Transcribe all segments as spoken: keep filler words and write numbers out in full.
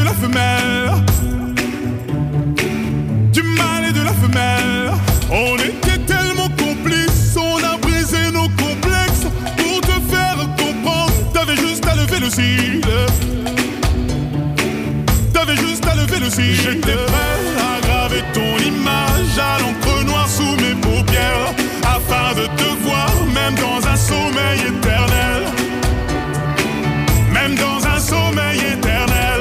la femelle, du mal et de la femelle. On était tellement complices, on a brisé nos complexes. Pour te faire comprendre, t'avais juste à lever le cil. T'avais juste à lever le cil. J'étais prêt à graver ton image à l'encre noire sous mes paupières, afin de te voir même dans un sommeil éternel. Même dans un sommeil éternel.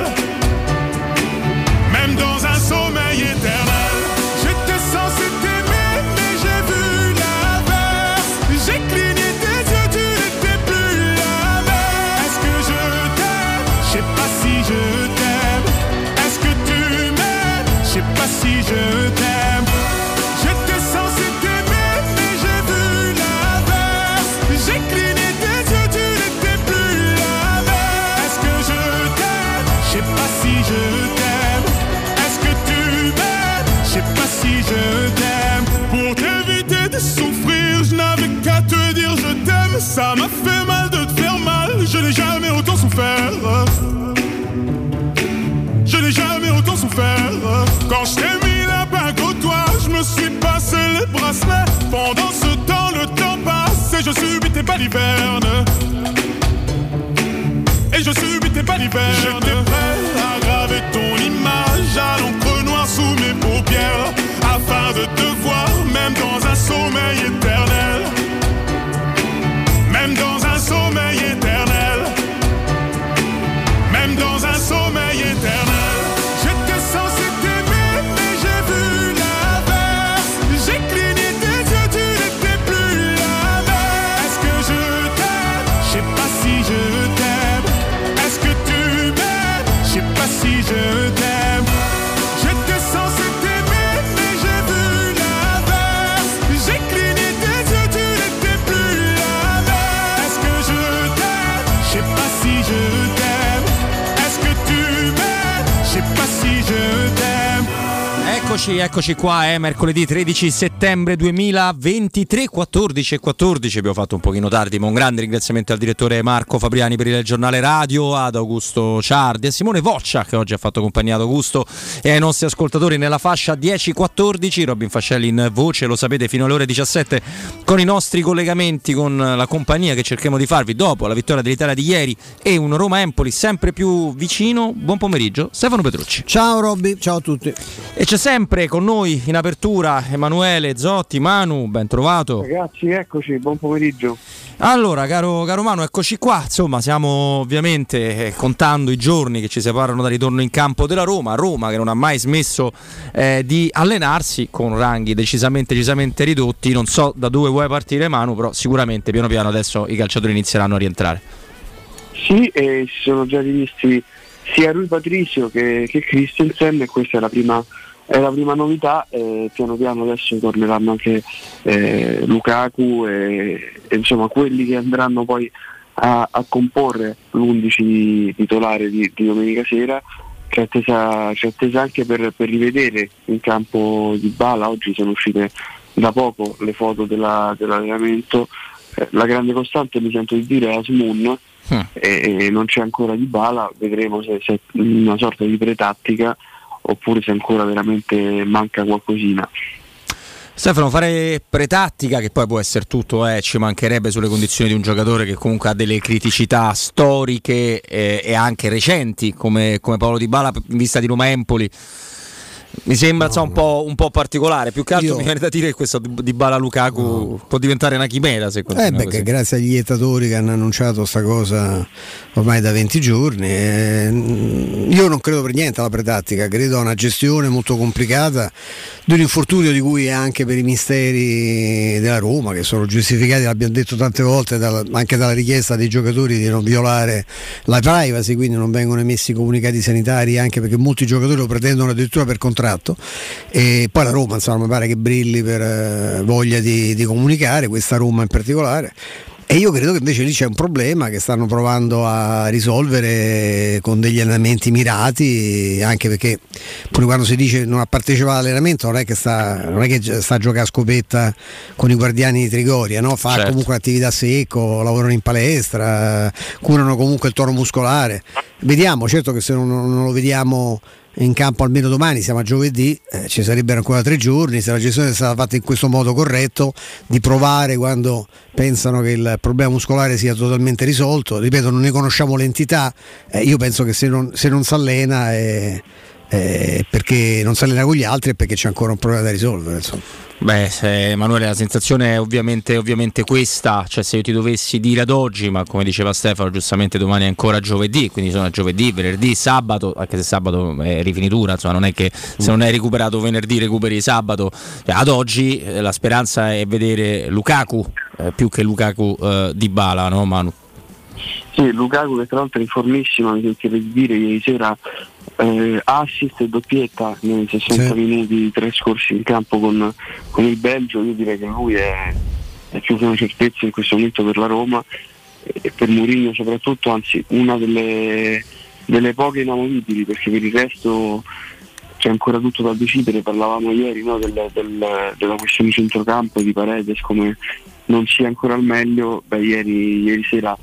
Même dans un sommeil éternel. J'étais censé t'aimer, mais j'ai vu l'inverse. J'ai cligné tes yeux, tu n'étais plus la même. Est-ce que je t'aime? Je sais pas si je t'aime. Est-ce que tu m'aimes? Je sais pas si je t'aime. J'étais censé t'aimer, mais j'ai vu l'inverse. J'ai cligné tes yeux, tu n'étais plus la même. Est-ce que je t'aime? Je sais pas si je t'aime. Est-ce que tu m'aimes? Je sais pas si je t'aime. Pour t'éviter de souffrir, je n'avais qu'à te dire je t'aime. Ça m'a fait mal de te faire mal, je n'ai jamais autant souffert. Je n'ai jamais autant souffert. Quand je t'ai mis la bague au doigt, je me suis passé les bracelets. Pendant ce temps, le temps passe et je subis tes balivernes. Et je subis tes balivernes. J'étais prêt à graver ton image à l'encre noire sous mes paupières, afin de te voir même dans un sommeil éternel. Même dans un sommeil éternel. Même dans un sommeil éternel. J'étais censé t'aimer, mais j'ai vu l'inverse. J'ai cligné tes yeux, tu n'étais plus la même. Est-ce que je t'aime? Je sais pas si je t'aime. Est-ce que tu m'aimes? Je sais pas si je t'aime. J'étais censé t'aimer, mais j'ai vu l'inverse. J'ai cligné tes yeux, tu n'étais plus la même. Est-ce que je t'aime? Je sais pas si je t'aime. Est-ce que tu m'aimes? Je sais pas si je t'aime. Eccoci, eccoci qua, è mercoledì tredici settembre duemilaventitré, quattordici e quattordici. Abbiamo fatto un pochino tardi, ma un grande ringraziamento al direttore Marco Fabriani per il giornale radio, ad Augusto Ciardi, a Simone Voccia che oggi ha fatto compagnia ad Augusto e ai nostri ascoltatori nella fascia dieci quattordici. Robin Fascelli in voce, lo sapete, fino alle ore diciassette con i nostri collegamenti, con la compagnia che cerchiamo di farvi dopo la vittoria dell'Italia di ieri e un Roma-Empoli sempre più vicino. Buon pomeriggio, Stefano Petrucci. Ciao Robby, ciao a tutti. E c'è sempre con noi in apertura Emanuele Zotti. Manu, ben trovato. Ragazzi, eccoci, buon pomeriggio. Allora, caro, caro Manu, eccoci qua. Insomma, stiamo ovviamente eh, contando i giorni che ci separano dal ritorno in campo della Roma. Roma che non ha mai smesso eh, di allenarsi con ranghi decisamente, decisamente ridotti. Non so da dove vuoi partire, Manu, però sicuramente piano piano adesso i calciatori inizieranno a rientrare. Sì, e si sono già rivisti sia Rui Patricio che, che Christensen, e questa è la prima È la prima novità. Eh, piano piano adesso torneranno anche eh, Lukaku e, e insomma quelli che andranno poi a, a comporre l'undici titolare di, di domenica sera. C'è attesa, c'è attesa anche per, per rivedere in campo Dybala. Oggi sono uscite da poco le foto della, dell'allenamento. Eh, la grande costante, mi sento di dire, è Asmun, mm. e, e non c'è ancora Dybala. Vedremo se è una sorta di pretattica oppure se ancora veramente manca qualcosina. Stefano, fare pretattica, che poi può essere tutto, eh, ci mancherebbe sulle condizioni di un giocatore che comunque ha delle criticità storiche eh, e anche recenti come, come Paolo Dybala in vista di Roma-Empoli. Mi sembra no, un, po', un po' particolare. Più che altro io... mi viene da dire che questo Dybala Lukaku no. può diventare una chimera se eh beh, che grazie agli iettatori che hanno annunciato sta cosa ormai da venti giorni. Eh, io non credo per niente alla pretattica, credo a una gestione molto complicata di un infortunio di cui anche per i misteri della Roma, che sono giustificati, l'abbiamo detto tante volte, dalla, anche dalla richiesta dei giocatori di non violare la privacy, quindi non vengono emessi comunicati sanitari, anche perché molti giocatori lo pretendono addirittura per contratto. E poi la Roma, insomma, mi pare che brilli per eh, voglia di, di comunicare, questa Roma in particolare. E io credo che invece lì c'è un problema che stanno provando a risolvere con degli allenamenti mirati, anche perché pure quando si dice non ha partecipato all'allenamento non è che sta, non è che sta a giocare a scopetta con i guardiani di Trigoria, no? Fa certo. comunque attività secco, lavorano in palestra, curano comunque il tono muscolare. Vediamo, certo che se non, non lo vediamo in campo almeno domani, siamo a giovedì, eh, ci sarebbero ancora tre giorni, se la gestione è stata fatta in questo modo corretto, di provare quando pensano che il problema muscolare sia totalmente risolto. Ripeto, non ne conosciamo l'entità, eh, io penso che se non, se non si allena è, è perché non si allena con gli altri è perché c'è ancora un problema da risolvere, insomma. Beh, se, Emanuele, la sensazione è ovviamente, ovviamente questa, cioè se io ti dovessi dire ad oggi, ma come diceva Stefano giustamente domani è ancora giovedì, quindi sono giovedì, venerdì, sabato, anche se sabato è rifinitura, insomma non è che se non hai recuperato venerdì recuperi sabato, cioè, ad oggi eh, la speranza è vedere Lukaku eh, più che Lukaku eh, Dybala, no Manu? Sì, Lukaku che tra l'altro è in formissima, mi sentite dire ieri sera eh, assist e doppietta nei sessanta sì. minuti trascorsi in campo con, con il Belgio. Io direi che lui è, è più che una certezza in questo momento per la Roma e per Mourinho soprattutto, anzi una delle, delle poche inamovibili, perché per il resto c'è ancora tutto da decidere. Parlavamo ieri, no, del, del, della questione centrocampo di Paredes, come non sia ancora al meglio. Beh, ieri, ieri sera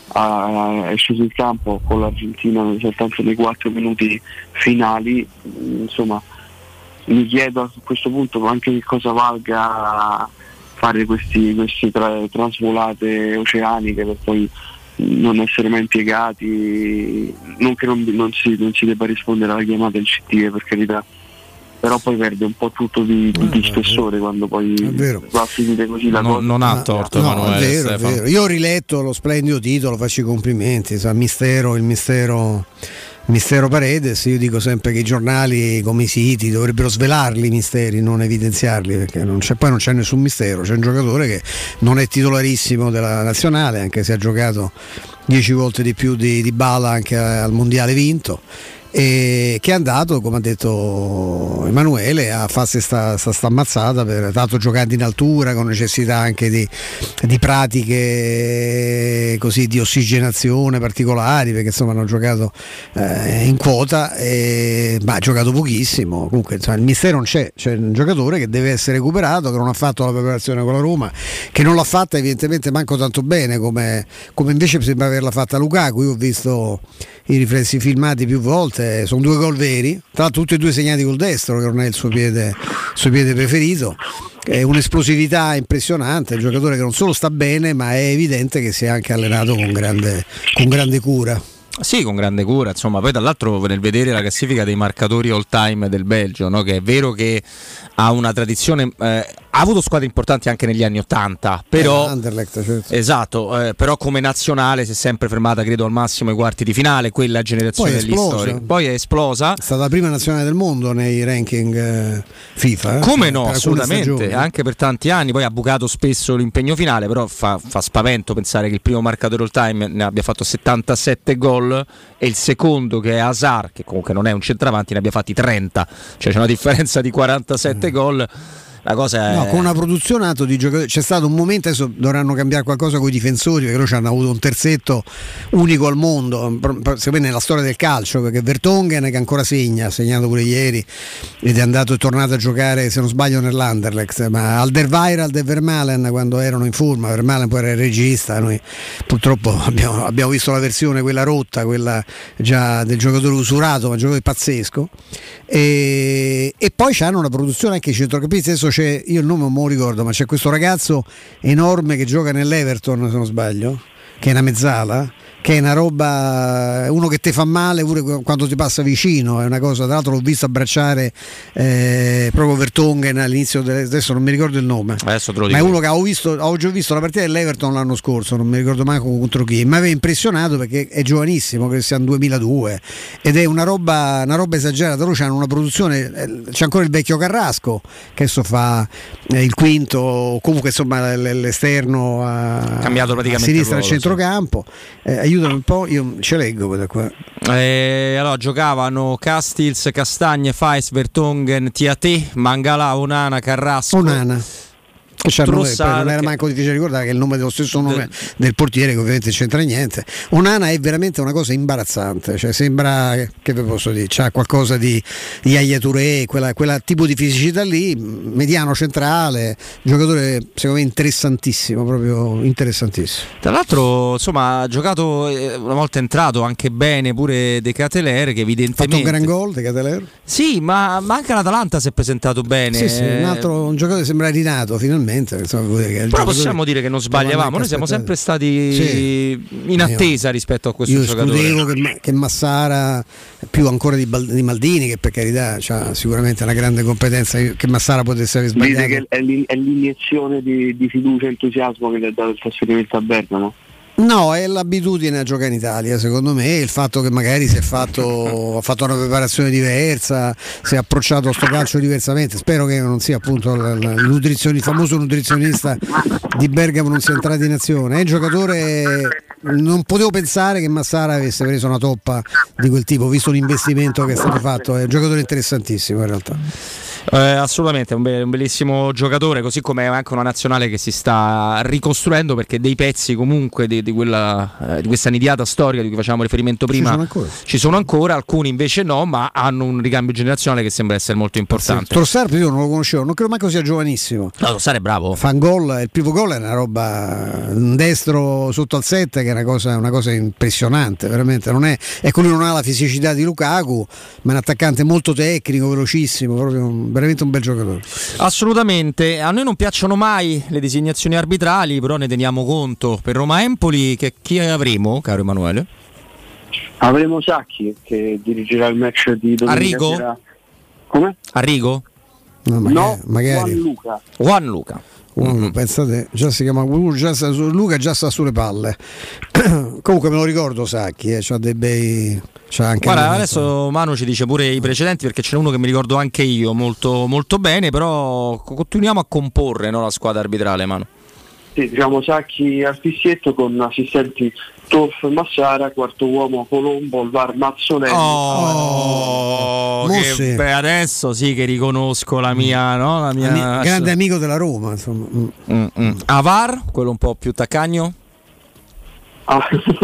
ha, è sceso in campo con l'Argentina soltanto nei quattro minuti finali. Insomma, mi chiedo a questo punto anche che cosa valga fare questi, questi tra, trasvolate oceaniche per poi non essere mai impiegati. Non che non, non, si, non si debba rispondere alla chiamata del C T, per carità, però poi perde un po' tutto di, di, di spessore quando poi va a finire così la no, cosa. non ha torto, no, Emanuele. È vero, è vero. Io ho riletto lo splendido titolo, faccio i complimenti, sa, mistero, il mistero, il mistero Paredes. Io dico sempre che i giornali come i siti dovrebbero svelarli i misteri, non evidenziarli, perché non c'è, poi non c'è nessun mistero. C'è un giocatore che non è titolarissimo della nazionale, anche se ha giocato dieci volte di più di Dybala anche al mondiale vinto, e che è andato, come ha detto Emanuele, a farsi sta, sta, sta ammazzata, per tanto giocando in altura, con necessità anche di, di pratiche così di ossigenazione particolari, perché insomma hanno giocato eh, in quota, e, ma ha giocato pochissimo. Comunque insomma, il mistero non c'è, c'è un giocatore che deve essere recuperato, che non ha fatto la preparazione con la Roma, che non l'ha fatta evidentemente manco tanto bene come, come invece sembra averla fatta Lukaku. Io ho visto i riflessi filmati più volte, sono due gol veri, tra l'altro tutti e due segnati col destro, che non è il suo piede, il suo piede preferito. È un'esplosività impressionante, un giocatore che non solo sta bene, ma è evidente che si è anche allenato con grande, con grande cura. Sì, con grande cura, insomma. Poi dall'altro nel vedere la classifica dei marcatori all time del Belgio, no? Che è vero che ha una tradizione, eh, ha avuto squadre importanti anche negli anni Ottanta, però eh, Anderlecht, certo. Esatto, eh, però come nazionale si è sempre fermata credo al massimo ai quarti di finale, quella generazione degli storici. Poi è esplosa. È stata la prima nazionale del mondo nei ranking eh, FIFA. Eh? Come no, assolutamente, anche per tanti anni. Poi ha bucato spesso l'impegno finale, però fa, fa spavento pensare che il primo marcatore all time ne abbia fatto settantasette gol e il secondo, che è Hazard, che comunque non è un centravanti, ne abbia fatti trenta, cioè c'è una differenza di quarantasette mm. gol. La cosa è... No, con una produzione alto di giocatori. C'è stato un momento, adesso dovranno cambiare qualcosa con i difensori, perché loro ci hanno avuto un terzetto unico al mondo, secondo me nella storia del calcio, perché Vertonghen, che ancora segna, ha segnato pure ieri ed è andato e tornato a giocare, se non sbaglio, nell'Anderlecht, ma Alderweireld e Vermaelen quando erano in forma, Vermaelen poi era il regista, noi purtroppo abbiamo, abbiamo visto la versione quella rotta, quella già del giocatore usurato, ma un giocatore pazzesco, e, e poi c'hanno una produzione anche i centrocampisti. Adesso c'è, io il nome non me lo ricordo, ma c'è questo ragazzo enorme che gioca nell'Everton, se non sbaglio, che è una mezzala, che è una roba, uno che ti fa male pure quando ti passa vicino, è una cosa. Tra l'altro l'ho visto abbracciare eh, proprio Vertonghen all'inizio delle, adesso non mi ricordo il nome, adesso te lo dico. Ma è uno che ho visto, ho già visto la partita dell'Everton l'anno scorso, non mi ricordo mai contro chi, mi aveva impressionato perché è giovanissimo, che sia un duemiladue, ed è una roba, una roba esagerata. Loro hanno una produzione, c'è ancora il vecchio Carrasco che adesso fa eh, il quinto, comunque insomma l'esterno a, cambiato praticamente a sinistra al ruolo, centrocampo, sì. eh, aiutami un po', io ce leggo da qua. Eh, allora giocavano Castils, Castagne, Fais, Vertonghen, Tiaté, Mangala, Onana, Carrasco. Onana. Cioè, Trossard, non era che... manco difficile ricordare che è il nome dello stesso nome del, del portiere, che ovviamente c'entra niente. Onana è veramente una cosa imbarazzante, cioè sembra, che vi posso dire, c'ha qualcosa di Yaya Touré, quella, quella tipo di fisicità lì, mediano centrale, giocatore secondo me interessantissimo, proprio interessantissimo. Tra l'altro, insomma, ha giocato, una volta entrato anche bene pure De Ketelaere, che evidentemente ha fatto un gran gol De Ketelaere. Sì, ma, ma anche l'Atalanta si è presentato bene. Sì, sì, un altro un giocatore sembra rinato finalmente. Insomma, che però possiamo dire che non sbagliavamo, noi siamo sempre stati sì. in attesa io, rispetto a questo io giocatore. Io escludevo che, che Massara, più ancora di, di Maldini, che per carità ha sicuramente una grande competenza, che Massara potesse aver sbagliato. Dite che è, l'in- è l'iniezione di, di fiducia e entusiasmo che gli ha dato il trasferimento a Bergamo? No, è l'abitudine a giocare in Italia, secondo me, il fatto che magari si è fatto, ha fatto una preparazione diversa, si è approcciato a sto calcio diversamente. Spero che non sia appunto il, il, il famoso nutrizionista di Bergamo non sia entrato in azione. È un giocatore, non potevo pensare che Massara avesse preso una toppa di quel tipo, visto l'investimento che è stato fatto. È un giocatore interessantissimo in realtà. Eh, assolutamente, un, be- un bellissimo giocatore, così come anche una nazionale che si sta ricostruendo, perché dei pezzi comunque di, di, quella, eh, di questa nidiata storica di cui facevamo riferimento prima ci sono, ancora. ci sono ancora, alcuni invece no, ma hanno un ricambio generazionale che sembra essere molto importante. Sì. Trossard io non lo conoscevo, non credo manco sia giovanissimo. No, Trossard è bravo. Fa un gol, il primo gol è una roba, un destro sotto al sette che è una cosa, una cosa impressionante, veramente. Non è, ecco, lui non ha la fisicità di Lukaku, ma è un attaccante molto tecnico, velocissimo, proprio un, veramente un bel giocatore. Assolutamente, a noi non piacciono mai le designazioni arbitrali, però ne teniamo conto. Per Roma-Empoli che chi avremo, caro Emanuele? Avremo Sacchi che dirigerà il match di domenica Arrigo? sera. Come? Arrigo? No, magari, no magari. Juan Luca. Juan Luca. Uno, pensate, già si chiama già sta, Luca già sta sulle palle. Comunque me lo ricordo Sacchi, eh, c'ha dei bei. C'ha anche Guarda, adesso Manu ci dice pure i precedenti, perché ce n'è uno che mi ricordo anche io molto, molto bene, però continuiamo a comporre, no, la squadra arbitrale, Manu. Sì, diciamo Sacchi al fissietto con assistenti Torf Massara, quarto uomo Colombo, il V A R Mazzoleni. Oh, che sì. beh, adesso sì che riconosco la mia, no? La mia Ami- grande amico della Roma, insomma. Mm, mm. Avar, quello un po' più taccagno. Ah,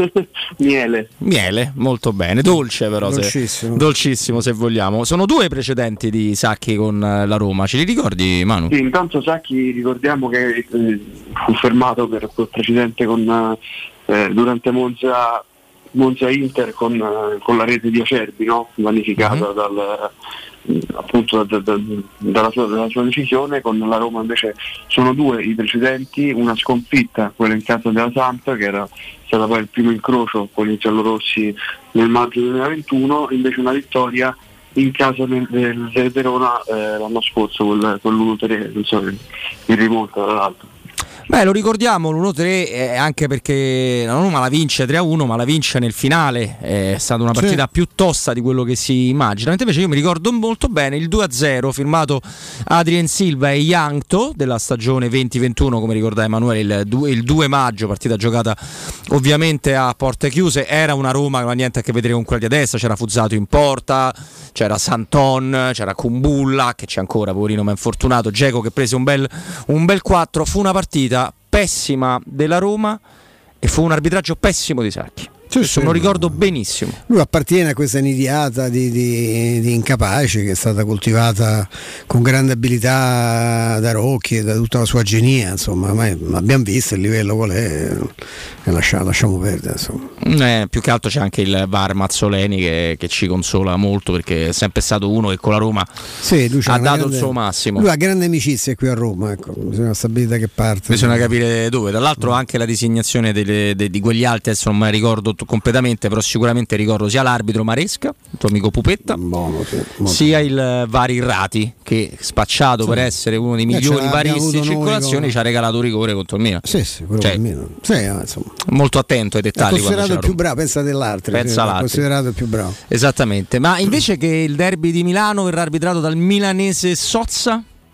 miele. Miele, molto bene, dolce però, dolcissimo. Se, dolcissimo se vogliamo. Sono due i precedenti di Sacchi con la Roma, ce li ricordi Manu? Sì, intanto Sacchi ricordiamo che eh, fu fermato per quel precedente con, eh, durante Monza, Monza Inter con, eh, con la rete di Acerbi, no? Vanificata mm-hmm. dal, appunto da, da, dalla, sua, dalla sua decisione. Con la Roma invece sono due i precedenti, una sconfitta, quella in casa della Samp, che era stata poi il primo incrocio con i giallorossi nel maggio duemilaventuno, invece una vittoria in casa del, del, del Verona eh, l'anno scorso con, con l'uno tre, non so, in rimonta tra l'altro. Beh, lo ricordiamo l'uno tre eh, anche perché la Roma la vince tre a uno, ma la vince nel finale, è stata una partita sì. più tosta di quello che si immagina. Mentre invece io mi ricordo molto bene il due a zero firmato Adrien Silva e Jankto della stagione venti ventuno, come ricorda Emanuele, il due, il due maggio, partita giocata ovviamente a porte chiuse. Era una Roma che non ha niente a che vedere con quella di adesso, c'era Fuzzato in porta, c'era Santon, c'era Kumbulla che c'è ancora, poverino ma infortunato, Dzeko che prese un bel, un bel quattro. Fu una partita pessima della Roma e fu un arbitraggio pessimo di Sacchi. Sì, sì, me lo ricordo benissimo. Lui appartiene a questa nidiata di, di, di incapaci che è stata coltivata con grande abilità da Rocchi e da tutta la sua genia, insomma, ma abbiamo visto il livello qual è e lasciamo, lasciamo perdere, insomma. Eh, più che altro c'è anche il V A R Mazzoleni che, che ci consola molto, perché è sempre stato uno che con la Roma sì, lui ha dato grande, il suo massimo. Lui ha grande amicizia qui a Roma, ecco, bisogna stabilire da che parte. Bisogna capire dove. Tra l'altro anche la designazione delle, de, di quegli altri, adesso non me la ricordo completamente, però sicuramente ricordo sia l'arbitro Maresca, il tuo amico Pupetta, buono, sì, sia il Vari Irrati che spacciato sì. per essere uno dei migliori eh, varisti in circolazione con... ci ha regalato un rigore contro il Milan. Sì, sì, quello cioè, il Milan. Sì, insomma. Molto attento ai dettagli. È considerato il più bravo, pensa dell'altro, pensa è considerato il più bravo. Esattamente, ma invece che il derby di Milano verrà arbitrato dal milanese Sozza?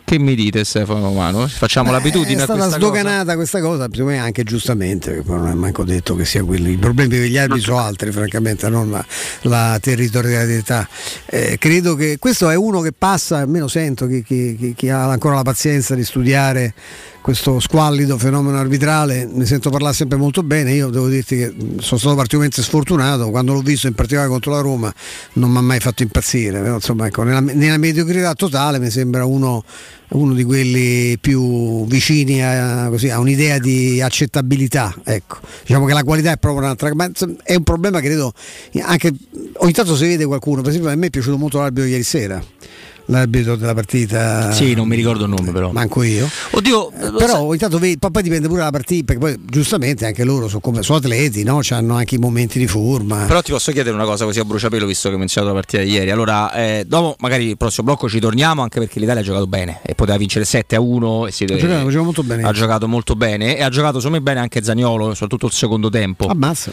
Che mi dite, Stefano Mano? Facciamo Beh, l'abitudine è a questa stata sdoganata cosa? questa cosa, secondo me anche giustamente, perché poi non è manco detto che sia quelli. I problemi degli arbitri sono altri, francamente, non la, la territorialità. Eh, credo che questo è uno che passa, almeno sento chi, chi, chi, chi ha ancora la pazienza di studiare questo squallido fenomeno arbitrale, ne sento parlare sempre molto bene. Io devo dirti che sono stato particolarmente sfortunato, quando l'ho visto in particolare contro la Roma non mi ha mai fatto impazzire, però insomma, ecco, nella, nella mediocrità totale mi sembra uno, uno di quelli più vicini a, così, a un'idea di accettabilità, ecco. Diciamo che la qualità è proprio un'altra, ma è un problema, credo, anche ogni tanto si vede qualcuno, per esempio a me è piaciuto molto l'arbitro ieri sera, l'arbitro della partita. Sì, non mi ricordo il nome, però. Manco io. Oddio, eh, però ogni tanto vedi, poi dipende pure dalla partita, perché poi giustamente anche loro sono, come, sono atleti, no? Hanno anche i momenti di forma. Però ti posso chiedere una cosa così a bruciapelo, visto che hai menzionato la partita di ieri. Allora, eh, dopo magari il prossimo blocco ci torniamo, anche perché l'Italia ha giocato bene e poteva vincere sette a uno e si ha, giocato, ha giocato molto bene. Ha giocato molto bene e ha giocato secondo me bene anche Zaniolo, soprattutto il secondo tempo. Ammazza.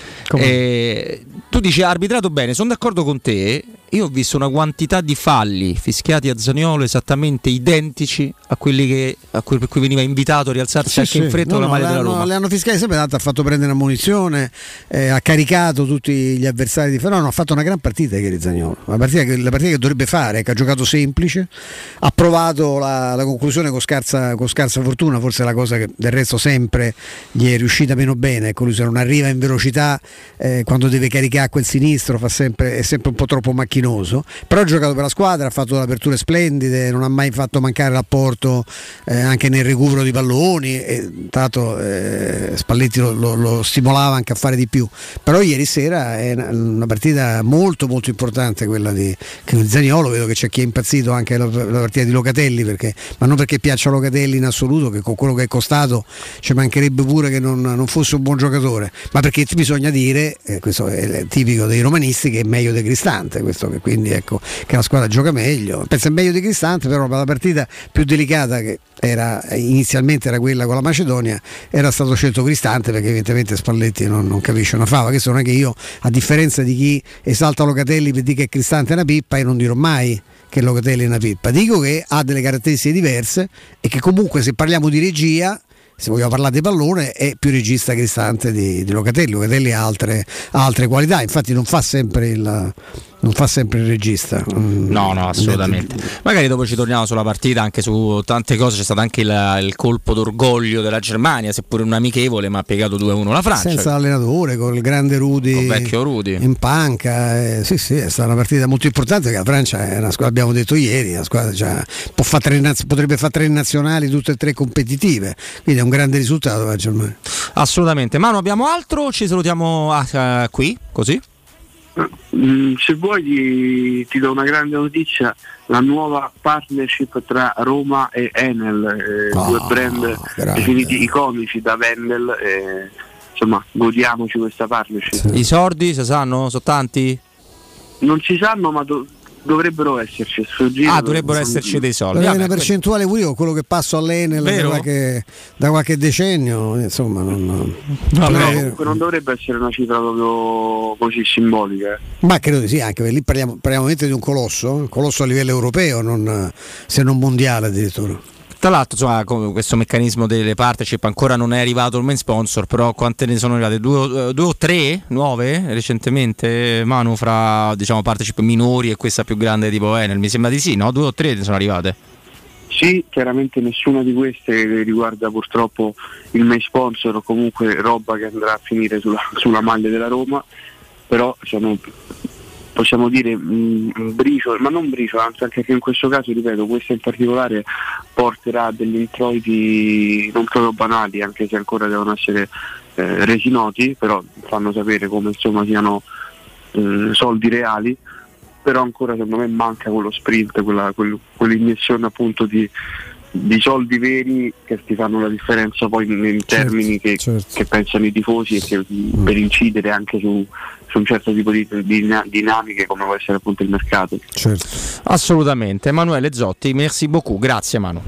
Eh, tu dici ha arbitrato bene, sono d'accordo con te. Io ho visto una quantità di falli fischiati a Zaniolo esattamente identici a quelli che, a cui, per cui veniva invitato a rialzarsi sì, anche sì. in fretta no, con la no, maglia della Roma. Le hanno fischiati sempre tanto, ha fatto prendere una munizione, eh, ha caricato tutti gli avversari di no, no, ha fatto una gran partita ieri Zaniolo, la partita che, la partita che dovrebbe fare, che ha giocato semplice, ha provato la, la conclusione con scarsa, con scarsa fortuna, forse è la cosa che del resto sempre gli è riuscita meno bene, ecco, lui se non arriva in velocità eh, quando deve caricare quel sinistro fa sempre, è sempre un po' troppo macchinoso, però ha giocato per la squadra, ha fatto delle aperture splendide, non ha mai fatto mancare l'apporto eh, anche nel recupero di palloni e tra l'altro eh, Spalletti lo, lo, lo stimolava anche a fare di più, però ieri sera è una, una partita molto molto importante quella di, di Zaniolo. Vedo che c'è chi è impazzito anche la, la partita di Locatelli, perché, ma non perché piaccia Locatelli in assoluto, che con quello che è costato ci mancherebbe pure che non, non fosse un buon giocatore, ma perché bisogna dire, eh, questo è tipico dei romanisti, che è meglio di Cristante, questo, che quindi ecco che la squadra gioca meglio, pensa è meglio di Cristante, però per la partita più delicata che era inizialmente era quella con la Macedonia era stato scelto Cristante, perché evidentemente Spalletti non, non capisce una fava. Questo non è che io, a differenza di chi esalta Locatelli per dire che Cristante è una pippa, io non dirò mai che Locatelli è una pippa, dico che ha delle caratteristiche diverse e che comunque, se parliamo di regia, se vogliamo parlare di pallone, è più regista Cristante di, di Locatelli. Locatelli ha altre, ha altre qualità, infatti non fa sempre il non fa sempre il regista. No, no, assolutamente. Magari dopo ci torniamo sulla partita, anche su tante cose. C'è stato anche il, il colpo d'orgoglio della Germania, seppure un amichevole, ma ha piegato due a uno la Francia. Senza allenatore, con il grande Rudy, il vecchio Rudy in panca. Eh, sì, sì, è stata una partita molto importante, perché la Francia è una squadra, abbiamo detto ieri, una squadra già può fare tre, potrebbe fare tre nazionali, tutte e tre competitive. Quindi è un grande risultato la Germania. Assolutamente. Manu, abbiamo altro? Ci salutiamo ah, uh, qui, così? Mm, se vuoi ti, ti do una grande notizia: la nuova partnership tra Roma e Enel, eh, oh, due brand grande. definiti iconici da Wendel, eh, insomma godiamoci questa partnership. Sì. I soldi si sanno? Sono tanti? Non si sanno, ma do- dovrebbero esserci. Ah, dovrebbero esserci dei soldi. È una percentuale pure io, quello che passo all'Enel da qualche, da qualche decennio, insomma non, no, però comunque non dovrebbe essere una cifra proprio così simbolica. Ma credo di sì, anche perché lì parliamo, parliamo di un colosso, un colosso a livello europeo, non, se non mondiale addirittura. Tra l'altro, insomma, questo meccanismo delle partnership ancora non è arrivato il main sponsor, però quante ne sono arrivate? Due, due o tre nuove recentemente, Manu, fra diciamo partnership minori e questa più grande tipo Enel? Mi sembra di sì, no? Due o tre ne sono arrivate? Sì, chiaramente nessuna di queste riguarda purtroppo il main sponsor o comunque roba che andrà a finire sulla, sulla maglia della Roma, però sono, possiamo dire un briciolo, ma non briciolo, anzi anche che in questo caso, ripeto, questa in particolare porterà degli introiti non proprio banali, anche se ancora devono essere eh, resi noti, però fanno sapere come insomma siano eh, soldi reali, però ancora secondo me manca quello sprint, quella, quel, quell'iniezione appunto di, di soldi veri che ti fanno la differenza poi in termini certo, che, certo. che pensano i tifosi e che mm. per incidere anche su su un certo tipo di, di dinamiche come può essere appunto il mercato. Certo. Assolutamente. Emanuele Zotti, merci beaucoup, grazie Manu.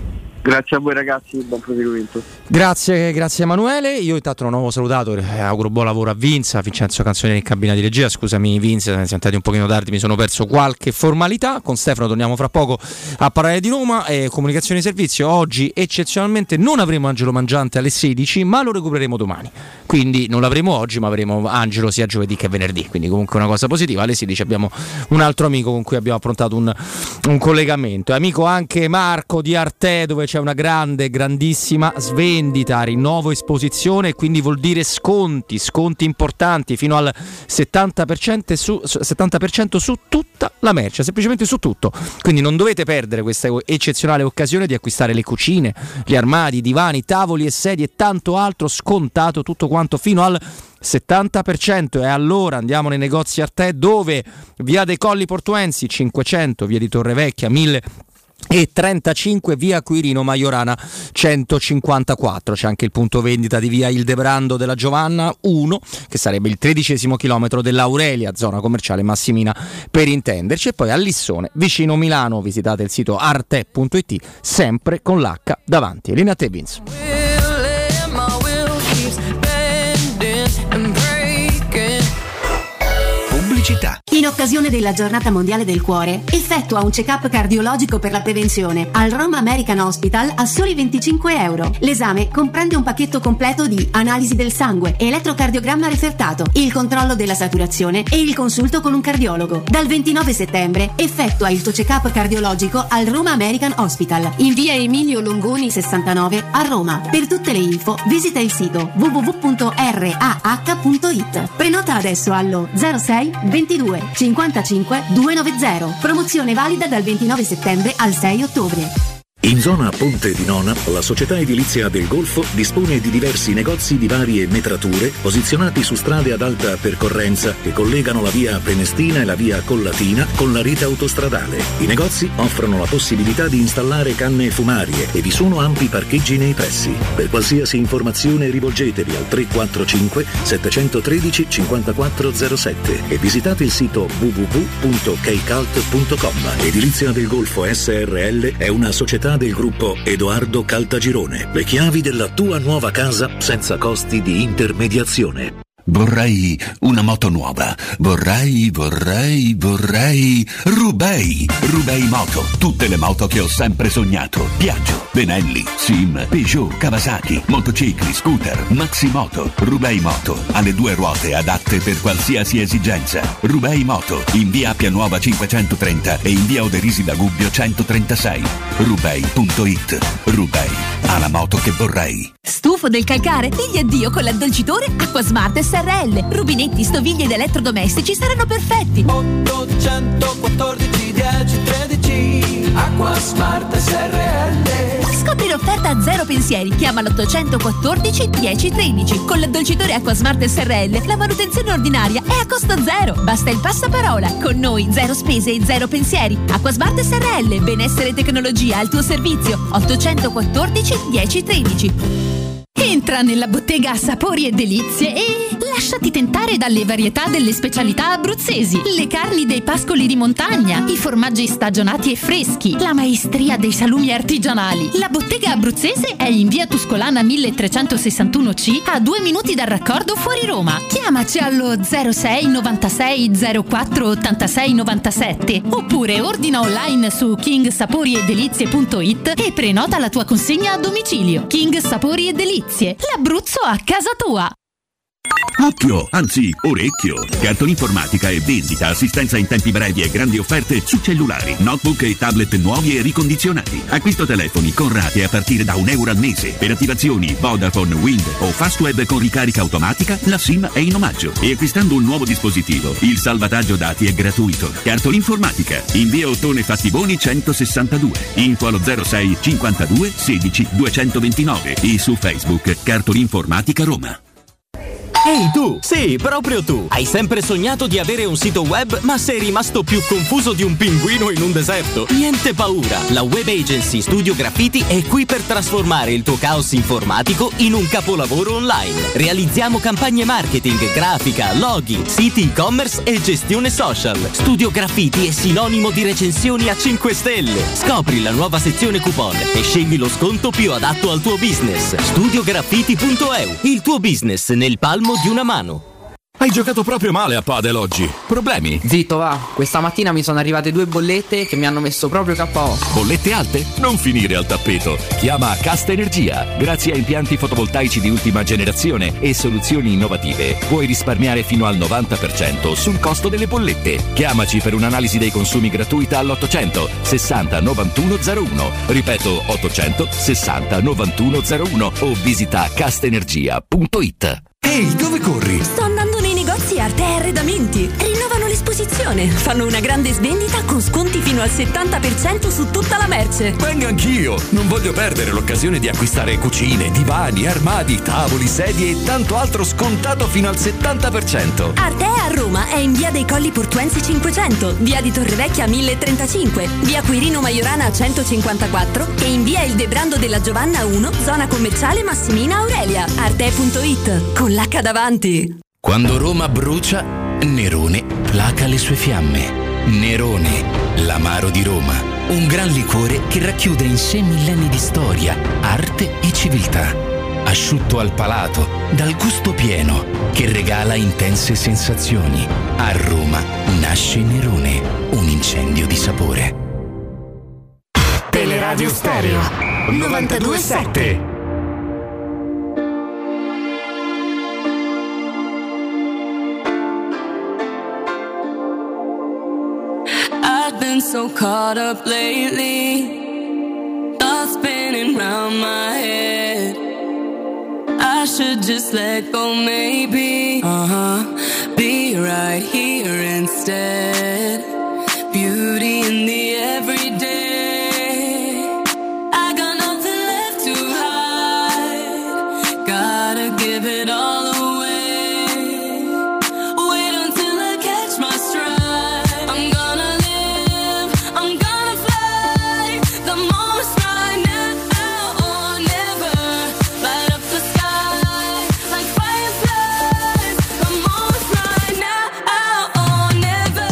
Grazie a voi ragazzi, buon proseguimento. Grazie, grazie Emanuele. Io intanto non ho salutato, eh, auguro buon lavoro a Vinza, Vincenzo Canzonieri in cabina di regia. Scusami Vinza, siamo sentati un pochino tardi, mi sono perso qualche formalità. Con Stefano torniamo fra poco a parlare di Roma e comunicazione di servizio. Oggi eccezionalmente non avremo Angelo Mangiante alle sedici, ma lo recupereremo domani. Quindi non l'avremo oggi, ma avremo Angelo sia giovedì che venerdì. Quindi comunque una cosa positiva. Alle sedici abbiamo un altro amico con cui abbiamo approntato un, un collegamento. È amico anche Marco di Arte, dove c'è una grande, grandissima svendita, rinnovo esposizione, quindi vuol dire sconti, sconti importanti fino al settanta per cento su, settanta per cento su tutta la merce, semplicemente su tutto. Quindi non dovete perdere questa eccezionale occasione di acquistare le cucine, gli armadi, i divani, tavoli e sedie e tanto altro scontato, tutto quanto fino al settanta per cento. E allora andiamo nei negozi Arte, dove via dei Colli Portuensi cinquecento, via di Torrevecchia mille e trentacinque, via Quirino Maiorana centocinquantaquattro. C'è anche il punto vendita di via Ildebrando della Giovanna uno, che sarebbe il tredicesimo chilometro dell'Aurelia, zona commerciale Massimina per intenderci. E poi a Lissone, vicino Milano, visitate il sito arte punto it, sempre con l'H davanti. Linea a te Vince. In occasione della giornata mondiale del cuore, effettua un check-up cardiologico per la prevenzione al Roma American Hospital a soli venticinque euro. L'esame comprende un pacchetto completo di analisi del sangue, elettrocardiogramma refertato, il controllo della saturazione e il consulto con un cardiologo. Dal ventinove settembre effettua il tuo check-up cardiologico al Roma American Hospital in via Emilio Longoni sessantanove a Roma. Per tutte le info visita il sito w w w punto r a h punto i t. Prenota adesso allo zero sei ventidue cinquantacinque duecentonovanta. Promozione valida dal ventinove settembre al sei ottobre. In zona Ponte di Nona, la società edilizia del Golfo dispone di diversi negozi di varie metrature posizionati su strade ad alta percorrenza che collegano la via Prenestina e la via Collatina con la rete autostradale. I negozi offrono la possibilità di installare canne fumarie e vi sono ampi parcheggi nei pressi. Per qualsiasi informazione rivolgetevi al tre quattro cinque sette uno tre cinque zero sette e visitate il sito w w w punto keicalt punto com. Edilizia del Golfo S R L è una società del gruppo Edoardo Caltagirone. Le chiavi della tua nuova casa senza costi di intermediazione. Vorrei una moto nuova. Vorrei, vorrei, vorrei... Rubei! Rubei Moto. Tutte le moto che ho sempre sognato. Piaggio, Benelli, Sim, Peugeot, Kawasaki, motocicli, scooter, Maximoto. Rubei Moto. Ha le due ruote adatte per qualsiasi esigenza. Rubei Moto. In via Appia Nuova cinquecentotrenta e in via Oderisi da Gubbio centotrentasei. Rubei punto it. Rubei. Ha la moto che vorrei. Stufo del calcare? Digli addio con l'addolcitore Acquasmart S R L. Rubinetti, stoviglie ed elettrodomestici saranno perfetti. ottocentoquattordici dieci tredici Acquasmart S R L. Scopri l'offerta a zero pensieri. Chiama l'ottocentoquattordici dieci tredici. Con l'addolcitore Acquasmart S R L la manutenzione ordinaria è a costo zero. Basta il passaparola. Con noi zero spese e zero pensieri. Acquasmart S R L. Benessere e tecnologia al tuo servizio. ottocentoquattordici dieci tredici. Entra nella bottega Sapori e Delizie e lasciati tentare dalle varietà delle specialità abruzzesi, le carni dei pascoli di montagna, i formaggi stagionati e freschi, la maestria dei salumi artigianali. La bottega abruzzese è in via Tuscolana milletrecentosessantuno C, a due minuti dal raccordo fuori Roma. Chiamaci allo zero sei novantasei zero quattro ottantasei novantasette oppure ordina online su king sapori e delizie punto it e prenota la tua consegna a domicilio. King Sapori e Delizie, l'Abruzzo a casa tua. Occhio, anzi orecchio. Cartolinformatica e vendita, assistenza in tempi brevi e grandi offerte su cellulari, notebook e tablet nuovi e ricondizionati. Acquisto telefoni con rate a partire da un euro al mese. Per attivazioni Vodafone, Wind o Fastweb con ricarica automatica, la SIM è in omaggio. E acquistando un nuovo dispositivo, il salvataggio dati è gratuito. Cartolinformatica, in via Ottone Fattiboni centosessantadue. Info allo zero sei cinquantadue sedici duecentoventinove e su Facebook Cartolinformatica Roma. Ehi tu! Sì, proprio tu! Hai sempre sognato di avere un sito web, ma sei rimasto più confuso di un pinguino in un deserto? Niente paura! La web agency Studio Graffiti è qui per trasformare il tuo caos informatico in un capolavoro online. Realizziamo campagne marketing, grafica, loghi, siti e-commerce e gestione social. Studio Graffiti è sinonimo di recensioni a cinque stelle. Scopri la nuova sezione coupon e scegli lo sconto più adatto al tuo business. studio graffiti punto e u, il tuo business nel palmo di una mano. Hai giocato proprio male a padel oggi. Problemi? Zitto va, questa mattina mi sono arrivate due bollette che mi hanno messo proprio K O. Bollette alte? Non finire al tappeto. Chiama Casta Energia. Grazie a impianti fotovoltaici di ultima generazione e soluzioni innovative puoi risparmiare fino al novanta per cento sul costo delle bollette. Chiamaci per un'analisi dei consumi gratuita all'ottocento sessanta novantuno zero uno. Ripeto, ottocento sessanta novantuno zero uno o visita castenergia punto it. Ehi, dove corri? Sto andando nei negozi Arte e Arredamenti. Rinnovano l'esposizione. Fanno una grande svendita con sconti fino al settanta per cento su tutta la merce. Vengo anch'io. Non voglio perdere l'occasione di acquistare cucine, divani, armadi, tavoli, sedie e tanto altro scontato fino al settanta per cento. Arte a Roma è in via dei Colli Portuensi cinquecento, via di Torrevecchia mille trentacinque, via Quirino Maiorana centocinquantaquattro e in via Il Debrando della Giovanna uno, zona commerciale Massimina Aurelia. arte punto it con l'H davanti. Quando Roma brucia, Nerone placa le sue fiamme. Nerone, l'amaro di Roma. Un gran liquore che racchiude in sé millenni di storia, arte e civiltà. Asciutto al palato, dal gusto pieno, che regala intense sensazioni. A Roma nasce Nerone, un incendio di sapore. Teleradio Stereo novantadue sette. I've been so caught up lately, thoughts spinning round my head. I should just let go, maybe. Uh-huh. Be right here instead. Beauty in the everyday. I got nothing left to hide. Gotta give it all away. Wait until I catch my stride. I'm gonna live, I'm gonna fly. The moment's right now or never. Light up the sky like fireflies. The moment's right now or never.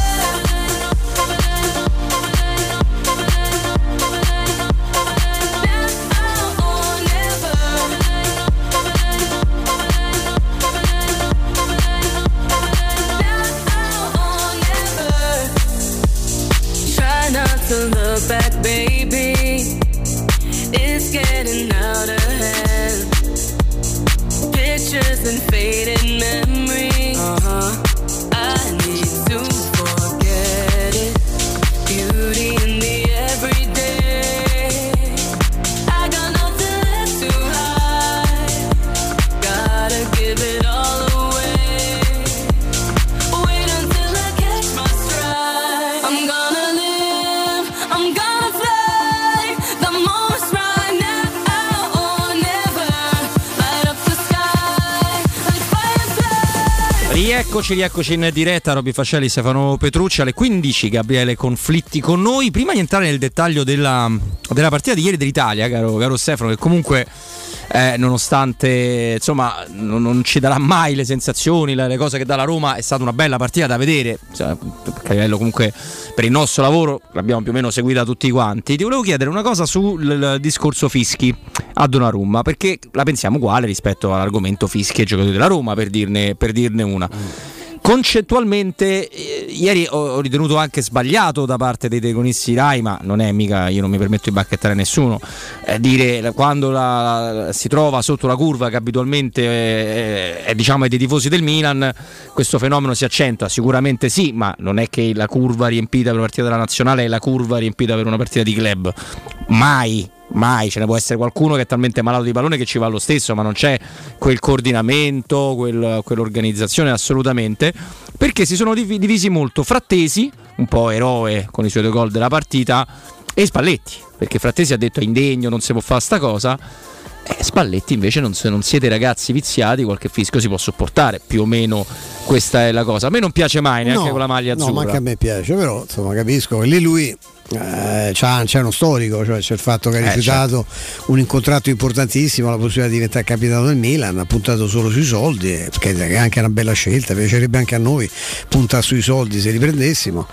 Try not to look back, baby. It's getting out of hand. Pictures and faded memories. Uh-huh. I need to forget it. Beauty in the everyday. I got nothing left to hide. Gotta give it all away. Wait until I catch my stride. I'm gonna live, I'm gonna fly. The moment's right now or never. Light up the sky like fireflies. Rieccoci, rieccoci in diretta. Robby Fascelli, Stefano Petrucci. Alle quindici Gabriele Conflitti con noi. Prima di entrare nel dettaglio della, della partita di ieri dell'Italia, caro, caro Stefano, che comunque eh, nonostante insomma non, non ci darà mai le sensazioni, le, le cose che dà la Roma, è stata una bella partita da vedere, cioè, perché a livello comunque per il nostro lavoro l'abbiamo più o meno seguita tutti quanti. Ti volevo chiedere una cosa sul discorso fischi a Donnarumma, perché la pensiamo uguale rispetto all'argomento fischi e giocatori della Roma, per dirne, per dirne una. Concettualmente eh, ieri ho, ho ritenuto anche sbagliato da parte dei telecronisti Rai, ma non è mica, io non mi permetto di bacchettare nessuno, eh, dire quando la, si trova sotto la curva, che abitualmente eh, è diciamo è dei tifosi del Milan, questo fenomeno si accentua. Sicuramente sì, ma non è che la curva riempita per una partita della nazionale è la curva riempita per una partita di club, mai. Mai, ce ne può essere qualcuno che è talmente malato di pallone che ci va lo stesso, ma non c'è quel coordinamento, quel, quell'organizzazione assolutamente, perché si sono divisi molto Frattesi, un po' eroe con i suoi due gol della partita, e Spalletti, perché Frattesi ha detto è indegno, non si può fare sta cosa, Eh, Spalletti invece non, se non siete ragazzi viziati, qualche fischio si può sopportare, più o meno questa è la cosa. A me non piace mai neanche no, con la maglia azzurra. No, ma anche a me piace, però insomma capisco che lì lui eh, c'ha, c'è uno storico, cioè c'è il fatto che ha Eh, rifiutato un incontrato importantissimo, la possibilità di diventare capitano del Milan, ha puntato solo sui soldi, eh, che è anche una bella scelta, piacerebbe anche a noi puntare sui soldi se li prendessimo,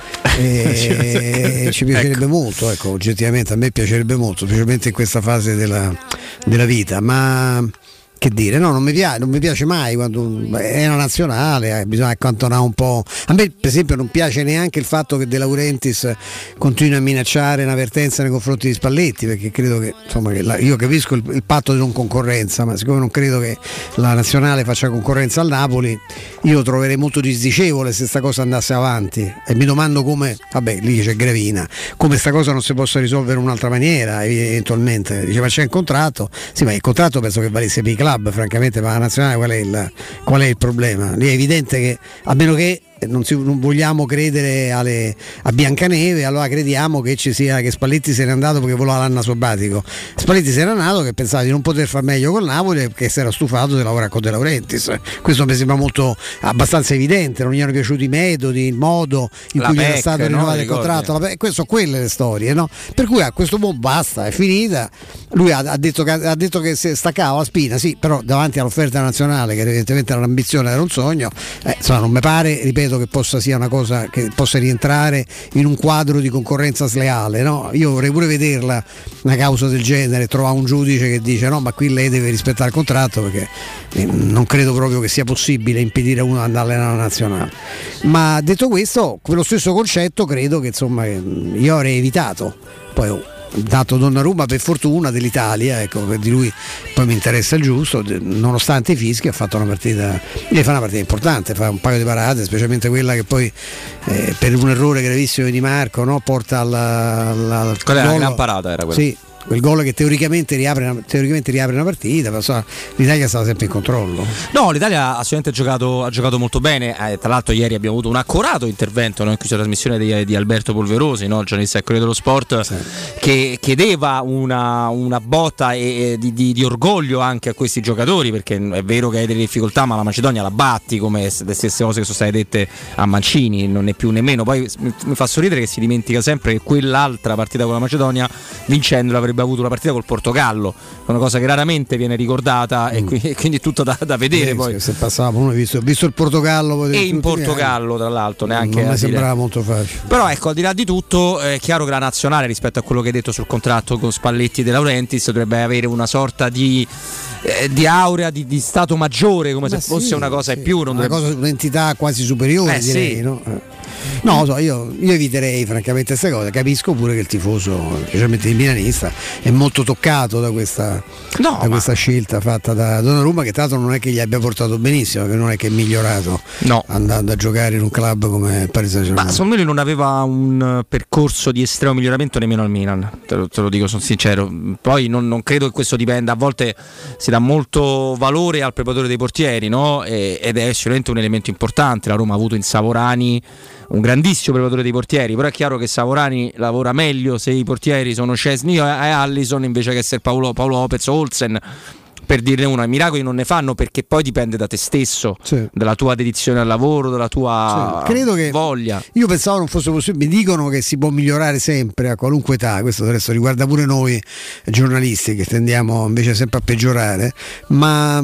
e ci piacerebbe ecco. molto, ecco, oggettivamente a me piacerebbe molto, specialmente in questa fase della, della vita, ma che dire, no, non mi piace, non mi piace mai quando è una nazionale, eh, bisogna accantonare un po'. A me per esempio non piace neanche il fatto che De Laurentiis continui a minacciare un'avvertenza nei confronti di Spalletti, perché credo che, insomma, che la, io capisco il, il patto di non concorrenza, ma siccome non credo che la nazionale faccia concorrenza al Napoli, io lo troverei molto disdicevole se questa cosa andasse avanti, e mi domando come, vabbè, lì c'è Gravina, come sta cosa non si possa risolvere in un'altra maniera eventualmente. Dice, ma c'è il contratto? Sì, ma il contratto penso che valesse per i club, francamente, per la nazionale qual è il, qual è il problema? Lì è evidente che, a meno che non, si, non vogliamo credere alle, a Biancaneve, allora crediamo che ci sia, che Spalletti se n'è andato perché voleva l'anno sabbatico. Spalletti se n'è andato che pensava di non poter far meglio col Napoli, perché si era stufato di lavorare con De Laurentiis. Questo mi sembra molto abbastanza evidente, non gli erano piaciuti i metodi, il modo in La cui gli era P E C, stato no? rinnovato il Ricordi? contratto. La P E C, questo sono quelle le storie, no? Per cui a questo punto basta, è finita. Lui ha, ha, detto che, ha detto che si staccava la spina, sì, però davanti all'offerta nazionale, che evidentemente era un'ambizione, era un sogno, eh, insomma non mi pare, ripeto, che possa sia una cosa che possa rientrare in un quadro di concorrenza sleale, no? Io vorrei pure vederla una causa del genere, trovare un giudice che dice no, ma qui lei deve rispettare il contratto, perché eh, non credo proprio che sia possibile impedire a uno di andare alla nazionale. Ma detto questo, quello stesso concetto credo che insomma io avrei evitato. Poi oh, dato Donnarumma per fortuna dell'Italia, ecco, per di lui poi mi interessa il giusto, nonostante i fischi ha fatto una partita, deve fare una partita importante, fa un paio di parate, specialmente quella che poi eh, per un errore gravissimo di Di Marco, no, porta alla, alla quella era una gol. gran parata, era quella. Sì, quel gol che teoricamente riapre una, teoricamente riapre una partita, però l'Italia stava sempre in controllo. No, l'Italia ha assolutamente giocato, ha giocato molto bene, eh, tra l'altro ieri abbiamo avuto un accorato intervento, no, in questa trasmissione di, di Alberto Polverosi, no, il giornalista del Corriere dello Sport, sì, che chiedeva una, una botta e, e di, di, di orgoglio anche a questi giocatori, perché è vero che hai delle difficoltà, ma la Macedonia la batti, come le stesse cose che sono state dette a Mancini, non né più né meno. Poi mi fa sorridere che si dimentica sempre che quell'altra partita con la Macedonia, vincendo, avrebbe avuto una partita col Portogallo, una cosa che raramente viene ricordata, mm. e, quindi, e quindi è tutto da, da vedere. Eh, poi se passava, uno visto, visto il Portogallo e in Portogallo, tra l'altro, neanche non mi sembrava molto facile. Però ecco, al di là di tutto, è chiaro che la nazionale, rispetto a quello che hai detto sul contratto con Spalletti e De Laurentiis, dovrebbe avere una sorta di eh, di aurea, di, di stato maggiore, come Ma se fosse sì, una cosa sì. in più, non una dovrebbe... cosa, un'entità quasi superiore, eh, direi, sì. no? Eh. No, so, io, io eviterei francamente queste cose. Capisco pure che il tifoso, specialmente il milanista, è molto toccato da questa, no, da questa scelta fatta da Donnarumma, che tra l'altro non è che gli abbia portato benissimo, che non è che è migliorato, no, andando a giocare in un club come il Paris Saint-Germain. Ma secondo me lui non aveva un percorso di estremo miglioramento nemmeno al Milan, te lo, te lo dico, sono sincero. Poi non, non credo che questo dipenda, a volte si dà molto valore al preparatore dei portieri, no? E, ed è sicuramente un elemento importante. La Roma ha avuto in Savorani un grandissimo preparatore dei portieri, però è chiaro che Savorani lavora meglio se i portieri sono Szczesny e Allison invece che essere Paolo, Paolo Lopez o Olsen, per dirne uno. I miracoli non ne fanno, perché poi dipende da te stesso, sì, dalla tua dedizione al lavoro, dalla tua sì, credo che voglia. Io pensavo non fosse possibile, mi dicono che si può migliorare sempre a qualunque età, questo adesso riguarda pure noi giornalisti che tendiamo invece sempre a peggiorare, ma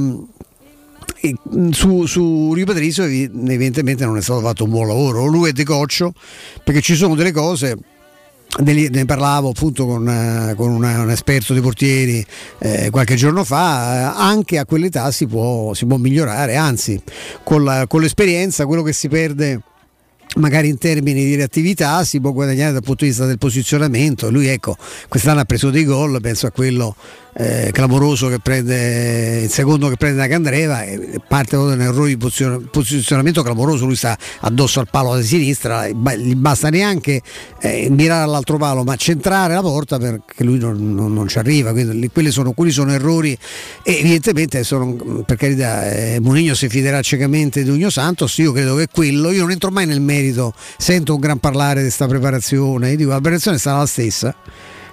su, su Rui Patricio evidentemente non è stato fatto un buon lavoro, lui è De Coccio, perché ci sono delle cose, ne parlavo appunto con, uh, con una, un esperto dei portieri eh, qualche giorno fa, uh, anche a quell'età si può, si può migliorare, anzi con, la, con l'esperienza quello che si perde magari in termini di reattività si può guadagnare dal punto di vista del posizionamento. Lui, ecco, quest'anno ha preso dei gol, penso a quello eh, clamoroso che prende, il secondo che prende da Candreva, e parte da un errore di posizionamento clamoroso. Lui sta addosso al palo da sinistra, gli basta neanche eh, mirare all'altro palo, ma centrare la porta, perché lui non, non, non ci arriva. Quindi quelli sono, quelli sono errori, e evidentemente sono, per carità, eh, Mourinho si fiderà ciecamente di Nuno Santos. Io credo che quello, io non entro mai nel merito, sento un gran parlare di questa preparazione, io dico la preparazione sarà la stessa,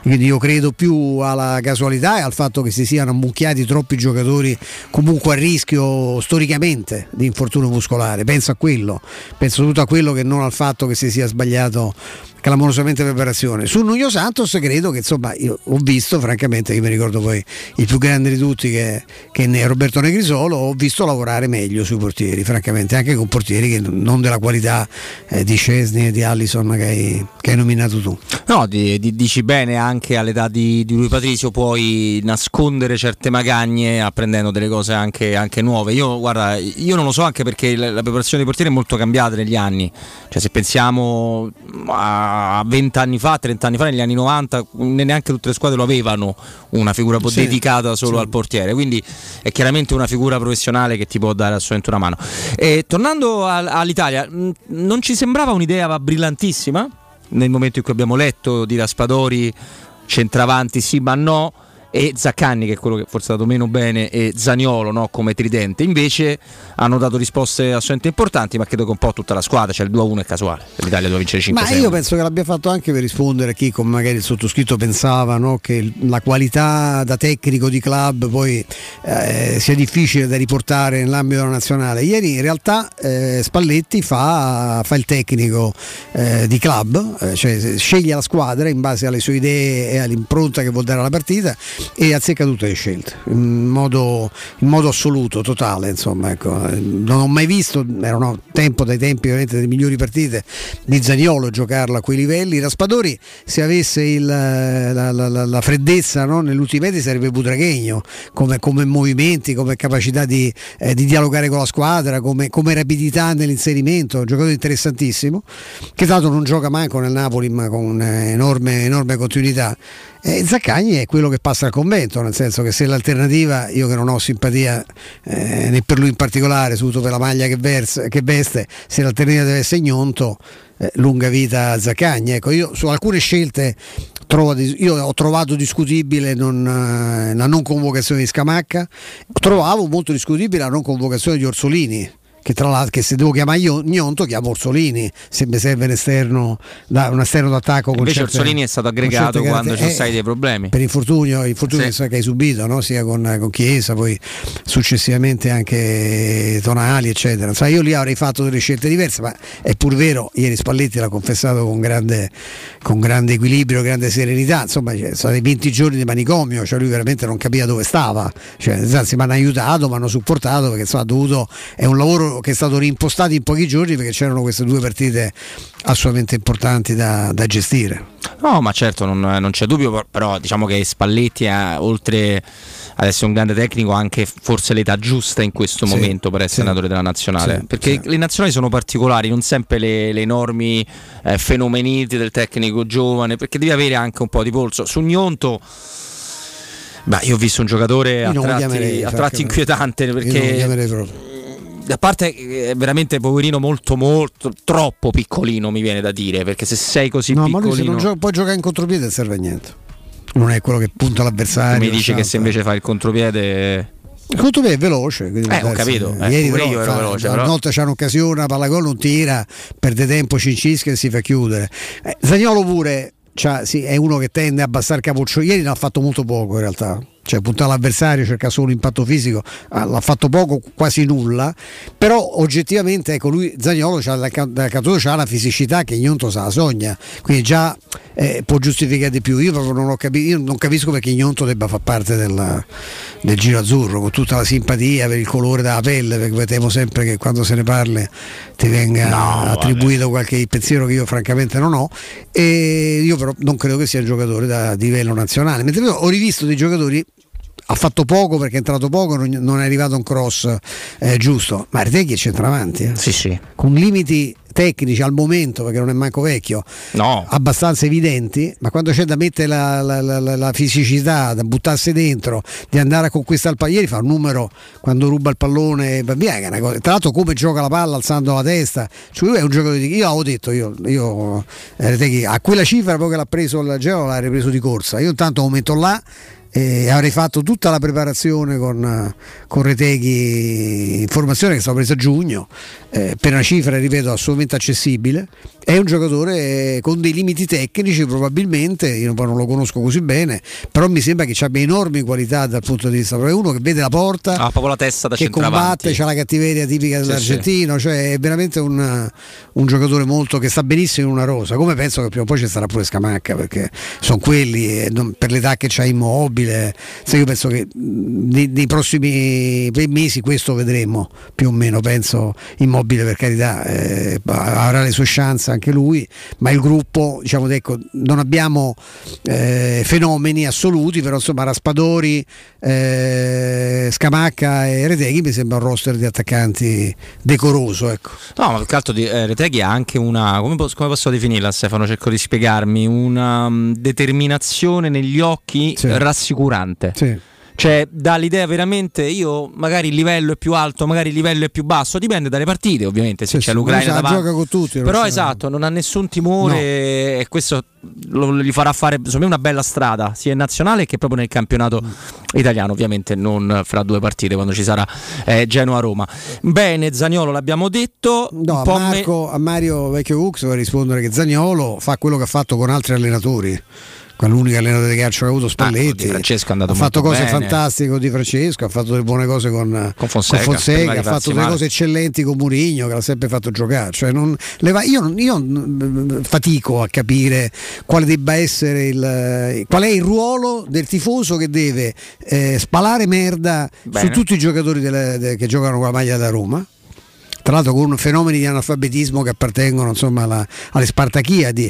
Quindi io credo più alla casualità e al fatto che si siano ammucchiati troppi giocatori comunque a rischio storicamente di infortunio muscolare. Penso a quello, penso tutto a quello che non al fatto che si sia sbagliato clamorosamente preparazione. Su Nuno Santos credo che, insomma, io ho visto, francamente, io mi ricordo poi il più grande di tutti che, che è Roberto Negrisolo, ho visto lavorare meglio sui portieri, francamente, anche con portieri che non della qualità eh, di Szczesny e di Alisson che hai, che hai nominato tu. No, di, di, dici bene, anche all'età di, di Rui Patricio puoi nascondere certe magagne apprendendo delle cose anche, anche nuove. Io guarda, io non lo so, anche perché la, la preparazione dei portieri è molto cambiata negli anni, cioè se pensiamo a venti anni fa, trenta anni fa, negli anni novanta neanche tutte le squadre lo avevano una figura sì, dedicata solo sì. al portiere, quindi è chiaramente una figura professionale che ti può dare assolutamente una mano. E tornando a, all'Italia, non ci sembrava un'idea brillantissima nel momento in cui abbiamo letto di Raspadori centravanti sì ma no, e Zaccagni, che è quello che forse ha dato meno bene, e Zaniolo, no, come tridente. Invece hanno dato risposte assolutamente importanti, ma credo che un po' tutta la squadra, cioè il due a uno è casuale, l'Italia doveva vincere cinque sei. Ma io penso che l'abbia fatto anche per rispondere a chi, come magari il sottoscritto pensava, no, che la qualità da tecnico di club poi eh, sia difficile da riportare nell'ambito della nazionale. Ieri in realtà eh, Spalletti fa, fa il tecnico eh, di club, eh, cioè sceglie la squadra in base alle sue idee e all'impronta che vuol dare alla partita, e azzecca tutte le scelte in modo, in modo assoluto, totale, insomma, ecco. Non ho mai visto, era un tempo, dai tempi ovviamente delle migliori partite di Zaniolo, giocarlo a quei livelli. Raspadori, se avesse il, la, la, la, la freddezza, no, nell'ultimo mesi sarebbe Butragueño come, come movimenti, come capacità di, eh, di dialogare con la squadra, come, come rapidità nell'inserimento, un giocatore interessantissimo che tra l'altro non gioca manco nel Napoli ma con enorme, enorme continuità. E Zaccagni è quello che passa al convento, nel senso che se l'alternativa, io che non ho simpatia eh, né per lui in particolare, soprattutto per la maglia che, versa, che veste, se l'alternativa deve essere Gnonto, eh, lunga vita a Zaccagni. Ecco, io su alcune scelte trovo, io ho trovato discutibile non, eh, la non convocazione di Scamacca, trovavo molto discutibile la non convocazione di Orsolini, che tra l'altro, che se devo chiamare io Gnonto chiamo Orsolini, se mi serve un esterno, da, un esterno d'attacco con invece certe, Orsolini è stato aggregato quando ci eh, stai dei problemi per infortunio, infortunio sì. che hai subito, no? Sia con, con Chiesa, poi successivamente anche Tonali eccetera. Insomma, io lì avrei fatto delle scelte diverse, ma è pur vero, ieri Spalletti l'ha confessato con grande, con grande equilibrio, grande serenità, insomma sono stati venti giorni di manicomio, cioè lui veramente non capiva dove stava, cioè, anzi mi hanno aiutato, mi hanno supportato, perché insomma, ha dovuto, è un lavoro che è stato reimpostato in pochi giorni perché c'erano queste due partite assolutamente importanti da, da gestire. No, ma certo, non, non c'è dubbio, però diciamo che Spalletti ha, oltre ad essere un grande tecnico, ha anche forse l'età giusta in questo sì, momento per essere sì, allenatore della nazionale, sì, perché sì. le nazionali sono particolari, non sempre le, le enormi eh, fenomeniti del tecnico giovane, perché devi avere anche un po' di polso. Su Gnonto, beh, io ho visto un giocatore a tratti, chiamerei, a tratti inquietante, perché a parte è veramente poverino, molto molto troppo piccolino, mi viene da dire, perché se sei così no, piccolino, ma lui se non gioca, puoi giocare in contropiede non serve a niente, non è quello che punta l'avversario. Mi dici che se invece fa il contropiede, il contropiede è veloce, eh ho capito, eh, ieri però, io ero fa, veloce, però... una volta c'è un'occasione, la palla gol non tira, perde tempo, Cincisca e si fa chiudere. eh, Zaniolo pure cioè, sì, è uno che tende a abbassare il capoccio, ieri ne ha fatto molto poco in realtà, cioè puntare all'avversario, cerca solo impatto fisico, ah, l'ha fatto poco, quasi nulla, però oggettivamente ecco, lui Zaniolo c'ha da canto c'ha la fisicità che Gnonto sa, sogna, quindi già eh, può giustificare di più. Io proprio non ho capito, io non capisco perché Gnonto debba far parte del, del giro azzurro, con tutta la simpatia per il colore della pelle, perché temo sempre che quando se ne parli ti venga no, attribuito vabbè. qualche pensiero che io francamente non ho, e io però non credo che sia un giocatore da livello nazionale, mentre io ho rivisto dei giocatori, ha fatto poco perché è entrato poco, non, non è arrivato un cross eh, giusto, ma Retegui è centravanti, eh? sì, sì. con limiti tecnici al momento, perché non è manco vecchio, no. abbastanza evidenti, ma quando c'è da mettere la, la, la, la fisicità, da buttarsi dentro, di andare a conquistare il pallone, ieri fa un numero quando ruba il pallone, via, che è una cosa. Tra l'altro come gioca la palla alzando la testa, cioè lui è un giocatore di, io avevo detto io, io eh, Retegui, a quella cifra poi che l'ha preso il Genoa l'ha ripreso di corsa, io intanto lo metto là e avrei fatto tutta la preparazione con, con Reteghi in formazione che è stata presa a giugno, eh, per una cifra, ripeto, assolutamente accessibile. È un giocatore con dei limiti tecnici probabilmente, io poi non lo conosco così bene, però mi sembra che abbia enormi qualità dal punto di vista, proprio uno che vede la porta, ah, proprio la testa da che combatte, c'ha la cattiveria tipica dell'argentino, sì, sì. Cioè è veramente un, un giocatore molto che sta benissimo in una rosa, come penso che prima o poi ci sarà pure Scamacca, perché sono quelli, e non, per l'età che c'ha Immobile, se io penso che nei, nei prossimi mesi questo vedremo più o meno, penso Immobile per carità eh, avrà le sue chance anche lui, ma il gruppo, diciamo, ecco, non abbiamo eh, fenomeni assoluti, però insomma Raspadori, eh, Scamacca e Reteghi mi sembra un roster di attaccanti decoroso, ecco. No, ma più che altro di, eh, Reteghi ha anche una, come posso, come posso definirla, Stefano, cerco di spiegarmi, una um, determinazione negli occhi, sì, rassicurante. Sì. Cioè dà l'idea veramente, io magari il livello è più alto, magari il livello è più basso, dipende dalle partite ovviamente, se sì, c'è sì, l'Ucraina davanti, gioca con tutti, però esatto, non ha nessun timore, no. E questo lo, gli farà fare secondo me una bella strada sia in nazionale che proprio nel campionato mm. italiano, ovviamente non fra due partite quando ci sarà eh, Genoa-Roma. Bene, Zaniolo l'abbiamo detto. No, un po' a, Marco, me... a Mario Vecchio Ux vuoi rispondere che Zaniolo fa quello che ha fatto con altri allenatori. L'unico allenatore di calcio che ha avuto Spalletti, ah, Francesco è andato ha fatto cose bene. fantastiche con Di Francesco, ha fatto delle buone cose con, con Fonseca, con Fonseca ha fatto delle male. cose eccellenti con Mourinho, che l'ha sempre fatto giocare, cioè non, le va, io, io fatico a capire quale debba essere il, qual è il ruolo del tifoso che deve eh, spalare merda bene. su tutti i giocatori delle, de, che giocano con la maglia da Roma, tra l'altro con fenomeni di analfabetismo che appartengono insomma alla, alle Spartachiadi,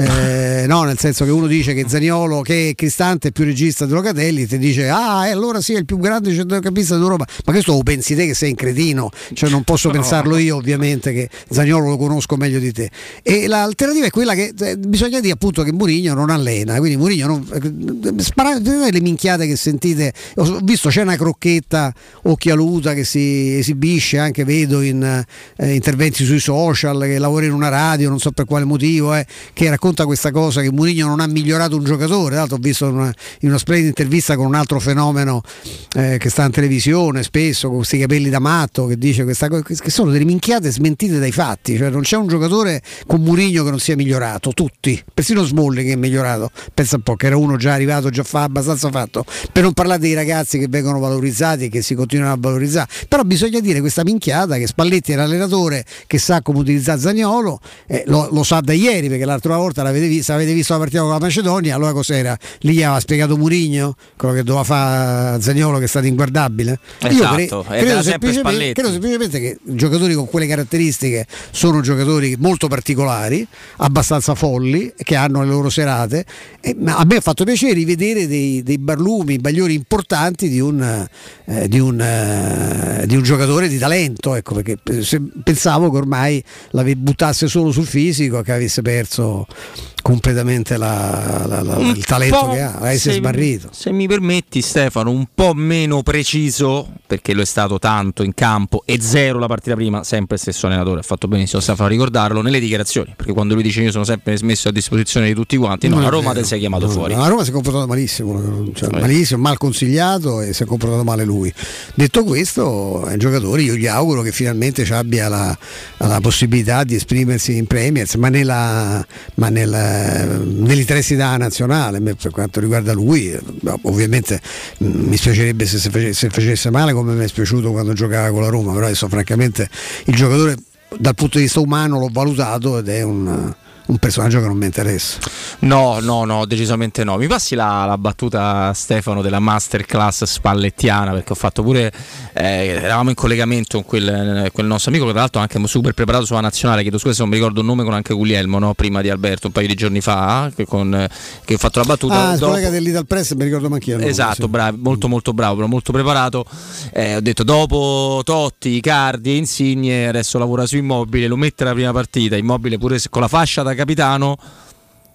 eh, no, nel senso che uno dice che Zaniolo, che è Cristante è più regista di Locatelli, ti dice ah e allora sì è il più grande centrocampista d'Europa, ma questo lo pensi te che sei un cretino, cioè non posso no. pensarlo io ovviamente, che Zaniolo lo conosco meglio di te. E l'alternativa è quella che eh, bisogna dire appunto che Mourinho non allena, quindi Mourinho non eh, sparate le minchiate che sentite, ho visto c'è una crocchetta occhialuta che si esibisce anche, vedo in Eh, interventi sui social, che lavora in una radio, non so per quale motivo, eh, che racconta questa cosa che Mourinho non ha migliorato un giocatore. Tra l'altro ho visto una, in una splendida intervista con un altro fenomeno eh, che sta in televisione spesso con questi capelli da matto, che dice questa cosa, che sono delle minchiate smentite dai fatti, cioè non c'è un giocatore con Mourinho che non sia migliorato, tutti, persino Smalling che è migliorato, pensa un po', che era uno già arrivato, già fa abbastanza fatto, per non parlare dei ragazzi che vengono valorizzati e che si continuano a valorizzare. Però bisogna dire questa minchiata che Spalletti era l'allenatore che sa come utilizzare Zaniolo, eh, lo, lo sa da ieri, perché l'altra volta l'avete visto, avete visto la partita con la Macedonia, allora cos'era? Lì gli aveva spiegato Mourinho quello che doveva fare Zaniolo, che è stato inguardabile. Esatto, io cre- credo, semplicemente, credo semplicemente che giocatori con quelle caratteristiche sono giocatori molto particolari, abbastanza folli, che hanno le loro serate, e, ma a me ha fatto piacere rivedere dei, dei barlumi, bagliori importanti di un, eh, di, un, eh, di un giocatore di talento, ecco, perché se, pensavo che ormai la buttasse solo sul fisico, che avesse perso completamente la, la, la, il talento che ha, avesse sbarrito. Se mi permetti, Stefano, un po' meno preciso, perché lo è stato tanto in campo e zero la partita prima, sempre stesso allenatore, ha fatto benissimo Stefano a ricordarlo, nelle dichiarazioni, perché quando lui dice io sono sempre messo a disposizione di tutti quanti, no, no la Roma te sei chiamato no, fuori. La Roma si è comportato malissimo, cioè, malissimo, mal consigliato, e si è comportato male lui. Detto questo, è un giocatore, io gli auguro che finalmente ci abbia la, la possibilità di esprimersi in Premier, ma nella, ma nella nell'interessità nazionale. Per quanto riguarda lui, ovviamente mi spiacerebbe se facesse, se facesse male, come mi è spiaciuto quando giocava con la Roma, però adesso francamente il giocatore dal punto di vista umano l'ho valutato ed è un un personaggio che non mi interessa. No, no, no, decisamente no. Mi passi la, la battuta, Stefano, della masterclass spallettiana, perché ho fatto pure eh, eravamo in collegamento con quel, quel nostro amico che tra l'altro è anche super preparato sulla nazionale, chiedo scusa se non mi ricordo il nome, con anche Guglielmo, no? Prima di Alberto, un paio di giorni fa, che, con, che ho fatto la battuta. Ah, il dopo... collega dell'Ital Press, mi ricordo manch'io. Esatto, sì. bravo, molto molto bravo, però molto preparato. Eh, ho detto dopo Totti, Icardi e Insigne adesso lavora su Immobile, lo mette alla prima partita, Immobile pure con la fascia da capitano.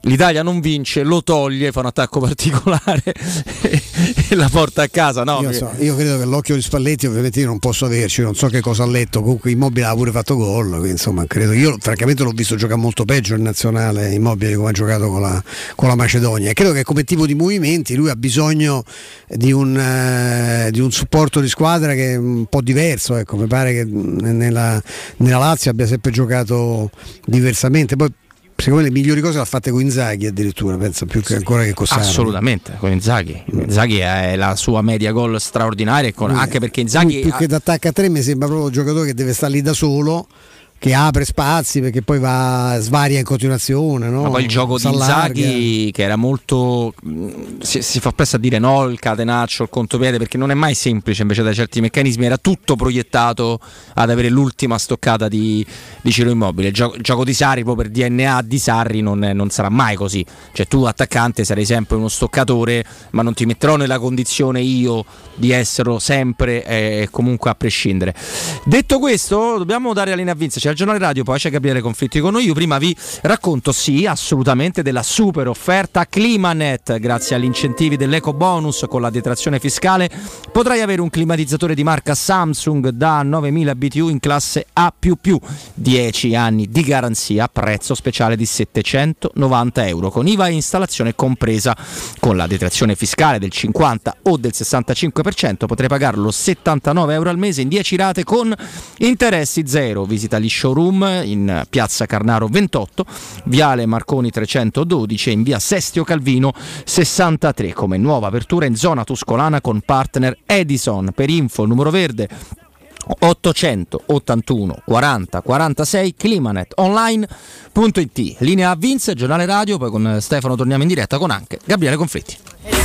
l'Italia non vince, lo toglie, fa un attacco particolare e, e la porta a casa. No, io, so, io credo che l'occhio di Spalletti, ovviamente io non posso averci, non so che cosa ha letto, comunque Immobile ha pure fatto gol, quindi insomma credo, io francamente l'ho visto giocare molto peggio in nazionale Immobile come ha giocato con la, con la Macedonia, e credo che come tipo di movimenti lui ha bisogno di un, eh, di un supporto di squadra che è un po' diverso, ecco, mi pare che nella, nella Lazio abbia sempre giocato diversamente. Poi secondo me le migliori cose le ha fatte con Inzaghi addirittura, penso, più che ancora che con Sarri. Assolutamente, con Inzaghi. Inzaghi è la sua media gol straordinaria, con, lui, anche perché Inzaghi più ha... che d'attacco a tre mi sembra proprio un giocatore che deve stare lì da solo, che apre spazi perché poi va svaria in continuazione, no? Ma poi il gioco di Inzaghi, che era molto, si, si fa presto a dire no, il catenaccio, il contropiede, perché non è mai semplice invece da certi meccanismi, era tutto proiettato ad avere l'ultima stoccata di, di Ciro Immobile. Il gioco, il gioco di Sarri, proprio per D N A di Sarri, non, non sarà mai così, cioè tu attaccante sarai sempre uno stoccatore, ma non ti metterò nella condizione io di esserlo sempre e eh, comunque a prescindere. Detto questo, dobbiamo dare la linea a Vince. C'è il giornale radio, poi c'è Gabriele Conflitti con noi. Io prima vi racconto, sì, assolutamente, della super offerta Climanet. Grazie agli incentivi dell'eco bonus con la detrazione fiscale potrai avere un climatizzatore di marca Samsung da novemila B T U in classe A più più, dieci anni di garanzia, prezzo speciale di settecentonovanta euro con I V A e installazione compresa. Con la detrazione fiscale del cinquanta o del sessantacinque per cento potrai pagarlo settantanove euro al mese in dieci rate con interessi zero. Visita gli showroom in piazza Carnaro ventotto, viale Marconi trecentododici e in via Sestio Calvino sessantatré, come nuova apertura in zona tuscolana con partner Edison. Per info il numero verde ottocentottantuno quaranta quarantasei, climanet online punto it. Linea a Vince, giornale radio, poi con Stefano torniamo in diretta con anche Gabriele Conflitti.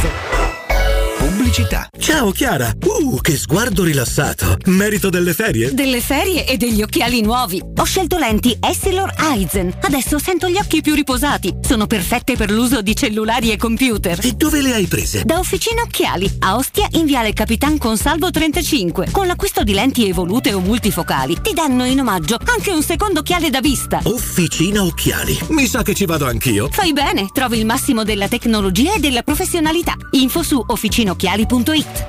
Pubblicità. Ciao Chiara. Uh, che sguardo rilassato. Merito delle ferie? Delle ferie e degli occhiali nuovi. Ho scelto lenti Essilor Eisen. Adesso sento gli occhi più riposati. Sono perfette per l'uso di cellulari e computer. E dove le hai prese? Da Officina Occhiali, a Ostia in viale Capitan Consalvo trentacinque. Con l'acquisto di lenti evolute o multifocali ti danno in omaggio anche un secondo occhiale da vista. Officina Occhiali. Mi sa che ci vado anch'io. Fai bene, trovi il massimo della tecnologia e della professionalità. Info su officinocchiali punto it.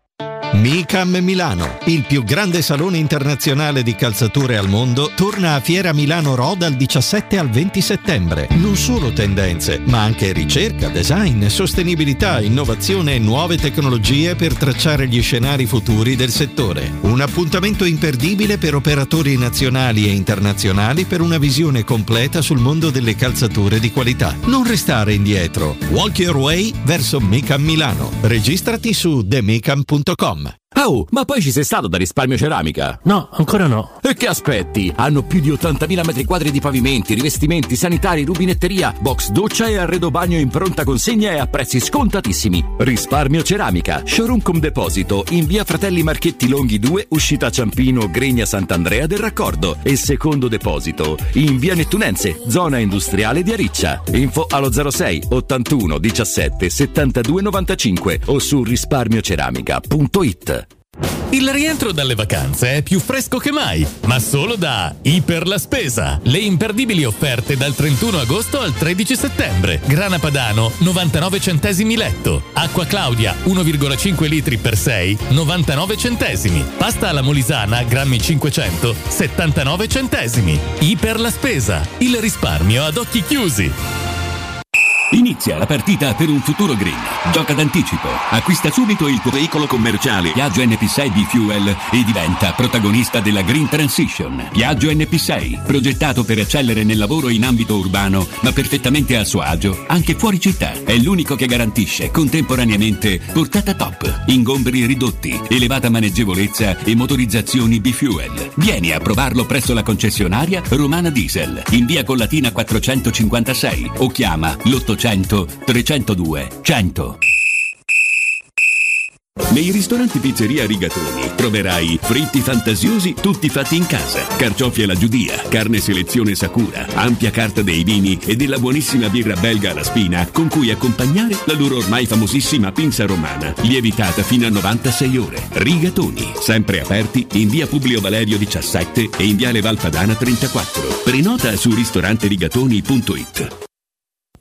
Micam Milano, il più grande salone internazionale di calzature al mondo, torna a Fiera Milano Ro dal diciassette al venti settembre. Non solo tendenze, ma anche ricerca, design, sostenibilità, innovazione e nuove tecnologie per tracciare gli scenari futuri del settore. Un appuntamento imperdibile per operatori nazionali e internazionali per una visione completa sul mondo delle calzature di qualità. Non restare indietro. Walk your way verso Micam Milano. Registrati su the micam punto com. Oh, ma poi ci sei stato da Risparmio Ceramica? No, ancora no. E che aspetti? Hanno più di ottantamila metri quadri di pavimenti, rivestimenti, sanitari, rubinetteria, box doccia e arredo bagno in pronta consegna e a prezzi scontatissimi. Risparmio Ceramica, showroom con deposito in via Fratelli Marchetti Longhi due, uscita Ciampino, Gregna Sant'Andrea del Raccordo, e secondo deposito in via Nettunense, zona industriale di Ariccia. Info allo zero sei ottantuno diciassette settantadue novantacinque o su risparmioceramica punto it. Il rientro dalle vacanze è più fresco che mai, ma solo da Iper la Spesa. Le imperdibili offerte dal trentuno agosto al tredici settembre. Grana Padano novantanove centesimi letto. Acqua Claudia uno virgola cinque litri per sei, novantanove centesimi. Pasta alla Molisana grammi cinquecento, settantanove centesimi. Iper la Spesa. Il risparmio ad occhi chiusi. Inizia la partita per un futuro green. Gioca d'anticipo. Acquista subito il tuo veicolo commerciale Piaggio N P sei B-Fuel e diventa protagonista della Green Transition. Piaggio N P sei, progettato per eccellere nel lavoro in ambito urbano, ma perfettamente a suo agio anche fuori città. È l'unico che garantisce contemporaneamente portata top, ingombri ridotti, elevata maneggevolezza e motorizzazioni B-Fuel. Vieni a provarlo presso la concessionaria Romana Diesel in via Collatina quattrocentocinquantasei o chiama l'ottocento trecentodue cento. Nei ristoranti Pizzeria Rigatoni troverai fritti fantasiosi tutti fatti in casa, carciofi alla giudia, carne selezione Sakura, ampia carta dei vini e della buonissima birra belga alla spina con cui accompagnare la loro ormai famosissima pinza romana, lievitata fino a novantasei ore. Rigatoni, sempre aperti in via Publio Valerio diciassette e in viale Valpadana trentaquattro. Prenota su ristorante rigatoni punto it.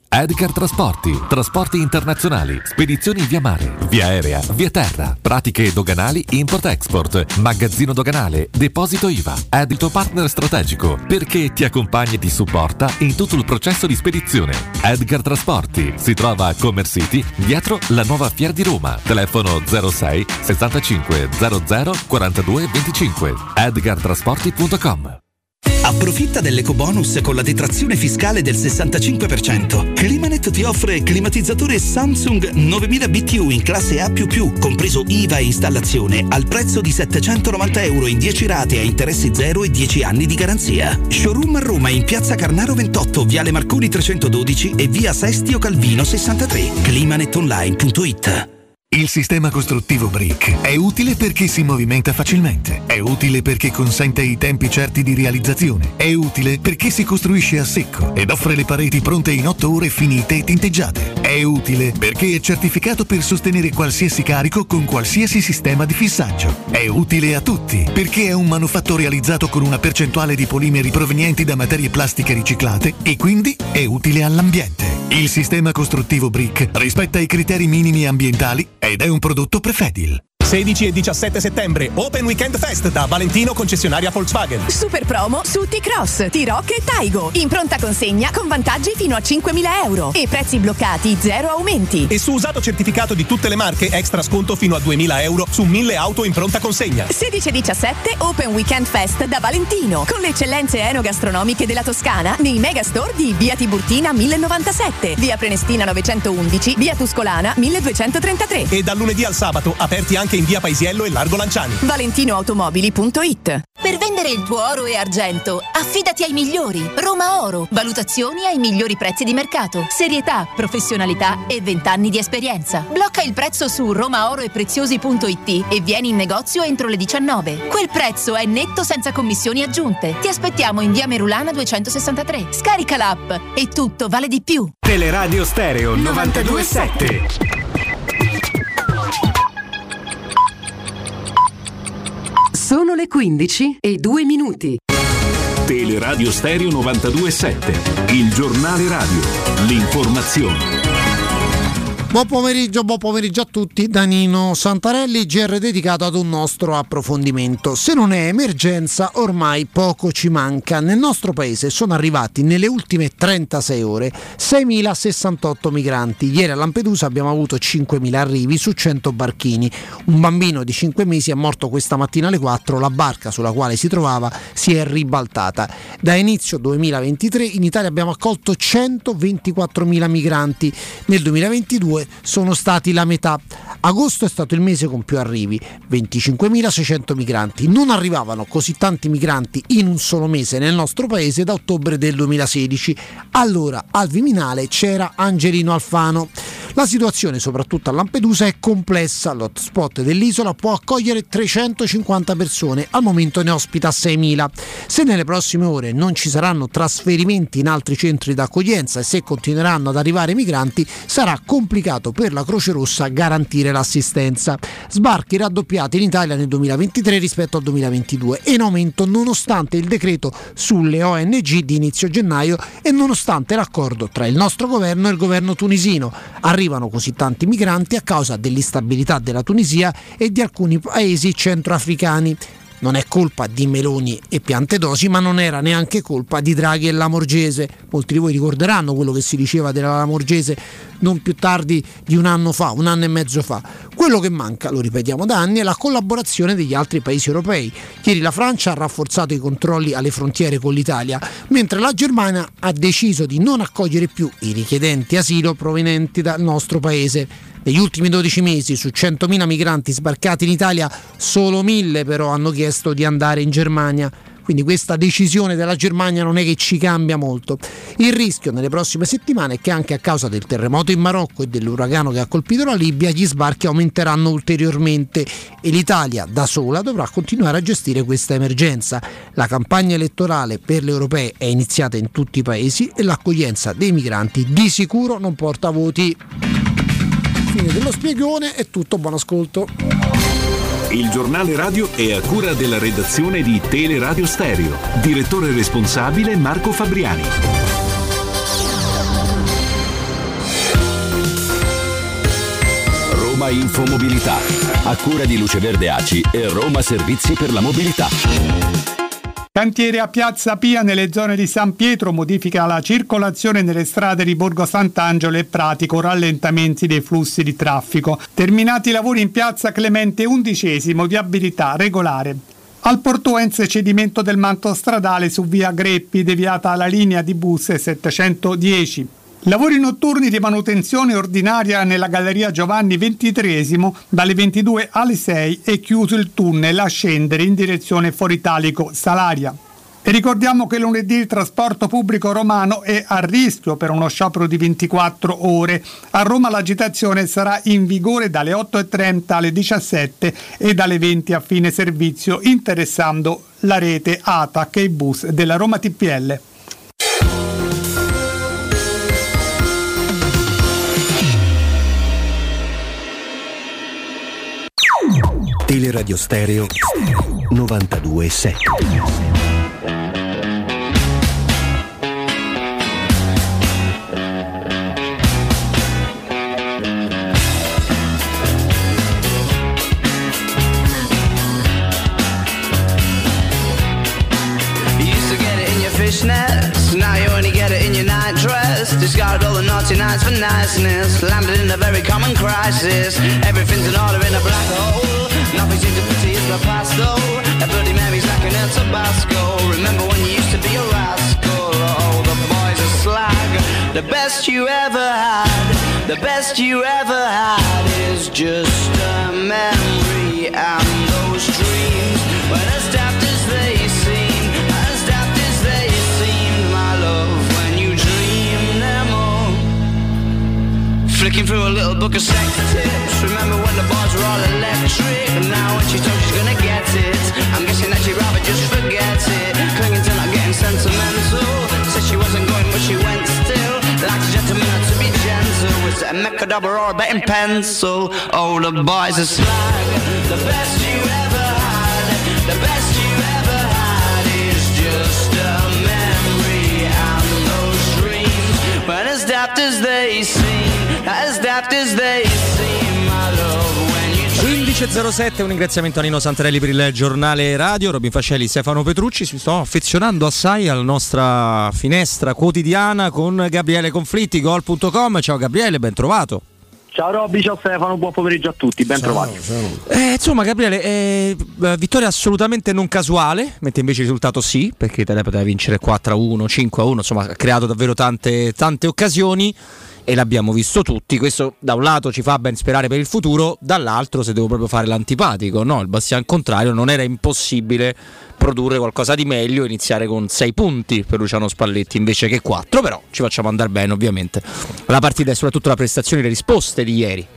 Edgar Trasporti, trasporti internazionali, spedizioni via mare, via aerea, via terra, pratiche doganali import-export, magazzino doganale, deposito I V A. È il tuo partner strategico perché ti accompagna e ti supporta in tutto il processo di spedizione. Edgar Trasporti si trova a Commerce City, dietro la nuova Fiera di Roma. Telefono zero sei sessantacinque zero zero quarantadue venticinque. edgar trasporti punto com. Approfitta dell'ecobonus con la detrazione fiscale del sessantacinque per cento. Climanet ti offre climatizzatore Samsung novemila B T U in classe A più più, compreso I V A e installazione, al prezzo di settecentonovanta euro in dieci rate a interessi zero e dieci anni di garanzia. Showroom a Roma in piazza Carnaro ventotto, viale Marconi trecentododici e via Sestio Calvino sessantatré. climanetonline punto it. Il sistema costruttivo Brick è utile perché si movimenta facilmente, è utile perché consente i tempi certi di realizzazione, è utile perché si costruisce a secco ed offre le pareti pronte in otto ore finite e tinteggiate, è utile perché è certificato per sostenere qualsiasi carico con qualsiasi sistema di fissaggio, è utile a tutti perché è un manufatto realizzato con una percentuale di polimeri provenienti da materie plastiche riciclate e quindi è utile all'ambiente. Il sistema costruttivo Brick rispetta i criteri minimi ambientali ed è un prodotto Prefedil. sedici e diciassette settembre, Open Weekend Fest da Valentino, concessionaria Volkswagen. Super promo su T-Cross, T-Rock e Taigo. In pronta consegna con vantaggi fino a cinquemila euro e prezzi bloccati, zero aumenti. E su usato certificato di tutte le marche, extra sconto fino a duemila euro su mille auto in pronta consegna. sedici e diciassette, Open Weekend Fest da Valentino, con le eccellenze enogastronomiche della Toscana nei megastore di via Tiburtina mille novantasette, via Prenestina novecentoundici, via Tuscolana milleduecentotrentatré. E dal lunedì al sabato, aperti anche in via Paisiello e Largo Lanciani. valentinoautomobili punto it. Per vendere il tuo oro e argento, affidati ai migliori. Roma Oro. Valutazioni ai migliori prezzi di mercato. Serietà, professionalità e vent'anni di esperienza. Blocca il prezzo su romaoroepreziosi punto it e vieni in negozio entro le diciannove. Quel prezzo è netto senza commissioni aggiunte. Ti aspettiamo in via Merulana duecentosessantatré. Scarica l'app e tutto vale di più. Teleradio Stereo novantadue sette. Sono le quindici e due minuti. Teleradio Stereo novantadue sette, il giornale radio, l'informazione. Buon pomeriggio, buon pomeriggio a tutti. Danilo Santarelli, G R dedicato ad un nostro approfondimento. Se non è emergenza, ormai poco ci manca. Nel nostro paese sono arrivati nelle ultime trentasei ore seimilasessantotto migranti. Ieri a Lampedusa abbiamo avuto cinquemila arrivi su cento barchini. Un bambino di cinque mesi è morto questa mattina alle quattro. La barca sulla quale si trovava si è ribaltata. Da inizio duemilaventitré in Italia abbiamo accolto centoventiquattromila migranti. Nel duemilaventidue sono stati la metà. Agosto è stato il mese con più arrivi, venticinquemilaseicento migranti. Non arrivavano così tanti migranti in un solo mese nel nostro paese da ottobre del duemilasedici. Allora al Viminale c'era Angelino Alfano. La situazione soprattutto a Lampedusa è complessa. L'hotspot dell'isola può accogliere trecentocinquanta persone, al momento ne ospita seimila. Se nelle prossime ore non ci saranno trasferimenti in altri centri d'accoglienza e se continueranno ad arrivare migranti, sarà complicato per la Croce Rossa garantire l'assistenza. Sbarchi raddoppiati in Italia nel duemilaventitré rispetto al duemilaventidue e in aumento nonostante il decreto sulle O N G di inizio gennaio e nonostante l'accordo tra il nostro governo e il governo tunisino. Arrivano così tanti migranti a causa dell'instabilità della Tunisia e di alcuni paesi centroafricani. Non è colpa di Meloni e Piantedosi, ma non era neanche colpa di Draghi e Lamorgese. Molti di voi ricorderanno quello che si diceva della Lamorgese non più tardi di un anno fa, un anno e mezzo fa. Quello che manca, lo ripetiamo da anni, è la collaborazione degli altri paesi europei. Ieri la Francia ha rafforzato i controlli alle frontiere con l'Italia, mentre la Germania ha deciso di non accogliere più i richiedenti asilo provenienti dal nostro paese. Negli ultimi dodici mesi, su centomila migranti sbarcati in Italia, solo mille però hanno chiesto di andare in Germania. Quindi questa decisione della Germania non è che ci cambia molto. Il rischio nelle prossime settimane è che anche a causa del terremoto in Marocco e dell'uragano che ha colpito la Libia, gli sbarchi aumenteranno ulteriormente e l'Italia da sola dovrà continuare a gestire questa emergenza. La campagna elettorale per le europee è iniziata in tutti i paesi e l'accoglienza dei migranti di sicuro non porta voti. Fine dello spiegone, è tutto, buon ascolto. Il giornale radio è a cura della redazione di Teleradio Stereo. Direttore responsabile Marco Fabriani. Roma Infomobilità, a cura di Luce Verde A C I e Roma Servizi per la Mobilità. Cantiere a Piazza Pia nelle zone di San Pietro, modifica la circolazione nelle strade di Borgo Sant'Angelo e Pratico, rallentamenti dei flussi di traffico. Terminati i lavori in Piazza Clemente undicesimo, viabilità regolare. Al Portuense cedimento del manto stradale su via Greppi, deviata alla linea di bus settecentodieci. Lavori notturni di manutenzione ordinaria nella galleria Giovanni ventitreesimo dalle ventidue alle sei e chiuso il tunnel a scendere in direzione Foritalico Salaria. E ricordiamo che lunedì il trasporto pubblico romano è a rischio per uno sciopero di ventiquattro ore. A Roma l'agitazione sarà in vigore dalle otto e trenta alle diciassette e dalle venti a fine servizio, interessando la rete A T A C e i bus della Roma T P L. Teleradio Stereo novantadue sette. Fishnets, now you only get it in your night dress. Discarded all the naughty nights for niceness. Landed in a very common crisis. Everything's in order in a black hole. Nothing seems to pity is the past though. A Bloody Mary's like an El Tabasco. Remember when you used to be a rascal? Oh, the boys are slag. The best you ever had, the best you ever had is just a memory. And those dreams, when as daft as they seem, as daft as they seemed, my love, when you dream them all. Flicking through a little book of sex tips. Remember when the bars were all electric? And now when she told she's gonna get it, I'm guessing that she'd rather just forget it. Clinging to not getting sentimental. Said she wasn't going but she went still. Like a gentleman had to be gentle. Was it a mechadobber or a betting pencil? Oh, the boys are slag. The best you ever had, the best you ever had is just a memory. And those dreams, when as daft as they seem, as daft as they seem, my love, when you quindici e zero sette, un ringraziamento a Nino Santarelli per il giornale radio, Robin Fascelli, Stefano Petrucci. Si sto affezionando assai alla nostra finestra quotidiana con Gabriele Conflitti, gol punto com. Ciao Gabriele, ben trovato. Ciao Robby, ciao Stefano, buon pomeriggio a tutti, ben ciao, trovati. Ciao. Eh, insomma Gabriele, eh, vittoria assolutamente non casuale, mentre invece il risultato sì, perché l'Italia poteva vincere quattro a uno, cinque a uno, insomma ha creato davvero tante, tante occasioni e l'abbiamo visto tutti. Questo da un lato ci fa ben sperare per il futuro, dall'altro, se devo proprio fare l'antipatico, no, il Bastia al contrario, non era impossibile produrre qualcosa di meglio, iniziare con sei punti per Luciano Spalletti invece che quattro, però ci facciamo andare bene ovviamente. La partita è soprattutto la prestazione e le risposte di ieri.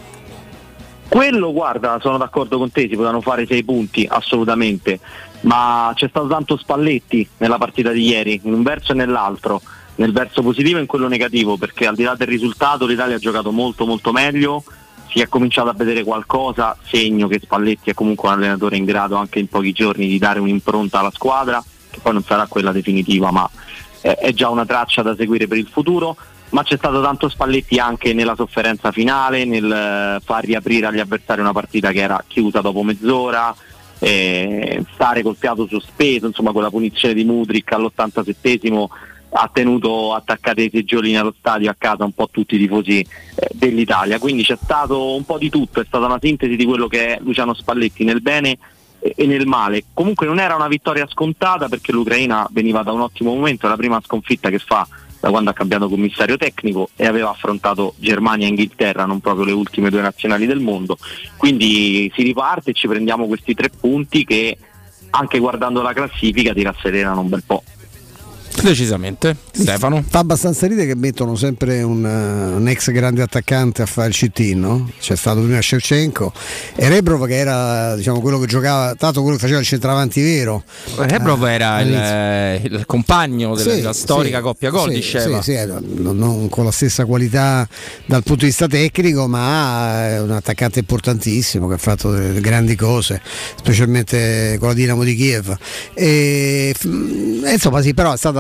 Quello, guarda, sono d'accordo con te, si potevano fare sei punti assolutamente, ma c'è stato tanto Spalletti nella partita di ieri, in un verso e nell'altro, nel verso positivo e in quello negativo, perché al di là del risultato l'Italia ha giocato molto molto meglio, si è cominciato a vedere qualcosa, segno che Spalletti è comunque un allenatore in grado anche in pochi giorni di dare un'impronta alla squadra, che poi non sarà quella definitiva, ma eh, è già una traccia da seguire per il futuro. Ma c'è stato tanto Spalletti anche nella sofferenza finale, nel far riaprire agli avversari una partita che era chiusa dopo mezz'ora, eh, stare col fiato sospeso, insomma quella punizione di Mudryk all'ottantasettesimo ha tenuto attaccati ai seggiolini allo stadio a casa un po' tutti i tifosi eh, dell'Italia, quindi c'è stato un po' di tutto, è stata una sintesi di quello che è Luciano Spalletti nel bene e, e nel male. Comunque non era una vittoria scontata, perché l'Ucraina veniva da un ottimo momento, è la prima sconfitta che fa da quando ha cambiato commissario tecnico e aveva affrontato Germania e Inghilterra, non proprio le ultime due nazionali del mondo, quindi si riparte e ci prendiamo questi tre punti che anche guardando la classifica ti rasserenano un bel po'. Decisamente. Stefano? Fa abbastanza ridere che mettono sempre un, uh, un ex grande attaccante a fare il sit-in, no? C'è stato prima Shevchenko e Rebrov, che era, diciamo, quello che giocava, tanto quello che faceva il centravanti vero. Rebrov uh, era il, il compagno della, sì, della storica sì, coppia gol, sì, diceva. Sì, sì, non, non con la stessa qualità dal punto di vista tecnico, ma è un attaccante importantissimo che ha fatto delle grandi cose, specialmente con la Dinamo di Kiev. E, e insomma sì, però è stata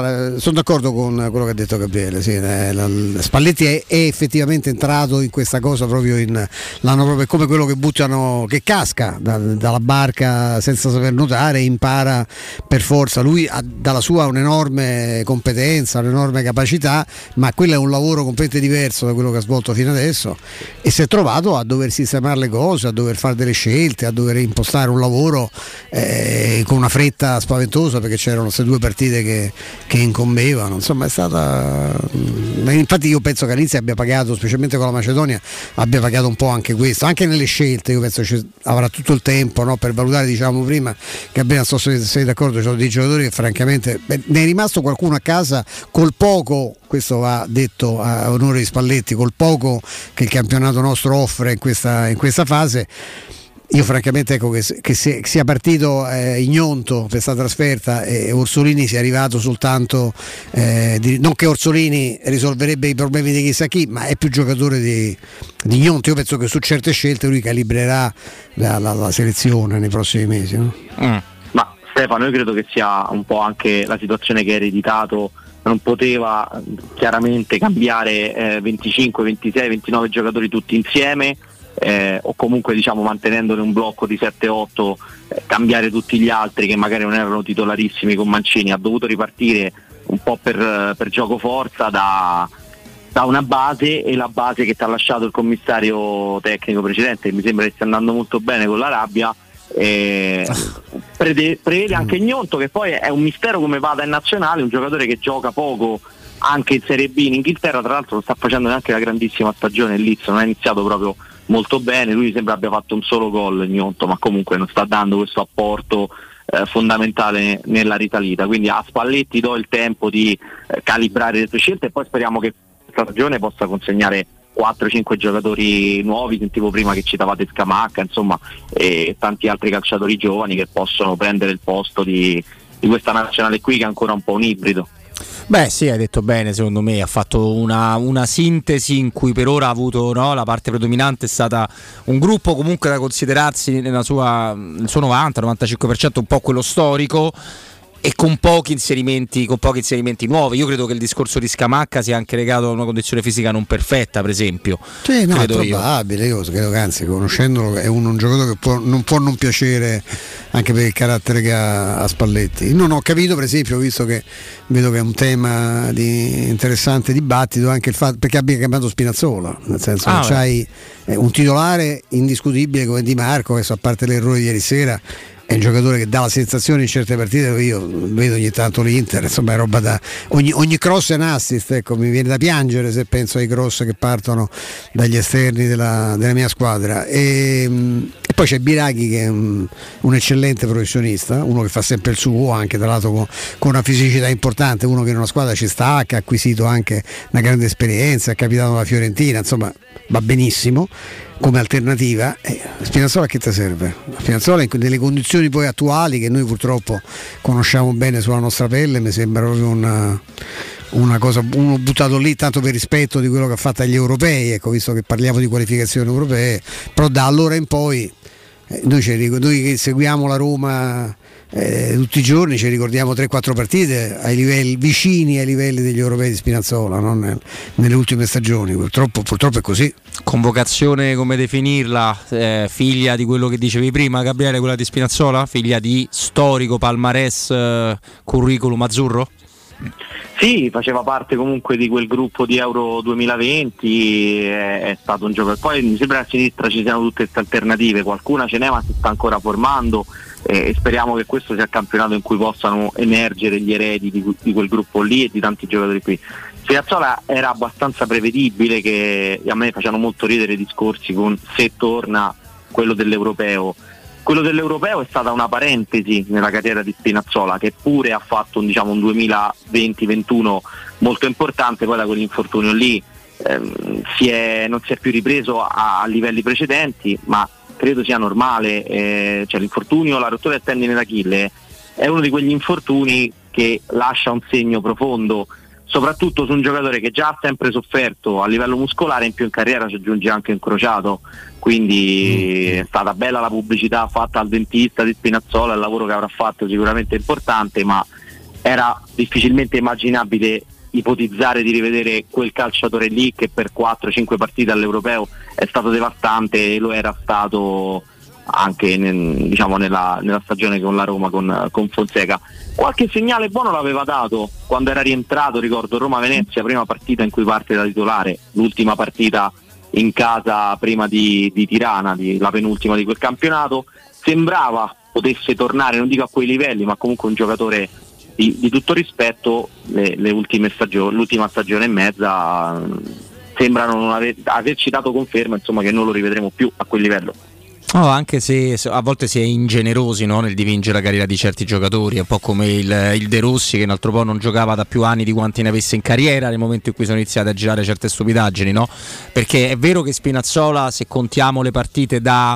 stata, sono d'accordo con quello che ha detto Gabriele, sì, la, la, Spalletti è, è effettivamente entrato in questa cosa proprio in, l'hanno proprio come quello che buttano, che casca da, dalla barca senza saper nuotare, impara per forza. Lui ha dalla sua un'enorme competenza, un'enorme capacità, ma quello è un lavoro completamente diverso da quello che ha svolto fino adesso, e si è trovato a dover sistemare le cose, a dover fare delle scelte, a dover impostare un lavoro eh, con una fretta spaventosa, perché c'erano queste due partite che, che incombevano. Insomma, è stata, infatti io penso che all'inizio abbia pagato, specialmente con la Macedonia, abbia pagato un po' anche questo, anche nelle scelte. Io penso che avrà tutto il tempo, no, per valutare. Diciamo prima che appena so se sei d'accordo, ci sono dei giocatori che francamente beh, ne è rimasto qualcuno a casa col poco, questo va detto a onore di Spalletti, col poco che il campionato nostro offre in questa, in questa fase. Io francamente ecco che, che sia partito eh, Ignonto per questa trasferta e Orsolini sia arrivato soltanto eh, di, non che Orsolini risolverebbe i problemi di chissà chi, ma è più giocatore di, di Ignonto. Io penso che su certe scelte lui calibrerà la, la, la selezione nei prossimi mesi, no? mm. Ma Stefano, io credo che sia un po' anche la situazione che ha ereditato. Non poteva chiaramente cambiare eh, venticinque, ventisei, ventinove giocatori tutti insieme. Eh, o comunque diciamo mantenendone un blocco di sette otto, eh, cambiare tutti gli altri che magari non erano titolarissimi con Mancini. Ha dovuto ripartire un po' per, per gioco forza da, da una base, e la base che ti ha lasciato il commissario tecnico precedente, che mi sembra che stia andando molto bene con l'Arabia, eh, prede, prevede anche Gnonto, che poi è un mistero come vada in nazionale, un giocatore che gioca poco anche in Serie B in Inghilterra, tra l'altro non sta facendo neanche la grandissima stagione, il Leeds non ha iniziato proprio molto bene, lui sembra abbia fatto un solo gol Gnonto, ma comunque non sta dando questo apporto eh, fondamentale nella risalita. Quindi a Spalletti do il tempo di eh, calibrare le sue scelte, e poi speriamo che questa stagione possa consegnare quattro cinque giocatori nuovi. Sentivo prima che citavate Scamacca, insomma, e tanti altri calciatori giovani che possono prendere il posto di, di questa nazionale qui, che è ancora un po' un ibrido. Beh sì, hai detto bene, secondo me ha fatto una, una sintesi in cui per ora ha avuto, no, la parte predominante è stata un gruppo comunque da considerarsi nella sua, nel suo novanta novantacinque per cento un po' quello storico, e con pochi inserimenti con pochi inserimenti nuovi. Io credo che il discorso di Scamacca sia anche legato a una condizione fisica non perfetta, per esempio. Sì, no, credo è probabile. Io. io credo che anzi, conoscendolo, è un, un giocatore che può, non può non piacere, anche per il carattere che ha, ha Spalletti. Non ho capito, per esempio, visto che vedo che è un tema di interessante dibattito, anche il fatto perché abbia chiamato Spinazzola, nel senso ah, che c'hai eh, un titolare indiscutibile come Di Marco, che a parte l'errore di ieri sera è un giocatore che dà la sensazione in certe partite, io vedo ogni tanto l'Inter, insomma è roba da ogni, ogni cross è un assist, ecco, mi viene da piangere se penso ai cross che partono dagli esterni della, della mia squadra. E, e poi c'è Biraghi, che è un, un eccellente professionista, uno che fa sempre il suo, anche tra l'altro con, con una fisicità importante, uno che in una squadra ci sta, che ha acquisito anche una grande esperienza, è capitato alla Fiorentina, insomma va benissimo come alternativa. eh, Spinazzola a che ti serve? Spinazzola nelle condizioni poi attuali, che noi purtroppo conosciamo bene sulla nostra pelle, mi sembra proprio una, una cosa, uno buttato lì tanto per rispetto di quello che ha fatto agli europei, ecco, visto che parliamo di qualificazioni europee, però da allora in poi eh, noi, ci, noi che seguiamo la Roma Eh, tutti i giorni ci ricordiamo tre quattro partite ai livelli vicini ai livelli degli europei di Spinazzola, no? Nel, nelle ultime stagioni. Purtroppo, purtroppo è così. Convocazione, come definirla? Eh, figlia di quello che dicevi prima, Gabriele, quella di Spinazzola? Figlia di storico palmarès, eh, curriculum azzurro? Sì, faceva parte comunque di quel gruppo di Euro duemilaventi, è, è stato un giocatore. Poi mi sembra che a sinistra ci siano tutte queste alternative, qualcuna ce n'è ma si sta ancora formando, eh, e speriamo che questo sia il campionato in cui possano emergere gli eredi di, di quel gruppo lì e di tanti giocatori qui. Spinazzola era abbastanza prevedibile, che a me facevano molto ridere i discorsi con se torna quello dell'europeo. Quello dell'europeo è stata una parentesi nella carriera di Spinazzola, che pure ha fatto un, diciamo, un duemilaventi ventuno molto importante, poi da quell'infortunio lì ehm, si è, non si è più ripreso a, a livelli precedenti, ma credo sia normale, eh, cioè l'infortunio, la rottura del tendine d'Achille è uno di quegli infortuni che lascia un segno profondo, soprattutto su un giocatore che già ha sempre sofferto a livello muscolare, in più in carriera ci aggiunge anche un crociato, quindi mm. è stata bella la pubblicità fatta al dentista di Spinazzola, il lavoro che avrà fatto sicuramente è importante, ma era difficilmente immaginabile ipotizzare di rivedere quel calciatore lì che per quattro cinque partite all'Europeo è stato devastante, e lo era stato anche nel, diciamo nella, nella stagione con la Roma con, con Fonseca. Qualche segnale buono l'aveva dato quando era rientrato, ricordo Roma-Venezia, prima partita in cui parte da titolare, l'ultima partita in casa prima di, di Tirana, di, la penultima di quel campionato. Sembrava potesse tornare, non dico a quei livelli, ma comunque un giocatore di, di tutto rispetto. Le, le ultime stagioni, l'ultima stagione e mezza mh, sembrano non aver, averci dato conferma, insomma, che non lo rivedremo più a quel livello. Oh, anche se a volte si è ingenerosi, no, nel dipingere la carriera di certi giocatori, è un po' come il, il De Rossi, che un altro po' non giocava da più anni di quanti ne avesse in carriera nel momento in cui sono iniziate a girare certe stupidaggini, no? Perché è vero che Spinazzola, se contiamo le partite da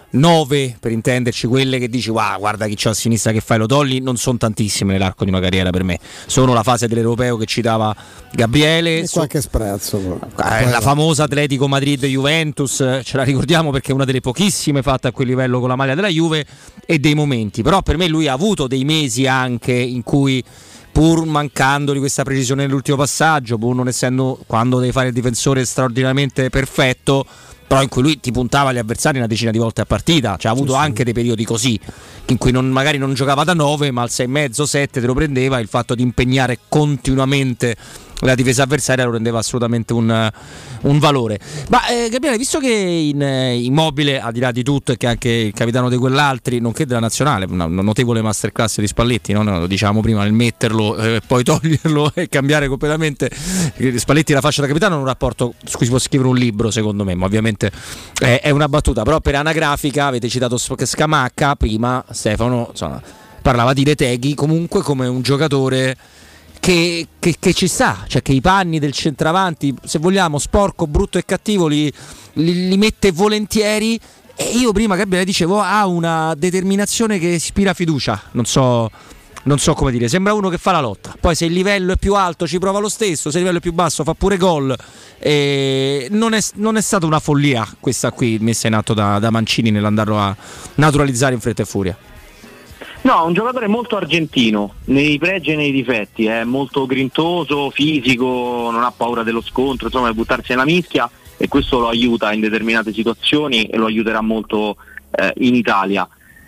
nove, per intenderci, quelle che dici wow, guarda chi c'è a sinistra che fai lo togli, non sono tantissime nell'arco di una carriera per me. Sono la fase dell'Europeo che citava Gabriele e qualche sprazzo, eh, la famosa Atletico Madrid-Juventus, ce la ricordiamo perché è una delle pochissime fatte a quel livello con la maglia della Juve, e dei momenti. Però per me lui ha avuto dei mesi anche in cui, pur mancando di questa precisione nell'ultimo passaggio, pur non essendo, quando devi fare il difensore straordinariamente perfetto, però in cui lui ti puntava agli avversari una decina di volte a partita. Cioè ha avuto sì, anche sì. dei periodi così in cui non, magari non giocava da nove, ma al sei e mezzo sette te lo prendeva. Il fatto di impegnare continuamente la difesa avversaria lo rendeva assolutamente un, un valore. Ma eh, Gabriele, visto che in eh, Immobile, al di là di tutto, e che anche il capitano di quell'altri, nonché della nazionale, una, una notevole masterclass di Spalletti, no? No, lo dicevamo prima, nel metterlo e eh, poi toglierlo e cambiare completamente Spalletti la fascia da capitano, è un rapporto su cui si può scrivere un libro, secondo me, ma ovviamente eh, è una battuta. Però per anagrafica avete citato Scamacca, prima Stefano insomma, parlava di Retegui comunque come un giocatore Che, che, che ci sta, cioè che i panni del centravanti, se vogliamo, sporco, brutto e cattivo, li, li, li mette volentieri. E io prima, Gabriele, dicevo, ha una determinazione che ispira fiducia, non so, non so come dire, sembra uno che fa la lotta. Poi se il livello è più alto ci prova lo stesso, se il livello è più basso fa pure gol. E non, è, non è stata una follia questa qui messa in atto da, da Mancini nell'andarlo a naturalizzare in fretta e furia. No, un giocatore molto argentino, nei pregi e nei difetti, è molto grintoso, fisico, non ha paura dello scontro, insomma, di buttarsi nella mischia, e questo lo aiuta in determinate situazioni e lo aiuterà molto eh, in Italia.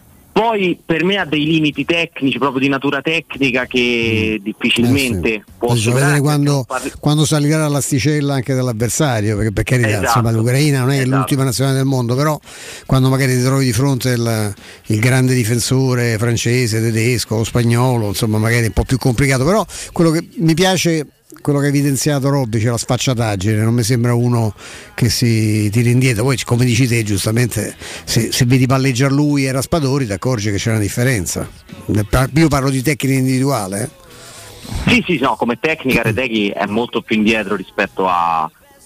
Poi per me ha dei limiti tecnici, proprio di natura tecnica, che difficilmente eh sì. può superare. Quando, parli... quando salirà l'asticella anche dell'avversario, perché per carità, esatto. insomma, l'Ucraina non è esatto. l'ultima nazionale del mondo, però quando magari ti trovi di fronte il, il grande difensore francese, tedesco, lo spagnolo, insomma magari è un po' più complicato. Però quello che mi piace, quello che ha evidenziato Robby, c'è la sfacciataggine, non mi sembra uno che si tira indietro. Poi, come dici te giustamente, se, se vedi palleggiare lui e Raspadori ti accorgi che c'è una differenza. Io parlo di tecnica individuale eh. Sì sì no, come tecnica Retegui è molto più indietro rispetto a,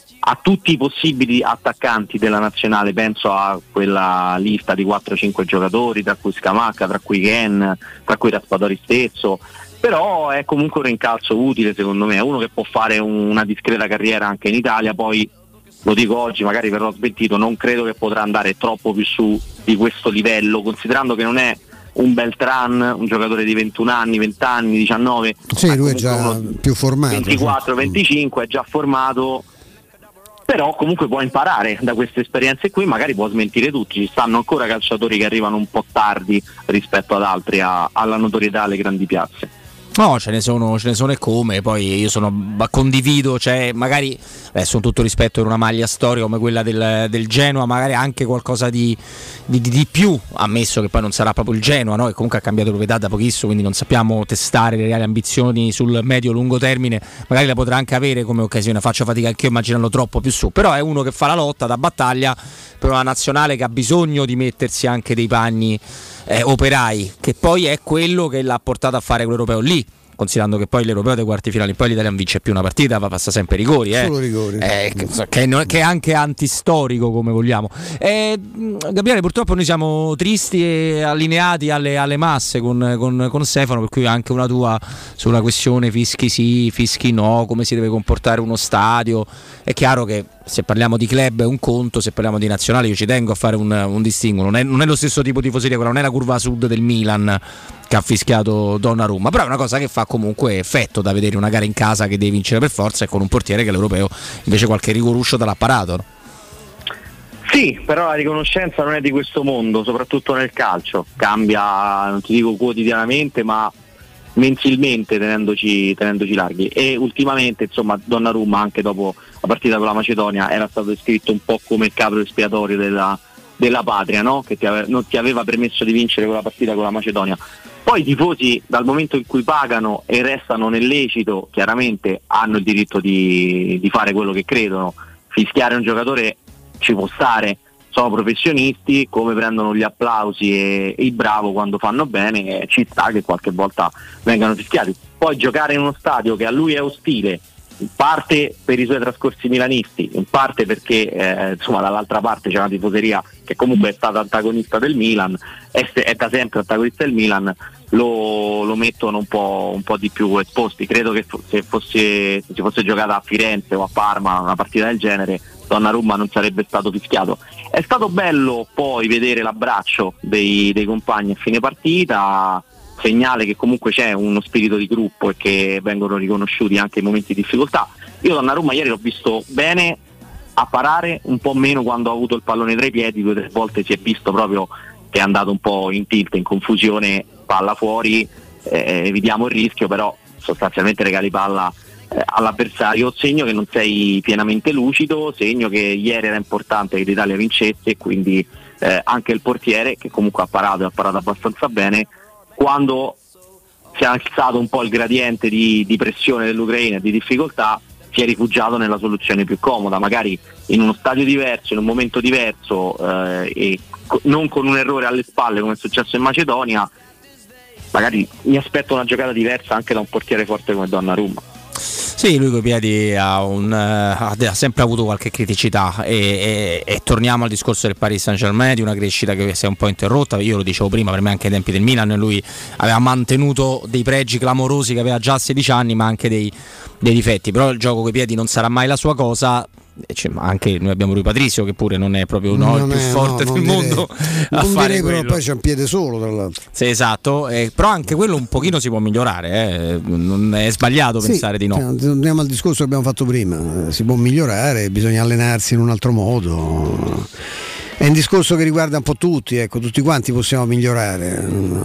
a tutti i possibili attaccanti della nazionale. Penso a quella lista di quattro cinque giocatori, tra cui Scamacca, tra cui Ken, tra cui Raspadori stesso. Però è comunque un rincalzo utile, secondo me, è uno che può fare un, una discreta carriera anche in Italia. Poi lo dico oggi, magari verrò smentito, non credo che potrà andare troppo più su di questo livello, considerando che non è un Beltran, un giocatore di ventuno anni, venti anni, diciannove. Sì, lui è già più formato. ventiquattro venticinque, è già formato, però comunque può imparare da queste esperienze qui, magari può smentire tutti. Ci stanno ancora calciatori che arrivano un po' tardi rispetto ad altri a, alla notorietà alle grandi piazze. No, ce ne sono, ce ne sono e come. Poi io sono condivido, cioè magari adesso con tutto rispetto per una maglia storica come quella del, del Genoa, magari anche qualcosa di, di, di più, ammesso che poi non sarà proprio il Genoa, no? Che comunque ha cambiato proprietà da pochissimo, quindi non sappiamo testare le reali ambizioni sul medio-lungo termine. Magari la potrà anche avere come occasione, faccio fatica anche io immaginarlo troppo più su, però è uno che fa la lotta da battaglia per una nazionale che ha bisogno di mettersi anche dei panni eh, operai, che poi è quello che l'ha portato a fare quell'europeo lì, considerando che poi l'europeo dei quarti finali, poi l'Italia non vince più una partita, ma passa sempre i rigori, eh. Solo rigori. Eh, che, non, che è anche antistorico, come vogliamo. Eh, Gabriele, purtroppo noi siamo tristi e allineati alle, alle masse con, con, con Stefano, per cui anche una tua sulla questione fischi sì, fischi no, come si deve comportare uno stadio. È chiaro che se parliamo di club è un conto, se parliamo di nazionale io ci tengo a fare un, un distinguo, non è, non è lo stesso tipo di tifoseria, quella non è la curva sud del Milan che ha fischiato Donnarumma, però è una cosa che fa comunque effetto da vedere una gara in casa che devi vincere per forza e con un portiere che l'europeo invece qualche rigoruscio dall'apparato, no? Sì, però la riconoscenza non è di questo mondo, soprattutto nel calcio, cambia, non ti dico quotidianamente, ma mensilmente tenendoci, tenendoci larghi. E ultimamente, insomma, Donnarumma anche dopo la partita con la Macedonia era stato descritto un po' come il capro espiatorio della, della patria, no? Che ti ave- non ti aveva permesso di vincere quella partita con la Macedonia. Poi i tifosi, dal momento in cui pagano e restano nel lecito, chiaramente hanno il diritto di, di fare quello che credono. Fischiare un giocatore ci può stare, sono professionisti, come prendono gli applausi e, e il bravo quando fanno bene, eh, ci sta che qualche volta vengano fischiati. Poi giocare in uno stadio che a lui è ostile, in parte per i suoi trascorsi milanisti, in parte perché eh, insomma dall'altra parte c'è una tifoseria che comunque è stata antagonista del Milan, è, è da sempre antagonista del Milan, lo, lo mettono un po', un po' di più esposti. Credo che se fosse se si fosse giocata a Firenze o a Parma una partita del genere, Donnarumma non sarebbe stato fischiato. È stato bello poi vedere l'abbraccio dei, dei compagni a fine partita, segnale che comunque c'è uno spirito di gruppo e che vengono riconosciuti anche in momenti di difficoltà. Io Donnarumma ieri l'ho visto bene a parare, un po' meno quando ha avuto il pallone tra i piedi, due o tre volte si è visto proprio che è andato un po' in tilt, in confusione, palla fuori, eh, evitiamo il rischio, però sostanzialmente regali palla eh, all'avversario, segno che non sei pienamente lucido, segno che ieri era importante che l'Italia vincesse e quindi eh, anche il portiere, che comunque ha parato e ha parato abbastanza bene, quando si è alzato un po' il gradiente di, di pressione dell'Ucraina e di difficoltà, si è rifugiato nella soluzione più comoda, magari in uno stadio diverso, in un momento diverso eh, e co- non con un errore alle spalle come è successo in Macedonia. Magari mi aspetto una giocata diversa anche da un portiere forte come Donnarumma. Sì, lui coi piedi ha, un, ha sempre avuto qualche criticità e, e, e torniamo al discorso del Paris Saint-Germain, di una crescita che si è un po' interrotta. Io lo dicevo prima, per me anche ai tempi del Milan lui aveva mantenuto dei pregi clamorosi che aveva già a sedici anni, ma anche dei, dei difetti, però il gioco coi piedi non sarà mai la sua cosa. Cioè, anche noi abbiamo Rui Patricio che pure non è proprio no, il più è, forte no, del direi, mondo a non fare direi, quello. Però poi c'è un piede solo tra l'altro. Sì, esatto, eh, però anche quello un pochino si può migliorare, eh. Non è sbagliato sì, pensare di no. Andiamo al discorso che abbiamo fatto prima, si può migliorare, bisogna allenarsi in un altro modo. È un discorso che riguarda un po' tutti, ecco, tutti quanti possiamo migliorare,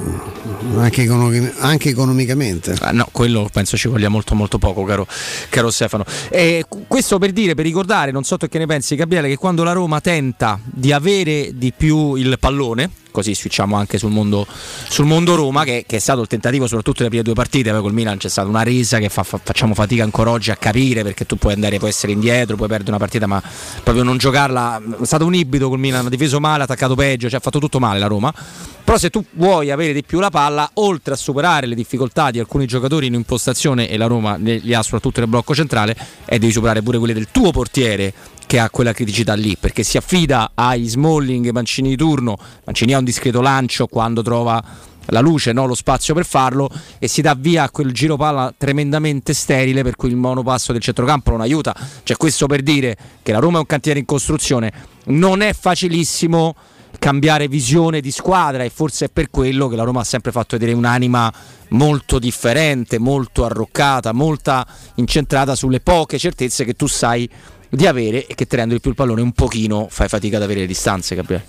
anche, economi- anche economicamente. Ah, no, quello penso ci voglia molto molto poco, caro, caro Stefano. E questo per dire, per ricordare, non so tu che ne pensi Gabriele, che quando la Roma tenta di avere di più il pallone, così switchiamo anche sul mondo, sul mondo Roma, che, che è stato il tentativo soprattutto delle prime due partite, poi col Milan c'è stata una resa che fa, fa, facciamo fatica ancora oggi a capire, perché tu puoi andare, puoi essere indietro, puoi perdere una partita, ma proprio non giocarla, è stato un ibrido col Milan, ha difeso male, ha attaccato peggio, cioè ha fatto tutto male la Roma. Però se tu vuoi avere di più la palla, oltre a superare le difficoltà di alcuni giocatori in impostazione, e la Roma li ha soprattutto nel blocco centrale, e devi superare pure quelle del tuo portiere, che ha quella criticità lì, perché si affida ai Smalling, Mancini di turno. Mancini ha un discreto lancio quando trova la luce, no? Lo spazio per farlo, e si dà via a quel giro palla tremendamente sterile, per cui il monopasso del centrocampo non aiuta. Cioè, questo per dire che la Roma è un cantiere in costruzione, non è facilissimo cambiare visione di squadra, e forse è per quello che la Roma ha sempre fatto vedere un'anima molto differente, molto arroccata, molta incentrata sulle poche certezze che tu sai di avere e che tenendo di più il pallone un pochino fai fatica ad avere le distanze, Gabriele.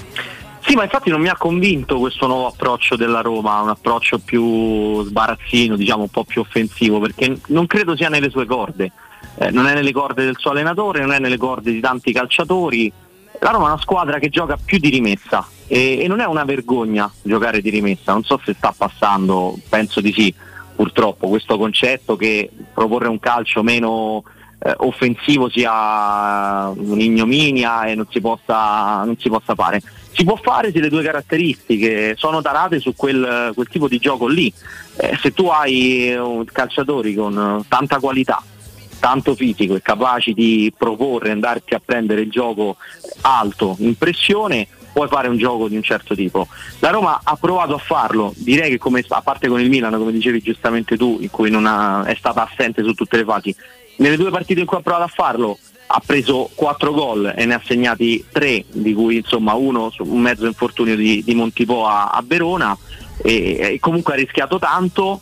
Sì, ma infatti non mi ha convinto questo nuovo approccio della Roma, un approccio più sbarazzino, diciamo un po' più offensivo, perché non credo sia nelle sue corde, eh, non è nelle corde del suo allenatore, non è nelle corde di tanti calciatori. La Roma è una squadra che gioca più di rimessa e, e non è una vergogna giocare di rimessa. Non so se sta passando, penso di sì, purtroppo, questo concetto che proporre un calcio meno eh, offensivo sia un'ignominia e non si possa, non si possa fare. Si può fare se le due caratteristiche sono tarate su quel, quel tipo di gioco lì. Eh, se tu hai uh, calciatori con uh, tanta qualità, tanto fisico e capaci di proporre, andarti a prendere il gioco alto in pressione, puoi fare un gioco di un certo tipo. La Roma ha provato a farlo, direi che come, a parte con il Milan, come dicevi giustamente tu, in cui non ha, è stata assente su tutte le fasi, nelle due partite in cui ha provato a farlo ha preso quattro gol e ne ha segnati tre, di cui insomma uno su un mezzo infortunio di, di Montipò a, a Verona, e, e comunque ha rischiato tanto.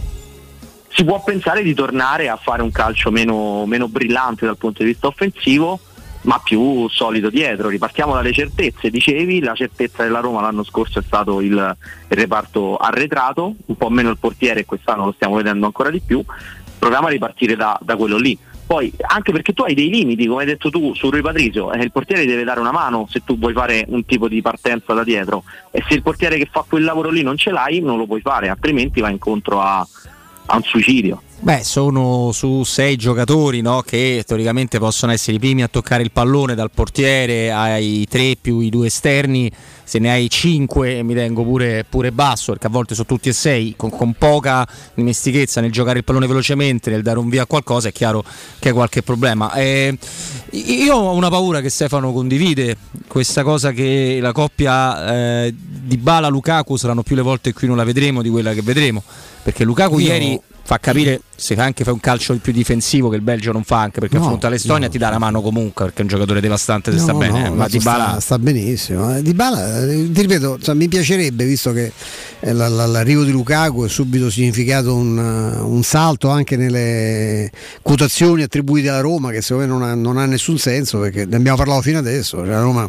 Si può pensare di tornare a fare un calcio meno, meno brillante dal punto di vista offensivo, ma più solido dietro. Ripartiamo dalle certezze. Dicevi, la certezza della Roma l'anno scorso è stato il, il reparto arretrato, un po' meno il portiere, e quest'anno lo stiamo vedendo ancora di più. Proviamo a ripartire da, da quello lì. Poi, anche perché tu hai dei limiti, come hai detto tu su Rui Patrizio, eh, il portiere deve dare una mano se tu vuoi fare un tipo di partenza da dietro, e se il portiere che fa quel lavoro lì non ce l'hai, non lo puoi fare, altrimenti vai incontro a a un suicidio. Beh, sono su sei giocatori, no, che teoricamente possono essere i primi a toccare il pallone, dal portiere ai tre più i due esterni. Se ne hai cinque mi tengo pure, pure basso, perché a volte sono tutti e sei con, con poca dimestichezza nel giocare il pallone velocemente, nel dare un via a qualcosa. È chiaro che hai qualche problema. Eh, io ho una paura che Stefano condivide, questa cosa che la coppia eh, Dybala-Lukaku saranno più le volte in cui non la vedremo di quella che vedremo, perché Lukaku io... ieri fa capire, se anche fa un calcio più difensivo che il Belgio non fa, anche perché no, affronta l'Estonia, no, ti dà la mano comunque, perché è un giocatore devastante se no, sta no, bene, no, ma Dybala sta, sta benissimo. Dybala, ti ripeto, cioè, mi piacerebbe, visto che la, la, l'arrivo di Lukaku è subito significato un, un salto anche nelle quotazioni attribuite alla Roma, che secondo me non ha, non ha nessun senso, perché ne abbiamo parlato fino adesso. Cioè, la Roma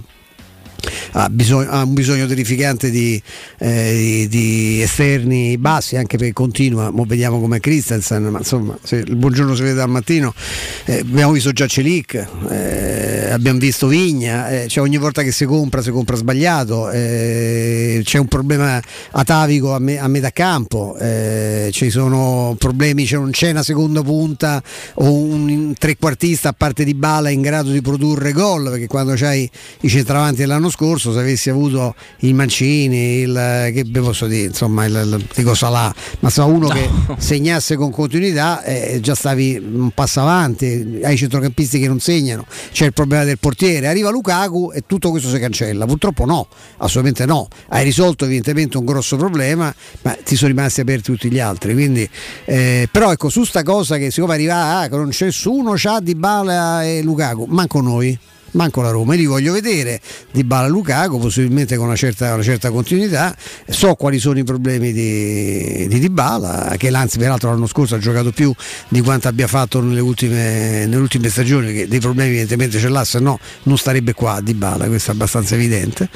ha, bisogno, ha un bisogno terrificante di, eh, di, di esterni bassi, anche perché continua, mo vediamo come Christensen, ma insomma se il buongiorno si vede dal mattino. Eh, abbiamo visto già Celic, eh, abbiamo visto Vigna, eh, cioè ogni volta che si compra si compra sbagliato, eh, c'è un problema atavico a, me, a metà campo, eh, ci sono problemi, cioè non c'è una seconda punta o un trequartista a parte Dybala in grado di produrre gol, perché quando c'hai i centravanti dell'anno scorso, se avessi avuto il Mancini, il che posso dire, insomma il, il dico Salah, ma se uno no. che segnasse con continuità, eh, già stavi un passo avanti. Hai centrocampisti che non segnano, c'è il problema del portiere, arriva Lukaku e tutto questo si cancella. Purtroppo no, assolutamente no. Hai risolto evidentemente un grosso problema, ma ti sono rimasti aperti tutti gli altri, quindi eh, però ecco, su sta cosa che siccome arriva ah, che non c'è nessuno, c'ha Dybala e Lukaku, manco noi, manco la Roma. Io li voglio vedere Dybala, Lukaku, possibilmente con una certa, una certa continuità. So quali sono i problemi di, di Dybala, che l'anzi peraltro l'anno scorso ha giocato più di quanto abbia fatto nelle ultime, nelle ultime stagioni, che dei problemi evidentemente ce l'ha, se no non starebbe qua Dybala, questo è abbastanza evidente.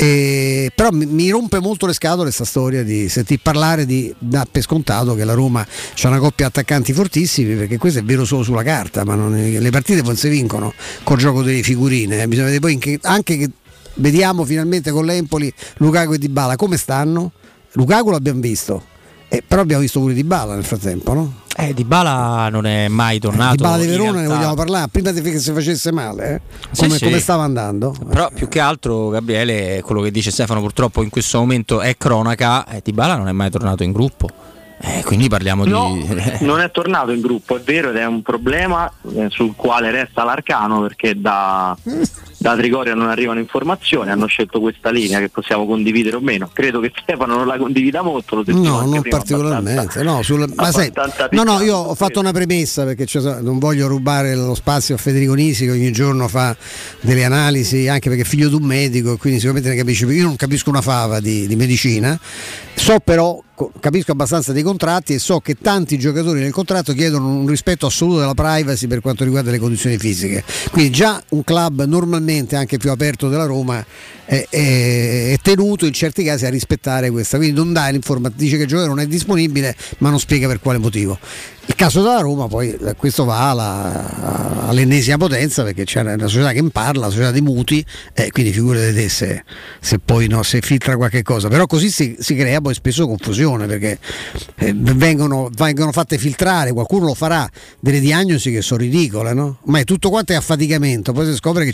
E, però mi, mi rompe molto le scatole sta storia di sentir parlare di da per scontato che la Roma c'ha una coppia attaccanti fortissimi, perché questo è vero solo sulla carta, ma non è, le partite poi si vincono col gioco delle figurine. Bisogna vedere poi che, anche che vediamo finalmente con l'Empoli Lukaku e Dybala come stanno. Lukaku l'abbiamo visto, eh, però abbiamo visto pure Dybala nel frattempo, no? Eh, Dybala non è mai tornato. Eh, Dybala di Verona ne vogliamo parlare prima che si facesse male, eh? come, sì, sì. come stava andando. Però più che altro, Gabriele, quello che dice Stefano purtroppo in questo momento è cronaca. eh, Dybala non è mai tornato in gruppo. Eh, quindi parliamo no, di. Non è tornato in gruppo, è vero, ed è un problema eh, sul quale resta l'arcano, perché da, da Trigoria non arrivano informazioni. Hanno scelto questa linea che possiamo condividere o meno. Credo che Stefano non la condivida molto, lo no, non particolarmente. No, sulla, ma sai, no, no, io ho fatto una premessa, perché cioè, non voglio rubare lo spazio a Federico Nisi, che ogni giorno fa delle analisi, anche perché è figlio di un medico e quindi sicuramente ne capisce più. Io non capisco una fava di, di medicina, so però, capisco abbastanza dei contratti e so che tanti giocatori nel contratto chiedono un rispetto assoluto della privacy per quanto riguarda le condizioni fisiche. Quindi già un club normalmente anche più aperto della Roma è, è, è tenuto in certi casi a rispettare questa, quindi non dà l'informazione, dice che il giocatore non è disponibile ma non spiega per quale motivo. Il caso della Roma poi questo va alla, all'ennesima potenza, perché c'è una società che parla, la società dei muti, eh, quindi figurate te se, se poi no, se filtra qualche cosa, però così si, si crea poi spesso confusione, perché eh, vengono, vengono fatte filtrare, qualcuno lo farà, delle diagnosi che sono ridicole, no? Ma è tutto quanto è affaticamento, poi si scopre che ci sono delle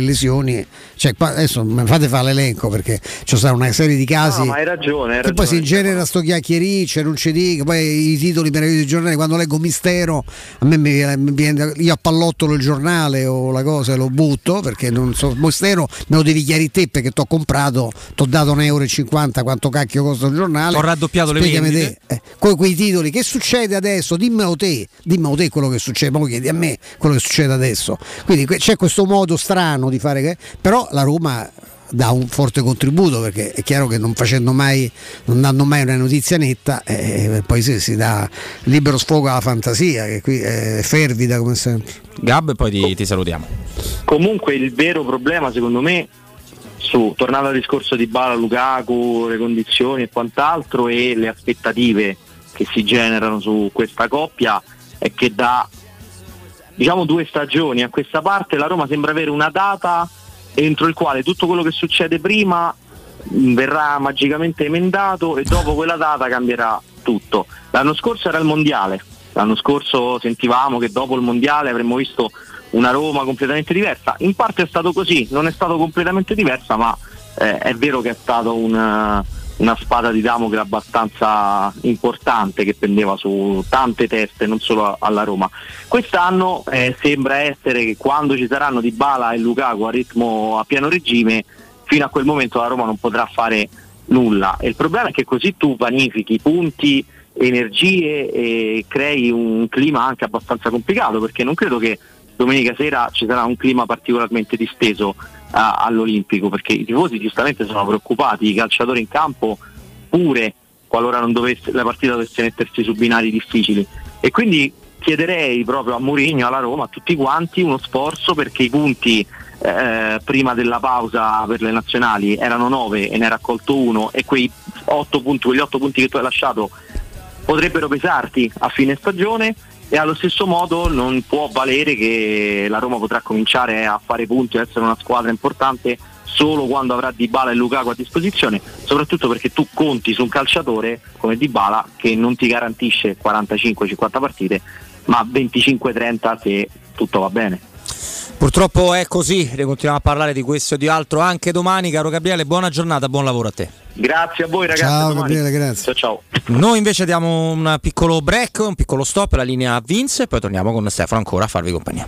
lesioni, cioè qua adesso mi fate fare l'elenco perché ci sarà una serie di casi. No, ma hai ragione, hai che ragione. Poi si genera sto chiacchiericcio, non ci dico, poi i titoli meravigliosi dei giornali, quando leggo Mistero a me mi, mi viene, io appallottolo il giornale o la cosa e lo butto perché non so, Mistero me lo devi chiarire te perché t'ho comprato, t'ho dato un euro e cinquanta, quanto cacchio costa un giornale, ho raddoppiato le spiegami vendite te, eh, con quei titoli, che succede adesso, dimmelo te, dimmelo te quello che succede, ma chiedi a me quello che succede adesso. Quindi c'è questo modo strano di fare che, però la Roma dà un forte contributo perché è chiaro che non facendo mai, non dando mai una notizia netta, eh, poi sì, si dà libero sfogo alla fantasia che qui è fervida come sempre. Gab, e poi ti, ti salutiamo. Comunque il vero problema secondo me, su tornando al discorso di Dybala, Lukaku, le condizioni e quant'altro e le aspettative che si generano su questa coppia, è che da diciamo due stagioni a questa parte la Roma sembra avere una data entro il quale tutto quello che succede prima verrà magicamente emendato e dopo quella data cambierà tutto. L'anno scorso era il mondiale, l'anno scorso sentivamo che dopo il mondiale avremmo visto una Roma completamente diversa, in parte è stato così, non è stato completamente diversa, ma eh, è vero che è stato una, una spada di Damocle abbastanza importante che pendeva su tante teste, non solo alla Roma. Quest'anno eh, sembra essere che quando ci saranno Dybala e Lukaku a ritmo a pieno regime, fino a quel momento la Roma non potrà fare nulla, e il problema è che così tu vanifichi punti, energie e crei un clima anche abbastanza complicato, perché non credo che domenica sera ci sarà un clima particolarmente disteso a, all'Olimpico, perché i tifosi giustamente sono preoccupati, i calciatori in campo pure, qualora non dovesse, la partita dovesse mettersi su binari difficili, e quindi chiederei proprio a Mourinho, alla Roma, a tutti quanti uno sforzo, perché i punti eh, prima della pausa per le nazionali erano nove e ne hai raccolto uno, e quei otto punti, quegli otto punti che tu hai lasciato potrebbero pesarti a fine stagione. E allo stesso modo non può valere che la Roma potrà cominciare a fare punti e essere una squadra importante solo quando avrà Dybala e Lukaku a disposizione, soprattutto perché tu conti su un calciatore come Dybala che non ti garantisce quarantacinque cinquanta partite, ma venticinque trenta se tutto va bene. Purtroppo è così, ne continuiamo a parlare di questo e di altro anche domani. Caro Gabriele, buona giornata, buon lavoro a te. Grazie a voi ragazzi. Ciao Gabriele, grazie. Ciao, ciao. Noi invece diamo un piccolo break, un piccolo stop, la linea Vince, e poi torniamo con Stefano ancora a farvi compagnia.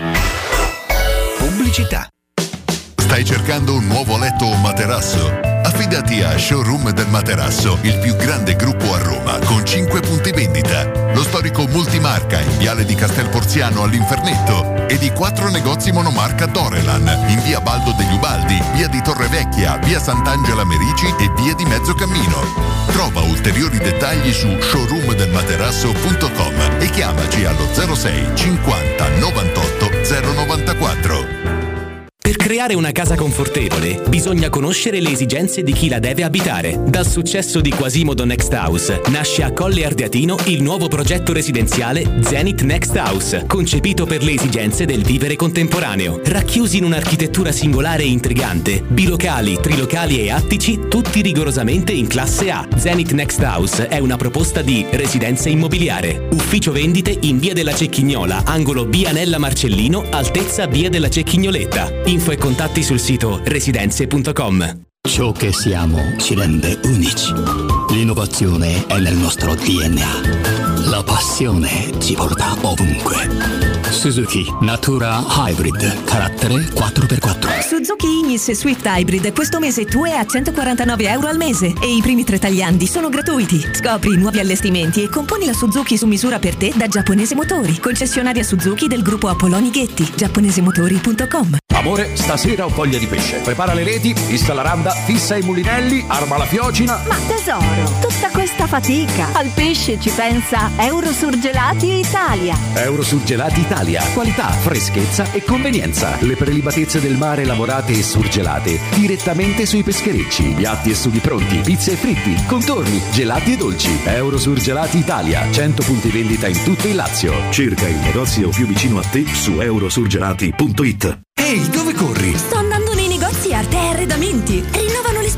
Pubblicità. Stai cercando un nuovo letto o materasso? Affidati a Showroom del Materasso, il più grande gruppo a Roma, con cinque punti vendita. Lo storico multimarca in Viale di Castel Porziano all'Infernetto e di quattro negozi monomarca Dorelan in Via Baldo degli Ubaldi, Via di Torrevecchia, Via Sant'Angela Merici e Via di Mezzocammino. Trova ulteriori dettagli su showroom del materasso punto com e chiamaci allo zero sei cinquanta novantotto zero novantaquattro. Per creare una casa confortevole bisogna conoscere le esigenze di chi la deve abitare. Dal successo di Quasimodo Next House nasce a Colle Ardeatino il nuovo progetto residenziale Zenith Next House, concepito per le esigenze del vivere contemporaneo. Racchiusi in un'architettura singolare e intrigante, bilocali, trilocali e attici, tutti rigorosamente in classe A. Zenith Next House è una proposta di residenza immobiliare. Ufficio vendite in Via della Cecchignola, angolo Via Anella Marcellino, altezza Via della Cecchignoletta. Info e contatti sul sito residenze punto com. Ciò che siamo ci rende unici. L'innovazione è nel nostro D N A. La passione ci porta ovunque. Suzuki Natura Hybrid, carattere quattro per quattro. Suzuki Ignis Swift Hybrid questo mese tu è a centoquarantanove euro al mese e i primi tre tagliandi sono gratuiti. Scopri i nuovi allestimenti e componi la Suzuki su misura per te da Giapponese Motori, concessionaria Suzuki del gruppo Apolloni Ghetti, giapponese motori punto com. Amore, stasera ho voglia di pesce. Prepara le reti, fissa la randa, fissa i mulinelli, arma la fiocina. Ma tesoro, tutta questa fatica. Al pesce ci pensa Eurosurgelati Italia. Eurosurgelati Italia. Qualità, freschezza e convenienza. Le prelibatezze del mare lavorate e surgelate direttamente sui pescherecci. Piatti e sughi pronti, pizze e fritti, contorni, gelati e dolci. Eurosurgelati Italia. cento punti vendita in tutto il Lazio. Cerca il negozio più vicino a te su eurosurgelati punto it. Ehi, dove corri? Sto andando nei negozi Arte e Arredamenti. Rinnovano l'esposizione.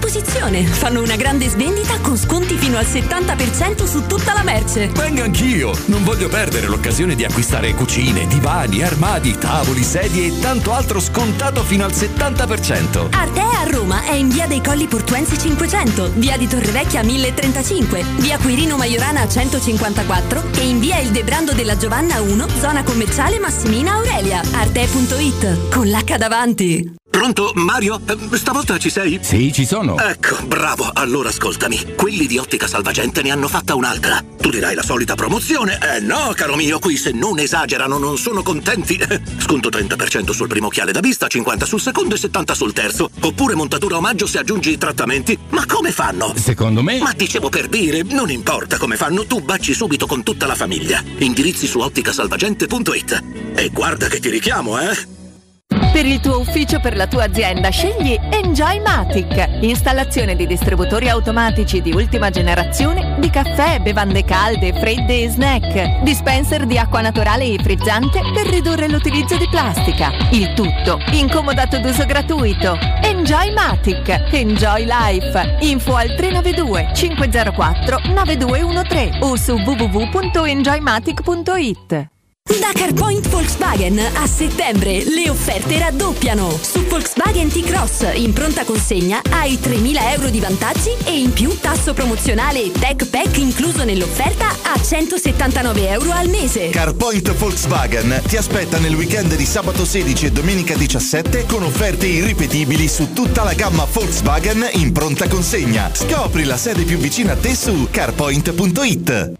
promozione. Fanno una grande svendita con sconti fino al settanta per cento su tutta la merce. Vengo anch'io! Non voglio perdere l'occasione di acquistare cucine, divani, armadi, tavoli, sedie e tanto altro scontato fino al settanta per cento. Artea a Roma è in via dei Colli Portuensi cinquecento, via di Torrevecchia mille e trentacinque, via Quirino Maiorana centocinquantaquattro e in via Il Debrando della Giovanna uno, zona commerciale Massimina Aurelia. arte punto it con l'H davanti. Pronto, Mario? Eh, stavolta ci sei? Sì, ci sono. Ecco, bravo. Allora ascoltami. Quelli di Ottica Salvagente ne hanno fatta un'altra. Tu dirai la solita promozione. Eh no, caro mio, qui se non esagerano non sono contenti. Sconto trenta per cento sul primo occhiale da vista, cinquanta sul secondo e settanta sul terzo. Oppure montatura omaggio se aggiungi i trattamenti. Ma come fanno? Secondo me... Ma dicevo per dire, non importa come fanno, tu baci subito con tutta la famiglia. Indirizzi su ottica salvagente punto it. E guarda che ti richiamo, eh? Per il tuo ufficio, per la tua azienda, scegli Enjoymatic. Installazione di distributori automatici di ultima generazione di caffè, bevande calde, fredde e snack. Dispenser di acqua naturale e frizzante per ridurre l'utilizzo di plastica. Il tutto in comodato d'uso gratuito. Enjoymatic. Enjoy Life. Info al tre nove due cinque zero quattro nove due uno tre o su w w w punto enjoymatic punto it. Da CarPoint Volkswagen a settembre le offerte raddoppiano. Su Volkswagen T-Cross in pronta consegna hai tremila euro di vantaggi e in più tasso promozionale e Tech Pack incluso nell'offerta a centosettantanove euro al mese. CarPoint Volkswagen ti aspetta nel weekend di sabato sedici e domenica diciassette con offerte irripetibili su tutta la gamma Volkswagen in pronta consegna. Scopri la sede più vicina a te su carpoint punto it.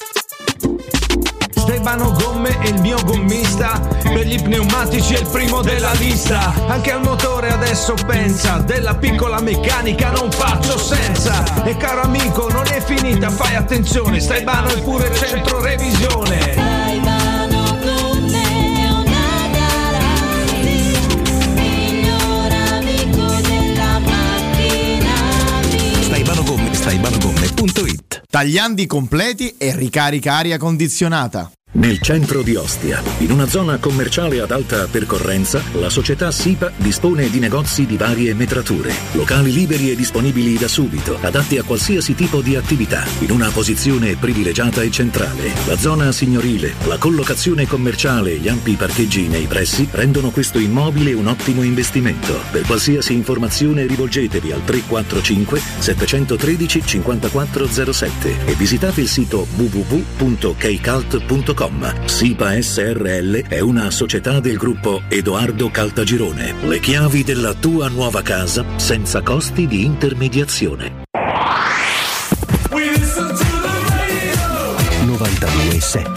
Stefano Gomme è il mio gommista, per gli pneumatici è il primo della lista. Anche al motore adesso pensa, della piccola meccanica non faccio senza. E caro amico non è finita, fai attenzione, Stefano è pure centro revisione. Stefano Gomme è una garanzia, miglior amico della macchina mia. Stefano Gomme, stefano gomme punto it. Tagliandi completi e ricarica aria condizionata. Nel centro di Ostia, in una zona commerciale ad alta percorrenza, la società SIPA dispone di negozi di varie metrature, locali liberi e disponibili da subito, adatti a qualsiasi tipo di attività, in una posizione privilegiata e centrale. La zona signorile, la collocazione commerciale e gli ampi parcheggi nei pressi rendono questo immobile un ottimo investimento. Per qualsiasi informazione rivolgetevi al tre quattro cinque sette uno tre cinque zero sette e visitate il sito w w w punto keicalt punto com. SIPA S R L è una società del gruppo Edoardo Caltagirone. Le chiavi della tua nuova casa senza costi di intermediazione. novantadue sette.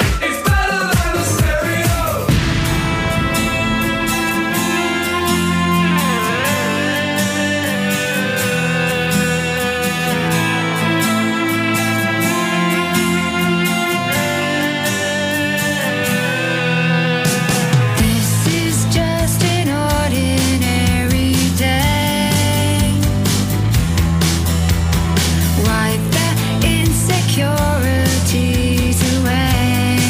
Insecurities away.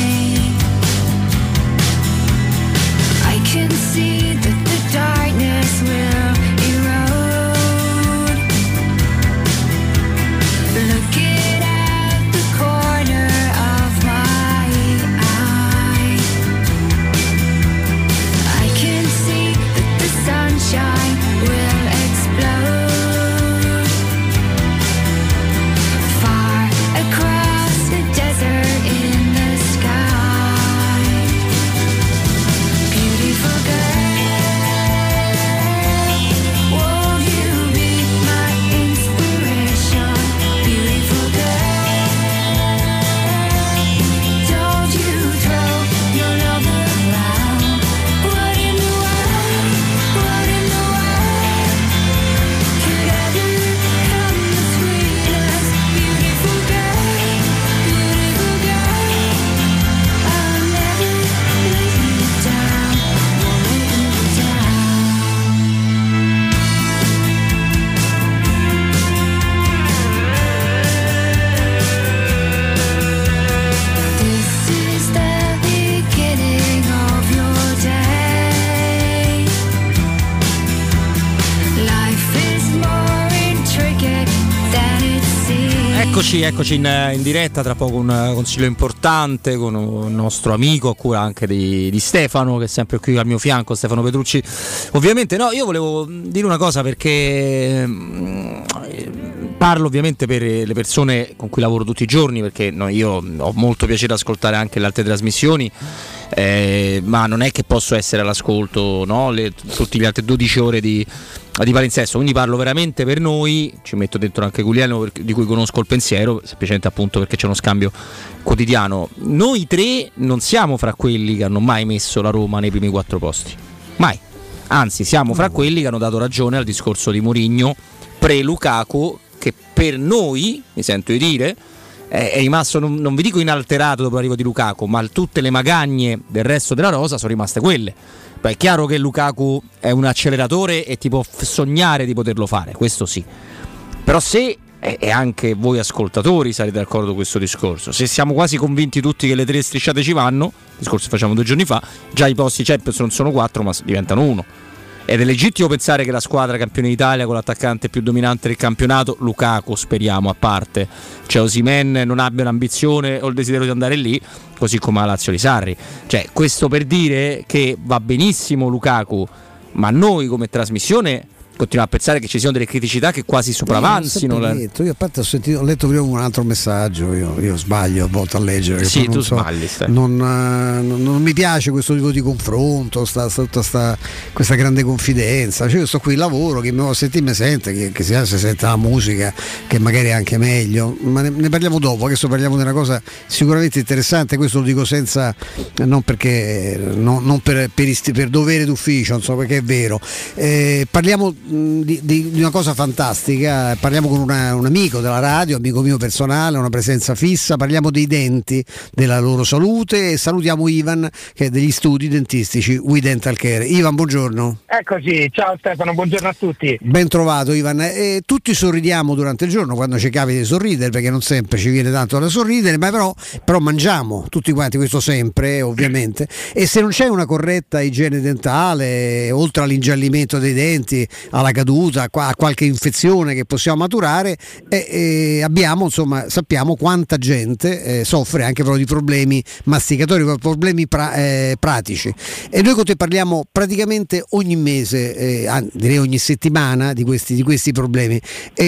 Eccoci, eccoci in, in diretta, tra poco un consiglio importante con un nostro amico, a cura anche di, di Stefano, che è sempre qui al mio fianco, Stefano Petrucci. Ovviamente no, io volevo dire una cosa perché mh, parlo ovviamente per le persone con cui lavoro tutti i giorni, perché no, io ho molto piacere ascoltare anche le altre trasmissioni, eh, ma non è che posso essere all'ascolto, no, le, tutte le altre dodici ore di di palinsesto, quindi parlo veramente per noi, ci metto dentro anche Guglielmo di cui conosco il pensiero, semplicemente appunto perché c'è uno scambio quotidiano. Noi tre non siamo fra quelli che hanno mai messo la Roma nei primi quattro posti, mai, anzi siamo fra quelli che hanno dato ragione al discorso di Mourinho pre-Lukaku, che per noi, mi sento di dire, è rimasto, non, non vi dico inalterato dopo l'arrivo di Lukaku, ma tutte le magagne del resto della rosa sono rimaste quelle. Beh, è chiaro che Lukaku è un acceleratore e ti può sognare di poterlo fare, questo sì. Però se, e anche voi ascoltatori sarete d'accordo con questo discorso, se siamo quasi convinti tutti che le tre strisciate ci vanno, discorso che facciamo due giorni fa, già i posti Champions non sono quattro ma diventano uno. Ed è legittimo pensare che la squadra campione d'Italia con l'attaccante più dominante del campionato, Lukaku speriamo a parte, cioè Osimhen, non abbia l'ambizione o il desiderio di andare lì, così come la Lazio di Sarri. Cioè, questo per dire che va benissimo Lukaku, ma noi come trasmissione continuiamo a pensare che ci siano delle criticità che quasi sopravanzino. Io, detto, io a parte ho, sentito, ho letto prima un altro messaggio, io, io sbaglio a volte a leggere. Sì, tu so, sbagli. Non, non, non mi piace questo tipo di confronto, sta, sta, tutta sta, questa grande confidenza. Cioè, io sto qui in lavoro, chi mi vuole sentire mi sente, che, che si, si sente la musica, che magari è anche meglio, ma ne, ne parliamo dopo. Adesso parliamo di una cosa sicuramente interessante, questo lo dico senza, non perché, no, non per, per, isti, per dovere d'ufficio, non so, perché è vero. Eh, parliamo Di, di, di una cosa fantastica, parliamo con una, un amico della radio, amico mio personale, una presenza fissa, parliamo dei denti, della loro salute e salutiamo Ivan che è degli studi dentistici We Dental Care. Ivan, buongiorno. Eccoci, ciao Stefano, buongiorno a tutti. Ben trovato Ivan. E tutti sorridiamo durante il giorno quando ci capita di sorridere, perché non sempre ci viene tanto da sorridere, ma però, però mangiamo tutti quanti, questo sempre ovviamente, e se non c'è una corretta igiene dentale, oltre all'ingiallimento dei denti, alla caduta, a qualche infezione che possiamo maturare, e, e abbiamo, insomma, sappiamo quanta gente eh, soffre anche proprio di problemi masticatori, problemi pra, eh, pratici, e noi con te parliamo praticamente ogni mese, eh, direi ogni settimana di questi, di questi problemi.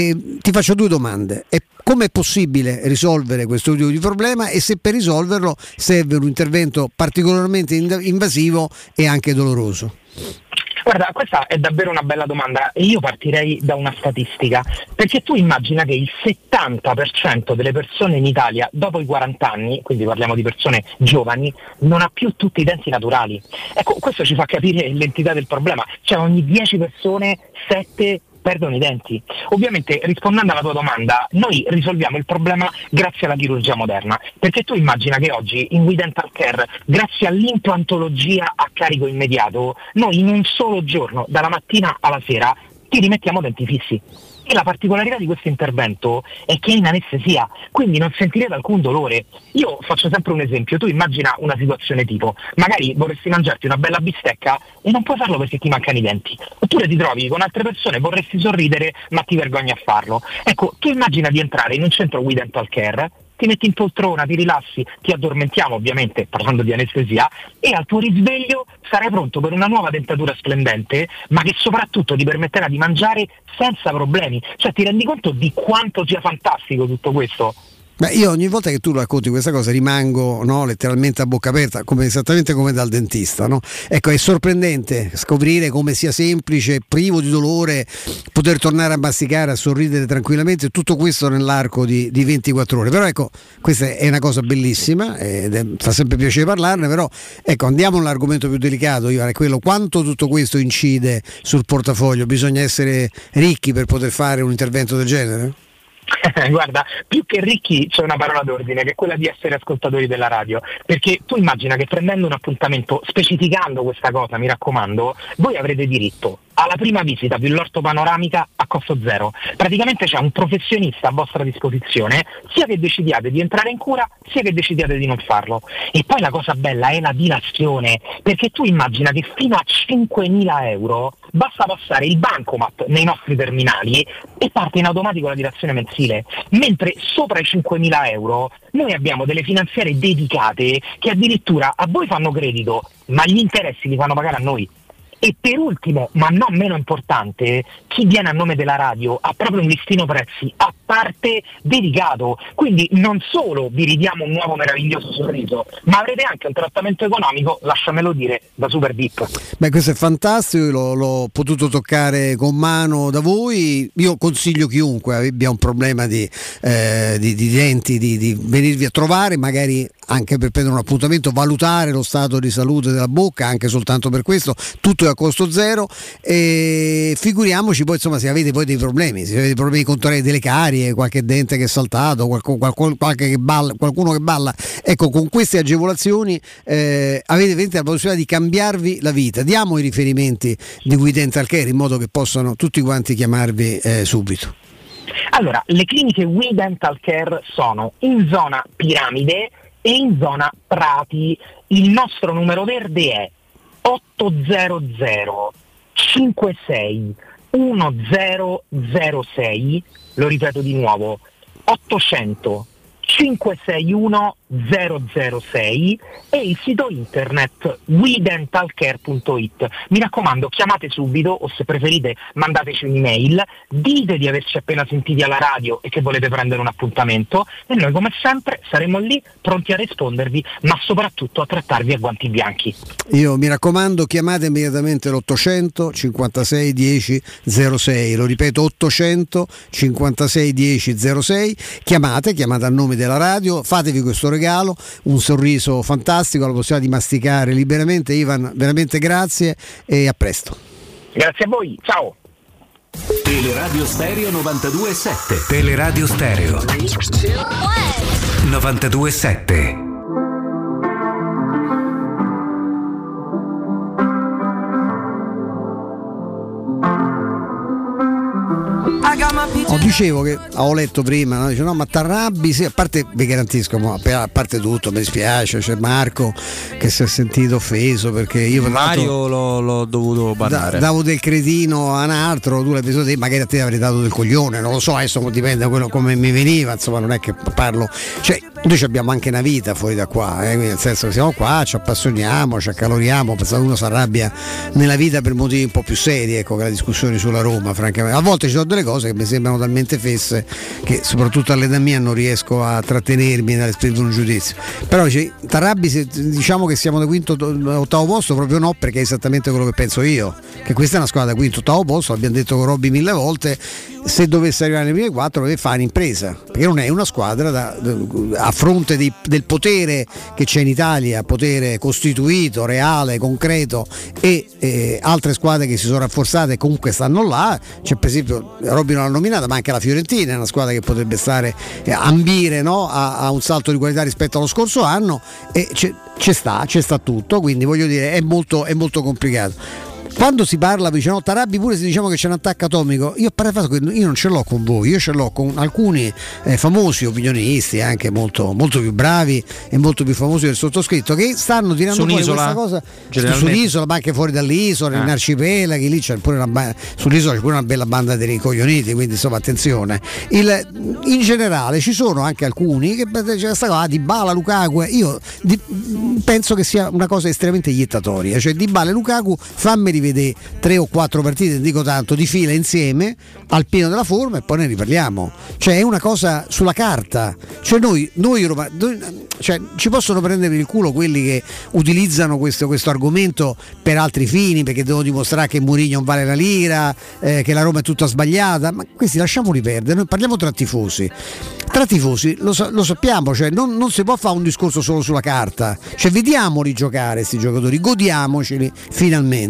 E ti faccio due domande: e come è possibile risolvere questo tipo di problema, e se per risolverlo serve un intervento particolarmente invasivo e anche doloroso? Guarda, questa è davvero una bella domanda e io partirei da una statistica, perché tu immagina che il settanta per cento delle persone in Italia dopo i quaranta anni, quindi parliamo di persone giovani, non ha più tutti i denti naturali. Ecco, questo ci fa capire l'entità del problema, cioè ogni dieci persone, sette perdono i denti. Ovviamente, rispondendo alla tua domanda, noi risolviamo il problema grazie alla chirurgia moderna, perché tu immagina che oggi in We Dental Care, grazie all'implantologia a carico immediato, noi in un solo giorno, dalla mattina alla sera, ti rimettiamo denti fissi. E la particolarità di questo intervento è che è in anestesia, quindi non sentirete alcun dolore. Io faccio sempre un esempio: tu immagina una situazione tipo, magari vorresti mangiarti una bella bistecca e non puoi farlo perché ti mancano i denti, oppure ti trovi con altre persone, vorresti sorridere ma ti vergogni a farlo. Ecco, tu immagina di entrare in un centro We Dental Care, ti metti in poltrona, ti rilassi, ti addormentiamo ovviamente parlando di anestesia, e al tuo risveglio sarai pronto per una nuova dentatura splendente, ma che soprattutto ti permetterà di mangiare senza problemi. Cioè, ti rendi conto di quanto sia fantastico tutto questo? Beh, io ogni volta che tu racconti questa cosa rimango, no, letteralmente a bocca aperta, come, esattamente come dal dentista, no? Ecco, è sorprendente scoprire come sia semplice, privo di dolore, poter tornare a masticare, a sorridere tranquillamente, tutto questo nell'arco di, di ventiquattro ore. Però ecco, questa è una cosa bellissima ed è, fa sempre piacere parlarne, però ecco, andiamo all'argomento più delicato, Ivana, è quello: quanto tutto questo incide sul portafoglio? Bisogna essere ricchi per poter fare un intervento del genere? Guarda, più che ricchi c'è una parola d'ordine, che è quella di essere ascoltatori della radio, perché tu immagina che prendendo un appuntamento, specificando questa cosa, mi raccomando, voi avrete diritto alla prima visita Villorto Panoramica a costo zero. Praticamente c'è un professionista a vostra disposizione, sia che decidiate di entrare in cura, sia che decidiate di non farlo. E poi la cosa bella è la dilazione, perché tu immagina che fino a cinquemila euro basta passare il bancomat nei nostri terminali e parte in automatico la dilazione mensile, mentre sopra i cinquemila euro noi abbiamo delle finanziarie dedicate che addirittura a voi fanno credito, ma gli interessi li fanno pagare a noi. E per ultimo, ma non meno importante, chi viene a nome della radio ha proprio un listino prezzi a parte dedicato, quindi non solo vi ridiamo un nuovo meraviglioso sorriso, ma avrete anche un trattamento economico, lasciamelo dire, da super V I P. Beh, questo è fantastico, io l'ho, l'ho potuto toccare con mano da voi. Io consiglio chiunque abbia un problema di, eh, di, di denti di, di venirvi a trovare, magari anche per prendere un appuntamento, valutare lo stato di salute della bocca, anche soltanto per questo, tutto è a costo zero. E figuriamoci poi, insomma, se avete poi dei problemi, se avete problemi contorali, delle carie, qualche dente che è saltato, qualcuno, qualche che balla, qualcuno che balla, ecco, con queste agevolazioni eh, avete veramente la possibilità di cambiarvi la vita. Diamo i riferimenti di We Dental Care in modo che possano tutti quanti chiamarvi eh, subito. Allora, le cliniche We Dental Care sono in zona Piramide e in zona Prati. Il nostro numero verde è otto zero zero cinque sei uno zero zero sei, lo ripeto di nuovo, ottocento cinque sei uno zero zero sei, e il sito internet we dental care punto it. Mi raccomando, chiamate subito, o se preferite mandateci un'email, dite di averci appena sentiti alla radio e che volete prendere un appuntamento, e noi come sempre saremo lì pronti a rispondervi, ma soprattutto a trattarvi a guanti bianchi. Io mi raccomando, chiamate immediatamente l'ottocento cinquantasei dieci zero sei, lo ripeto, ottocento cinquantasei dieci zero sei, chiamate, chiamate a nome della radio, fatevi questo regalo, un sorriso fantastico, la possibilità di masticare liberamente. Ivan, veramente grazie e a presto. Grazie a voi, ciao. Teleradio Stereo novantadue sette. Teleradio Stereo novantadue sette. Oh, dicevo che ho letto prima, no? Dice, no, ma t'arrabbi, sì, a parte vi garantisco, a parte tutto, mi dispiace, c'è Marco che si è sentito offeso perché io Mario l'ho, l'ho dovuto bannare. Da, davo del cretino a un altro, tu l'hai preso te, magari a te avrei dato del coglione, non lo so, adesso dipende da quello come mi veniva, insomma, non è che parlo, cioè noi abbiamo anche una vita fuori da qua, eh? Quindi nel senso che siamo qua, ci appassioniamo, ci accaloriamo, pensate uno si arrabbia nella vita per motivi un po' più seri, ecco, che la discussione sulla Roma, francamente. A volte ci sono delle cose che mi sembrano talmente fesse che soprattutto all'età mia non riesco a trattenermi dall'esprimere un giudizio. Però dice, t'arrabbi se diciamo che siamo da quinto ottavo posto? Proprio no, perché è esattamente quello che penso io, che questa è una squadra da quinto ottavo posto, l'abbiamo detto con Robby mille volte, se dovesse arrivare nelle prime quattro deve fare un'impresa, perché non è una squadra da, a fronte di, del potere che c'è in Italia, potere costituito, reale, concreto, e eh, altre squadre che si sono rafforzate e comunque stanno là. C'è per esempio, Robby non l'ha nominata, ma anche la Fiorentina è una squadra che potrebbe stare eh, ambire, no, a, a un salto di qualità rispetto allo scorso anno, e c'è, c'è sta, c'è sta tutto, quindi voglio dire è molto, è molto complicato. Quando si parla, dice no, Tarabbi pure se diciamo che c'è un attacco atomico, io ho parlato che io non ce l'ho con voi, io ce l'ho con alcuni eh, famosi opinionisti, anche molto, molto più bravi e molto più famosi del sottoscritto, che stanno tirando fuori questa cosa sull'isola, ma anche fuori dall'isola, ah. in arcipelaghi, lì c'è pure una sull'isola c'è pure una bella banda di ricoglioniti, quindi insomma attenzione. Il, in generale ci sono anche alcuni che c'è questa cosa, Dybala, Lukaku, io di, penso che sia una cosa estremamente iettatoria, cioè Dybala e Lukaku, fammi rivedere tre o quattro partite, dico tanto, di fila insieme al pieno della forma e poi ne riparliamo. Cioè è una cosa sulla carta, cioè noi, noi, noi cioè, ci possono prendere per il culo quelli che utilizzano questo, questo argomento per altri fini, perché devono dimostrare che Mourinho non vale la lira, eh, che la Roma è tutta sbagliata, ma questi lasciamoli perdere, noi parliamo tra tifosi. Tra tifosi lo, lo sappiamo, cioè non, non si può fare un discorso solo sulla carta, cioè vediamoli giocare questi giocatori, godiamoceli finalmente e poi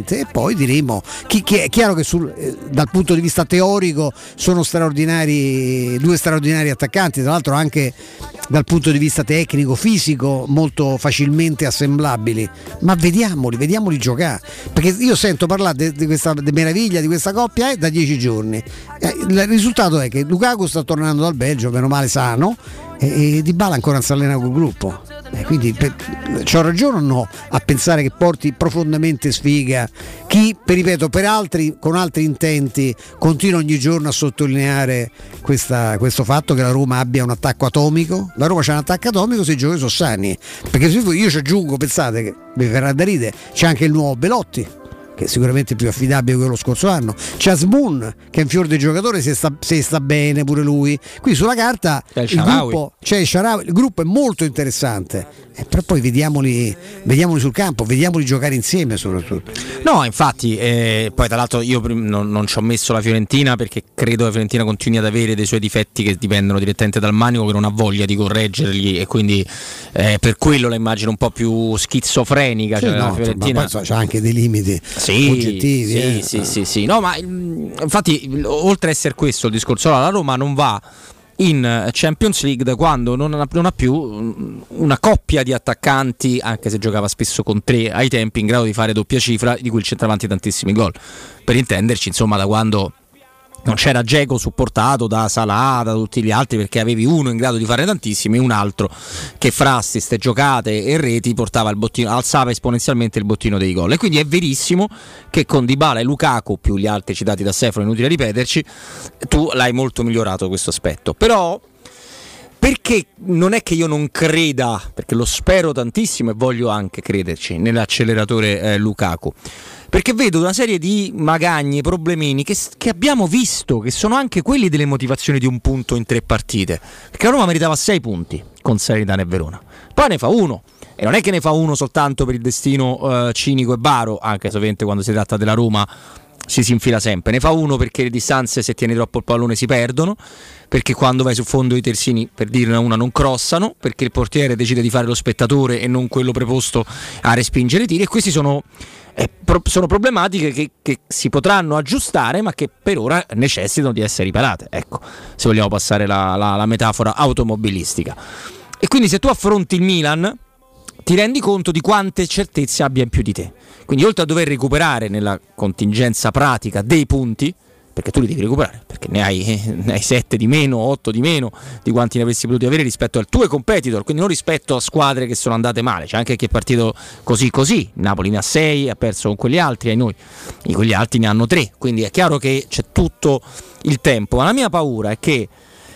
poi diremo chi, chi è chiaro che sul, eh, dal punto di vista teorico sono straordinari, due straordinari attaccanti, tra l'altro anche dal punto di vista tecnico, fisico, molto facilmente assemblabili, ma vediamoli, vediamoli giocare, perché io sento parlare di questa de meraviglia di questa coppia eh, da dieci giorni. Eh, il risultato è che Lukaku sta tornando dal Belgio, meno male sano, e, e Dybala ancora non si allena col gruppo. Eh, quindi per, c'ho ragione o no a pensare che porti profondamente sfiga chi, per ripeto, per altri con altri intenti continua ogni giorno a sottolineare questa, questo fatto che la Roma abbia un attacco atomico. La Roma c'ha un attacco atomico se i giocatori sono sani, perché se io ci aggiungo, pensate che mi verrà da ridere, c'è anche il nuovo Belotti, che è sicuramente più affidabile che lo scorso anno, c'è Asmun che è un fior di giocatore, se sta, se sta bene pure lui, qui sulla carta c'è il, il gruppo, c'è il Shaarawy, il gruppo è molto interessante, eh, però poi vediamoli, vediamoli sul campo, vediamoli giocare insieme soprattutto. No, infatti, eh, poi tra l'altro io non, non ci ho messo la Fiorentina perché credo la Fiorentina continui ad avere dei suoi difetti che dipendono direttamente dal manico, che non ha voglia di correggerli, e quindi eh, per quello la immagino un po' più schizofrenica, sì, cioè, no, la Fiorentina ma poi c'ha anche dei limiti sì, oggettivi. Sì, eh. sì, sì, sì. No, ma infatti, oltre a essere questo il discorso, la Roma non va in Champions League da quando non ha, non ha più una coppia di attaccanti, anche se giocava spesso con tre ai tempi, in grado di fare doppia cifra, di cui il centravanti tantissimi gol. Per intenderci, insomma, da quando non c'era Dzeko supportato da Salah, da tutti gli altri, perché avevi uno in grado di fare tantissimi e un altro che fra assist, giocate e reti portava il bottino, alzava esponenzialmente il bottino dei gol. E quindi è verissimo che con Dybala e Lukaku, più gli altri citati da Stefano, inutile ripeterci, tu l'hai molto migliorato questo aspetto. Però perché non è che io non creda, perché lo spero tantissimo e voglio anche crederci nell'acceleratore eh, Lukaku, perché vedo una serie di magagne, problemini che, che abbiamo visto, che sono anche quelli delle motivazioni di un punto in tre partite, perché la Roma meritava sei punti con Salernitana e Verona, poi ne fa uno, e non è che ne fa uno soltanto per il destino eh, cinico e baro, anche se ovviamente quando si tratta della Roma si si infila sempre, ne fa uno perché le distanze, se tieni troppo il pallone, si perdono, perché quando vai sul fondo i terzini, per dirne una, non crossano, perché il portiere decide di fare lo spettatore e non quello preposto a respingere i tiri, e questi sono Eh, pro- sono problematiche che, che si potranno aggiustare, ma che per ora necessitano di essere riparate, ecco, se vogliamo passare la, la, la metafora automobilistica. E quindi se tu affronti il Milan ti rendi conto di quante certezze abbia in più di te, quindi oltre a dover recuperare nella contingenza pratica dei punti, perché tu li devi recuperare, perché ne hai, ne hai sette di meno, otto di meno di quanti ne avresti potuti avere rispetto al tuo competitor, quindi non rispetto a squadre che sono andate male. C'è anche chi è partito così così, Napoli ne ha sei, ha perso con quegli altri, e noi e quegli altri ne hanno tre, quindi è chiaro che c'è tutto il tempo, ma la mia paura è che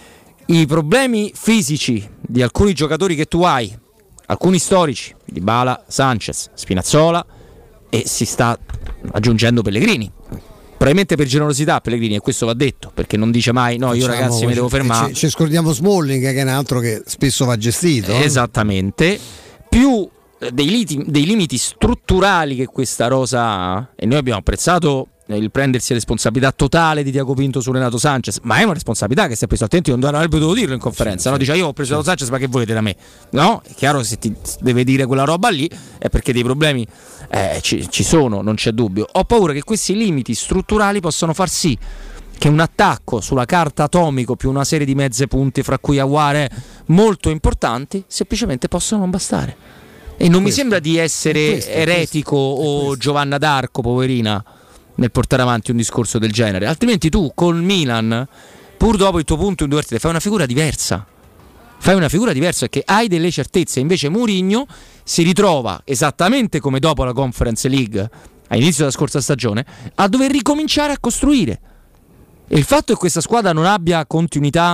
i problemi fisici di alcuni giocatori che tu hai, alcuni storici, Dybala, Sanchez, Spinazzola, e si sta aggiungendo Pellegrini, probabilmente per generosità Pellegrini, e questo va detto, perché non dice mai no, io Facciamo, ragazzi mi devo fermare. Ci, ci scordiamo Smalling, che è un altro che spesso va gestito. Esattamente, più dei, liti, dei limiti strutturali che questa rosa ha, e noi abbiamo apprezzato il prendersi responsabilità totale di Thiago Pinto su Renato Sanchez, ma è una responsabilità che si è preso, altrimenti non avrebbe dovuto dirlo in conferenza, no? Dice io ho preso Renato Sanchez, ma che volete da me? No, è chiaro che se ti deve dire quella roba lì è perché dei problemi eh, ci, ci sono, non c'è dubbio. Ho paura che questi limiti strutturali possano far sì che un attacco sulla carta atomico più una serie di mezze punti, fra cui Aouar, molto importanti, semplicemente possono non bastare. E non questo, mi sembra di essere questo, eretico questo, o questo. Giovanna d'Arco, poverina, nel portare avanti un discorso del genere, altrimenti tu col Milan, pur dopo il tuo punto in due partite, fai una figura diversa, fai una figura diversa perché hai delle certezze. Invece Mourinho si ritrova, esattamente come dopo la Conference League all'inizio della scorsa stagione, a dover ricominciare a costruire, e il fatto che questa squadra non abbia continuità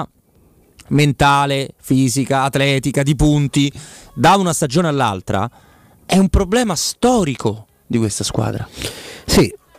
mentale, fisica, atletica, di punti da una stagione all'altra è un problema storico di questa squadra. Sì.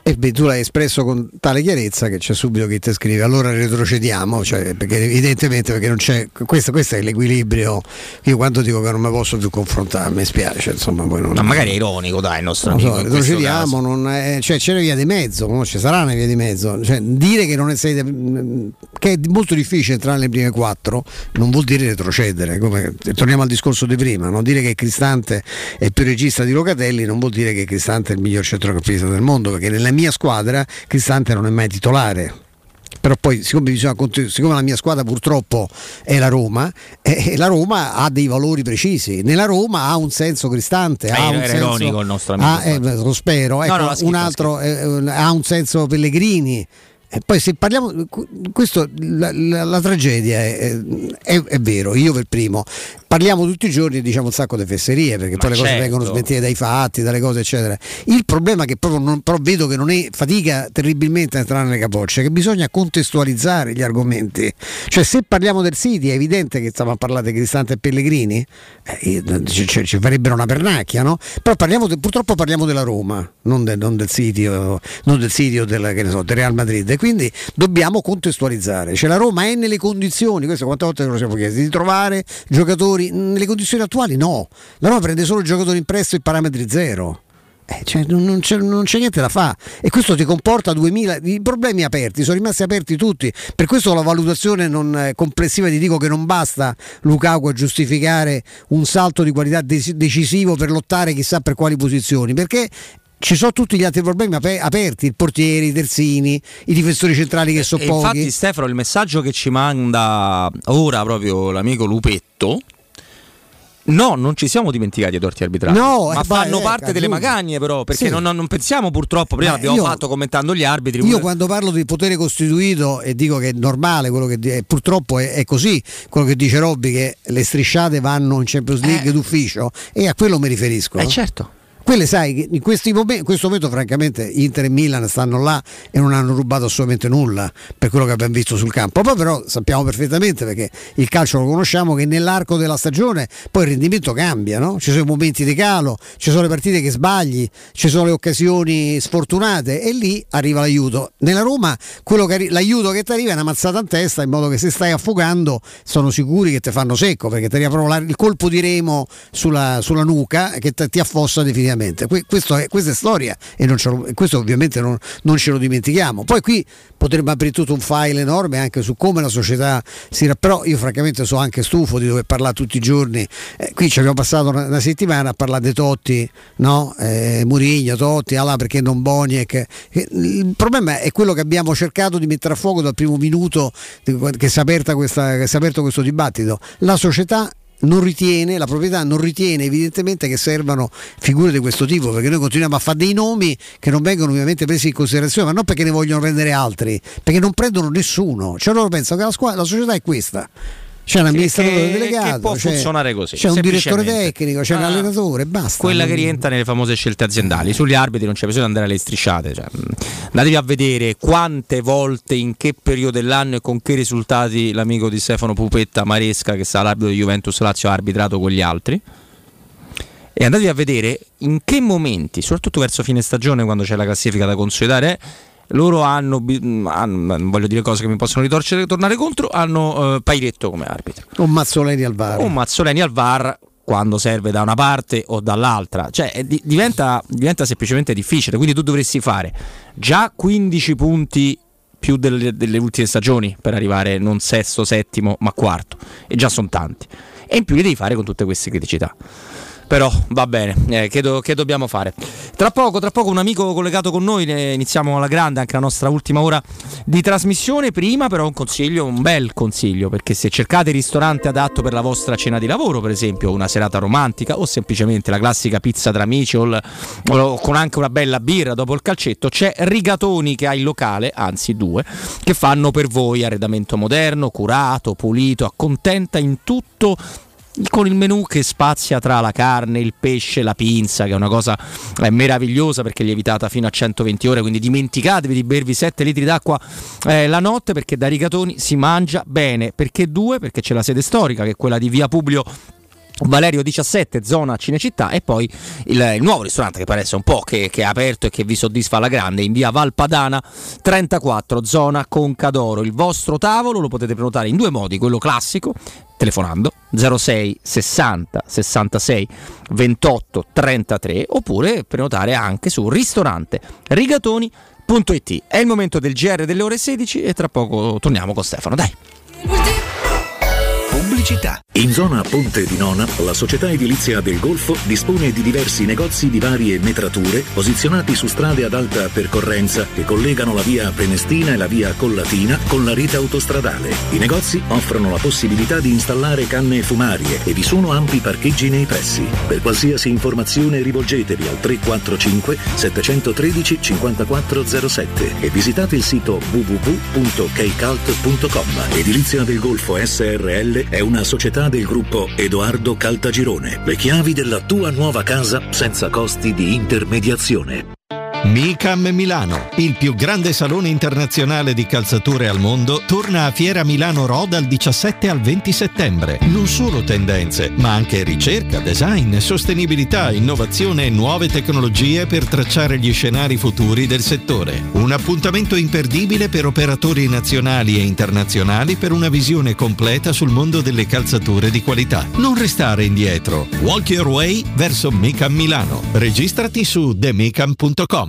E beh, tu l'hai espresso con tale chiarezza che c'è subito chi ti scrive allora retrocediamo, cioè, perché evidentemente perché non c'è questo, questo è l'equilibrio. Io quando dico che non mi posso più confrontare mi spiace, insomma, poi non, ma magari è ironico, dai, il nostro non amico so, in questo retrocediamo, caso. non è, cioè c'è una via di mezzo, no? Ci sarà una via di mezzo, cioè, dire che non è sei, che è molto difficile entrare nelle prime quattro non vuol dire retrocedere, come, torniamo al discorso di prima, no? Dire che Cristante è il più regista di Locatelli non vuol dire che Cristante è il miglior centrocampista del mondo, perché nella mia squadra Cristante non è mai titolare. Però poi siccome, bisogna, siccome la mia squadra purtroppo è la Roma, eh, la Roma ha dei valori precisi, nella Roma ha un senso Cristante, eh, ha un era senso, ironico il nostro amico, ha, eh, lo spero, ecco, no, no, un altro eh, ha un senso Pellegrini. E poi se parliamo, questo, la, la, la tragedia è, è, è vero, io per primo, parliamo tutti i giorni e diciamo un sacco di fesserie perché Ma poi le certo. cose vengono smentite dai fatti, dalle cose eccetera. Il problema è che proprio non, però vedo che non è, fatica terribilmente a entrare nelle capocce, che bisogna contestualizzare gli argomenti, cioè se parliamo del City è evidente che stiamo a parlare di Cristante e Pellegrini, eh, ci, ci, ci farebbero una pernacchia, no? Però parliamo de, purtroppo parliamo della Roma, non, de, non del City o, non del City o del, che ne so, del Real Madrid, quindi dobbiamo contestualizzare, cioè la Roma è nelle condizioni, questo quante volte ce lo siamo chiesti, di trovare giocatori nelle condizioni attuali, no, la Roma prende solo giocatori in prestito e parametri zero. Eh, cioè, non, non, c'è, non c'è niente da fare e questo ti comporta duemila i problemi aperti, sono rimasti aperti tutti, per questo la valutazione non, eh, complessiva ti dico che non basta Lukaku a giustificare un salto di qualità de- decisivo per lottare chissà per quali posizioni, perché ci sono tutti gli altri problemi ap- aperti, i portieri, i terzini, i difensori centrali che sono e pochi. Infatti Stefano, il messaggio che ci manda ora proprio l'amico Lupetto, no, non ci siamo dimenticati dei torti arbitrali, no, ma eh, fanno beh, parte eh, delle aggiungi. magagne però, perché Sì. non, non pensiamo purtroppo, prima Beh, abbiamo io- fatto commentando gli arbitri. Io quando parlo di potere costituito e dico che è normale quello che di- purtroppo è, è così, quello che dice Robby, che le strisciate vanno in Champions League Eh. d'ufficio, e a quello mi riferisco. Eh no? certo. Quelle sai che in, questi momenti, in questo momento francamente Inter e Milan stanno là e non hanno rubato assolutamente nulla per quello che abbiamo visto sul campo. Poi però sappiamo perfettamente, perché il calcio lo conosciamo, che nell'arco della stagione poi il rendimento cambia, no? Ci sono i momenti di calo, ci sono le partite che sbagli, ci sono le occasioni sfortunate e lì arriva l'aiuto. Nella Roma quello che arri- l'aiuto che ti arriva è una mazzata in testa, in modo che se stai affogando sono sicuri che ti fanno secco, perché ti arriva proprio la- il colpo di remo sulla, sulla nuca che te- ti affossa definitivamente. Que- questo è, questa è storia e non ce lo, questo ovviamente non, non ce lo dimentichiamo. Poi qui potremmo aprire tutto un file enorme anche su come la società si... Però io francamente sono anche stufo di dover parlare tutti i giorni. Eh, qui ci abbiamo passato una, una settimana a parlare di Totti, no? Eh, Mourinho, Totti, ah là, perché non Boniek. Eh, il problema è quello che abbiamo cercato di mettere a fuoco dal primo minuto che si è aperta questa, che si è aperto questo dibattito. La società non ritiene, la proprietà non ritiene evidentemente che servano figure di questo tipo, perché noi continuiamo a fare dei nomi che non vengono ovviamente presi in considerazione, ma non perché ne vogliono prendere altri, perché non prendono nessuno, cioè loro pensano che la, squadra, la società è questa, c'è un amministratore che, delegato, che può c'è, funzionare così, c'è un direttore semplicemente. tecnico, c'è un Ah, allenatore, basta. quella non- che rientra nelle famose scelte aziendali. Sugli arbitri non c'è bisogno di andare alle strisciate, cioè, mh, andatevi a vedere quante volte, in che periodo dell'anno e con che risultati l'amico di Stefano Pupetta, Maresca, che sta all'arbitro di Juventus Lazio, ha arbitrato con gli altri, e andatevi a vedere in che momenti, soprattutto verso fine stagione, quando c'è la classifica da consolidare, loro hanno, hanno non voglio dire cose che mi possono ritorcere, tornare contro, hanno eh, Pairetto come arbitro, un Mazzoleni al VAR, un Mazzoleni al VAR quando serve da una parte o dall'altra, cioè eh, di- diventa, diventa semplicemente difficile. Quindi tu dovresti fare già quindici punti più delle, delle ultime stagioni per arrivare non sesto, settimo, ma quarto, e già sono tanti, e in più li devi fare con tutte queste criticità. Però va bene, eh, che, do, che dobbiamo fare? Tra poco, tra poco un amico collegato con noi, ne iniziamo alla grande anche la nostra ultima ora di trasmissione. Prima però un consiglio, un bel consiglio, perché se cercate il ristorante adatto per la vostra cena di lavoro, per esempio una serata romantica o semplicemente la classica pizza tra amici o, l- o con anche una bella birra dopo il calcetto, c'è Rigatoni che ha il locale, anzi due, che fanno per voi arredamento moderno, curato, pulito, accontenta in tutto, con il menù che spazia tra la carne, il pesce, la pinza, che è una cosa eh, meravigliosa perché è lievitata fino a centoventi ore, quindi dimenticatevi di bervi sette litri d'acqua eh, la notte, perché da Rigatoni si mangia bene. Perché due? Perché c'è la sede storica, che è quella di via Publio Valerio diciassette, zona Cinecittà, e poi il, il nuovo ristorante che pare essere un po' che, che è aperto e che vi soddisfa alla grande, in via Valpadana trentaquattro, zona Concadoro. Il vostro tavolo lo potete prenotare in due modi: quello classico, telefonando zero sei sessanta sessantasei ventotto trentatré, oppure prenotare anche su ristorante rigatoni punto it. È il momento del G R delle ore sedici e tra poco torniamo con Stefano, dai. Pubblicità. In zona Ponte di Nona, la società edilizia del Golfo dispone di diversi negozi di varie metrature posizionati su strade ad alta percorrenza che collegano la via Prenestina e la via Collatina con la rete autostradale. I negozi offrono la possibilità di installare canne fumarie e vi sono ampi parcheggi nei pressi. Per qualsiasi informazione rivolgetevi al tre quattro cinque sette uno tre cinque quattro zero sette e visitate il sito w w w punto keicalt punto com. Edilizia del Golfo S R L è una società del gruppo Edoardo Caltagirone. Le chiavi della tua nuova casa senza costi di intermediazione. Micam Milano, il più grande salone internazionale di calzature al mondo, torna a Fiera Milano Ro dal diciassette al venti settembre. Non solo tendenze, ma anche ricerca, design, sostenibilità, innovazione e nuove tecnologie per tracciare gli scenari futuri del settore. Un appuntamento imperdibile per operatori nazionali e internazionali per una visione completa sul mondo delle calzature di qualità. Non restare indietro. Walk your way verso Micam Milano. Registrati su the micam punto com.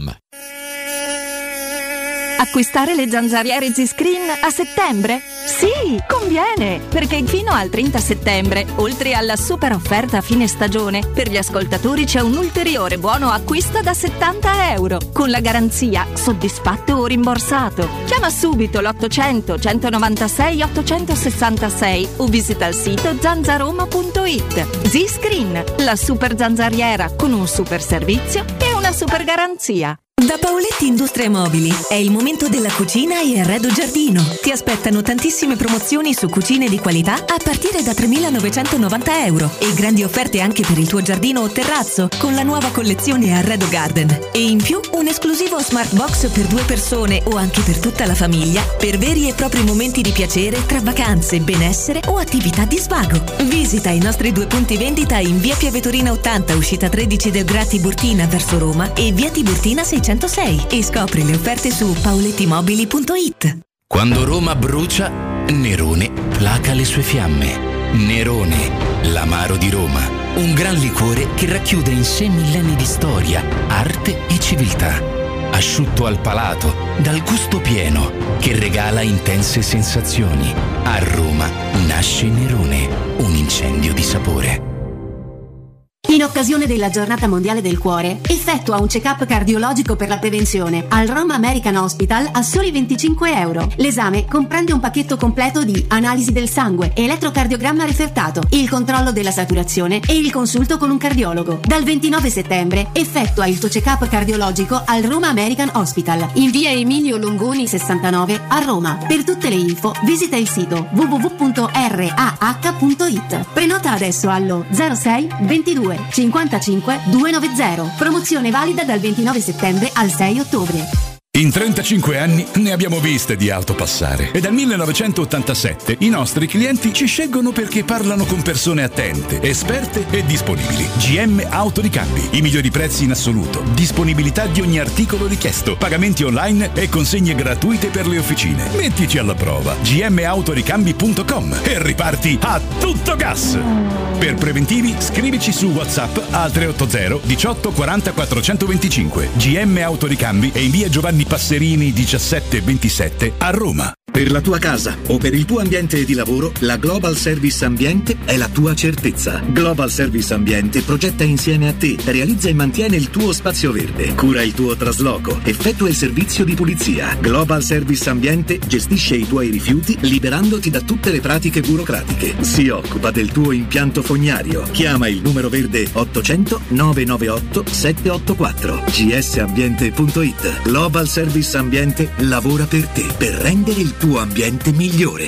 Acquistare le zanzariere Z-Screen a settembre? Sì, conviene! Perché fino al trenta settembre, oltre alla super offerta a fine stagione, per gli ascoltatori c'è un ulteriore buono acquisto da settanta euro, con la garanzia soddisfatto o rimborsato. Chiama subito l'ottocento centonovantasei ottocentosessantasei o visita il sito zanzaroma punto it. Z-Screen, la super zanzariera con un super servizio e una super garanzia. Da Paoletti Industrie Mobili è il momento della cucina e arredo giardino. Ti aspettano tantissime promozioni su cucine di qualità a partire da tremilanovecentonovanta euro e grandi offerte anche per il tuo giardino o terrazzo con la nuova collezione Arredo Garden. E in più un esclusivo smart box per due persone o anche per tutta la famiglia per veri e propri momenti di piacere tra vacanze, benessere o attività di svago. Visita i nostri due punti vendita in via Piavetorina ottanta, uscita tredici del Gra Tiburtina verso Roma e via Tiburtina seicentosei e scopri le offerte su paolettimobili punto it. Quando Roma brucia, Nerone placa le sue fiamme. Nerone, l'amaro di Roma, un gran liquore che racchiude in sé millenni di storia, arte e civiltà. Asciutto al palato, dal gusto pieno, che regala intense sensazioni. A Roma nasce Nerone, un incendio di sapore. In occasione della Giornata Mondiale del Cuore, effettua un check-up cardiologico per la prevenzione al Roma American Hospital a soli venticinque euro. L'esame comprende un pacchetto completo di analisi del sangue, elettrocardiogramma refertato, il controllo della saturazione e il consulto con un cardiologo. Dal ventinove settembre effettua il tuo check-up cardiologico al Roma American Hospital in via Emilio Longoni sessantanove a Roma. Per tutte le info visita il sito w w w punto r a h punto it. Prenota adesso allo zero sei ventidue cinquantacinque duecentonovanta. Promozione valida dal ventinove settembre al sei ottobre. In trentacinque anni ne abbiamo viste di auto passare e dal millenovecentottantasette i nostri clienti ci scelgono perché parlano con persone attente, esperte e disponibili. G M Autoricambi, i migliori prezzi in assoluto, disponibilità di ogni articolo richiesto, pagamenti online e consegne gratuite per le officine. Mettici alla prova. g m autoricambi punto com e riparti a tutto gas. Per preventivi scrivici su WhatsApp al tre otto zero diciotto quaranta quattrocentoventicinque. G M Autoricambi è in via Giovanni Passerini diciassette ventisette a Roma. Per la tua casa o per il tuo ambiente di lavoro, la Global Service Ambiente è la tua certezza. Global Service Ambiente progetta insieme a te, realizza e mantiene il tuo spazio verde, cura il tuo trasloco, effettua il servizio di pulizia. Global Service Ambiente gestisce i tuoi rifiuti liberandoti da tutte le pratiche burocratiche. Si occupa del tuo impianto fognario. Chiama il numero verde ottocento nove nove otto sette otto quattro. g s ambiente punto it. Global Service Ambiente lavora per te per rendere il tuo ambiente migliore.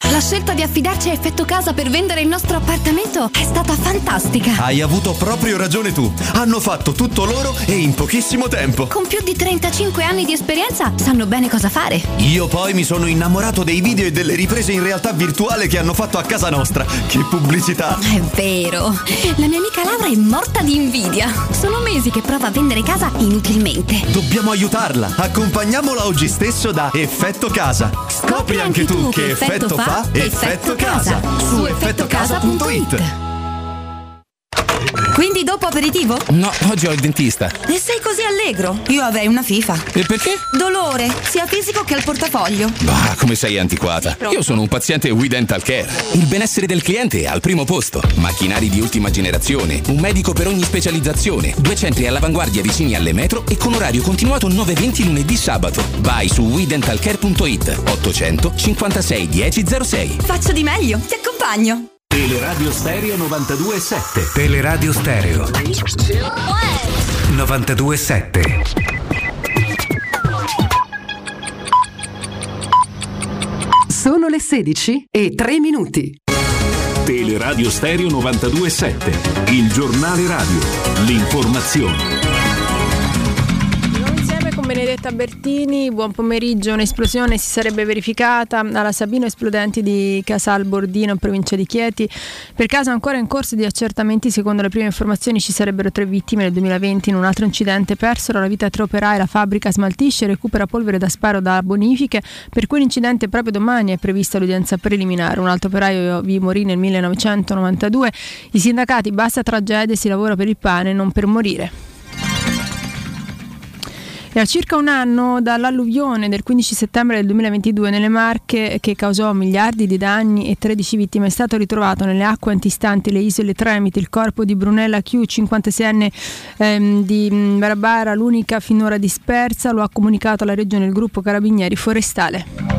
La scelta di affidarci a Effetto Casa per vendere il nostro appartamento è stata fantastica. Hai avuto proprio ragione tu. Hanno fatto tutto loro e in pochissimo tempo. Con più di trentacinque anni di esperienza sanno bene cosa fare. Io poi mi sono innamorato dei video e delle riprese in realtà virtuale che hanno fatto a casa nostra. Che pubblicità! È vero. La mia amica Laura è morta di invidia. Sono mesi che prova a vendere casa inutilmente. Dobbiamo aiutarla. Accompagniamola oggi stesso da Effetto Casa. Scopri anche tu che effetto fa Effetto Casa su effetto casa punto it. Quindi dopo aperitivo? No, oggi ho il dentista. E sei così allegro? Io avrei una FIFA. E perché? Dolore, sia fisico che al portafoglio. Bah, come sei antiquata. Io sono un paziente We Dental Care. Il benessere del cliente è al primo posto. Macchinari di ultima generazione, un medico per ogni specializzazione, due centri all'avanguardia vicini alle metro e con orario continuato nove venti lunedì sabato. Vai su we dental care punto it. ottocento cinquantasei dieci zero sei. Faccio di meglio, ti accompagno. Teleradio Stereo novantadue sette. Teleradio Stereo novantadue sette. Sono le sedici e tre minuti. Teleradio Stereo novantadue sette. Il giornale radio. L'informazione. Benedetta Bertini, buon pomeriggio. Un'esplosione si sarebbe verificata alla Sabino Esplodenti di Casal Bordino in provincia di Chieti. Per caso ancora in corso di accertamenti, secondo le prime informazioni ci sarebbero tre vittime nel duemilaventi. In un altro incidente persero la vita tre operai. La fabbrica smaltisce e recupera polvere da sparo da bonifiche, per cui l'incidente proprio domani è prevista l'udienza preliminare. Un altro operaio vi morì nel millenovecentonovantadue. I sindacati: basta tragedie, si lavora per il pane, non per morire. E a circa un anno dall'alluvione del quindici settembre del duemilaventidue nelle Marche, che causò miliardi di danni e tredici vittime, è stato ritrovato nelle acque antistanti le isole Tremiti il corpo di Brunella Chiù, cinquantaseienne ehm, di Barabara, l'unica finora dispersa. Lo ha comunicato alla Regione il gruppo Carabinieri Forestale.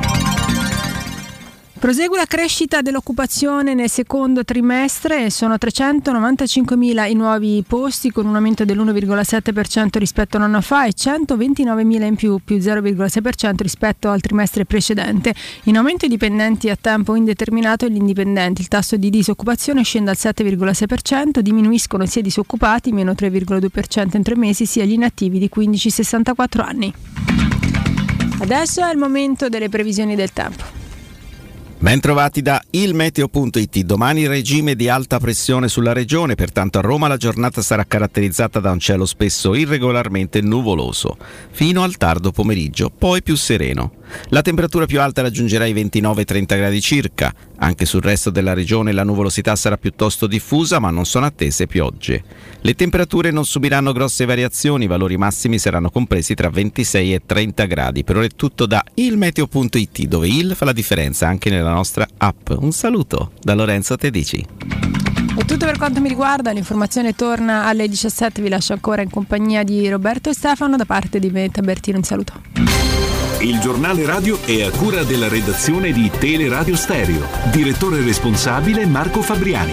Prosegue la crescita dell'occupazione nel secondo trimestre, sono trecentonovantacinquemila i nuovi posti con un aumento dell'uno virgola sette per cento rispetto a un anno fa e centoventinovemila in più, più zero virgola sei per cento rispetto al trimestre precedente. In aumento i dipendenti a tempo indeterminato e gli indipendenti. Il tasso di disoccupazione scende al sette virgola sei per cento, diminuiscono sia i disoccupati, meno tre virgola due per cento in tre mesi, sia gli inattivi di quindici sessantaquattro anni. Adesso è il momento delle previsioni del tempo. Bentrovati da il meteo punto it. Domani regime di alta pressione sulla regione, pertanto a Roma la giornata sarà caratterizzata da un cielo spesso irregolarmente nuvoloso, fino al tardo pomeriggio, poi più sereno. La temperatura più alta raggiungerà i ventinove trenta gradi circa. Anche sul resto della regione la nuvolosità sarà piuttosto diffusa, ma non sono attese piogge. Le temperature non subiranno grosse variazioni, i valori massimi saranno compresi tra ventisei e trenta gradi. Per ora è tutto da il meteo punto it, dove il fa la differenza anche nella nostra app. Un saluto da Lorenzo Tedici. È tutto per quanto mi riguarda, l'informazione torna alle diciassette, vi lascio ancora in compagnia di Roberto e Stefano. Da parte di Benedetta Bertino un saluto. Il giornale radio è a cura della redazione di Teleradio Stereo. Direttore responsabile Marco Fabriani.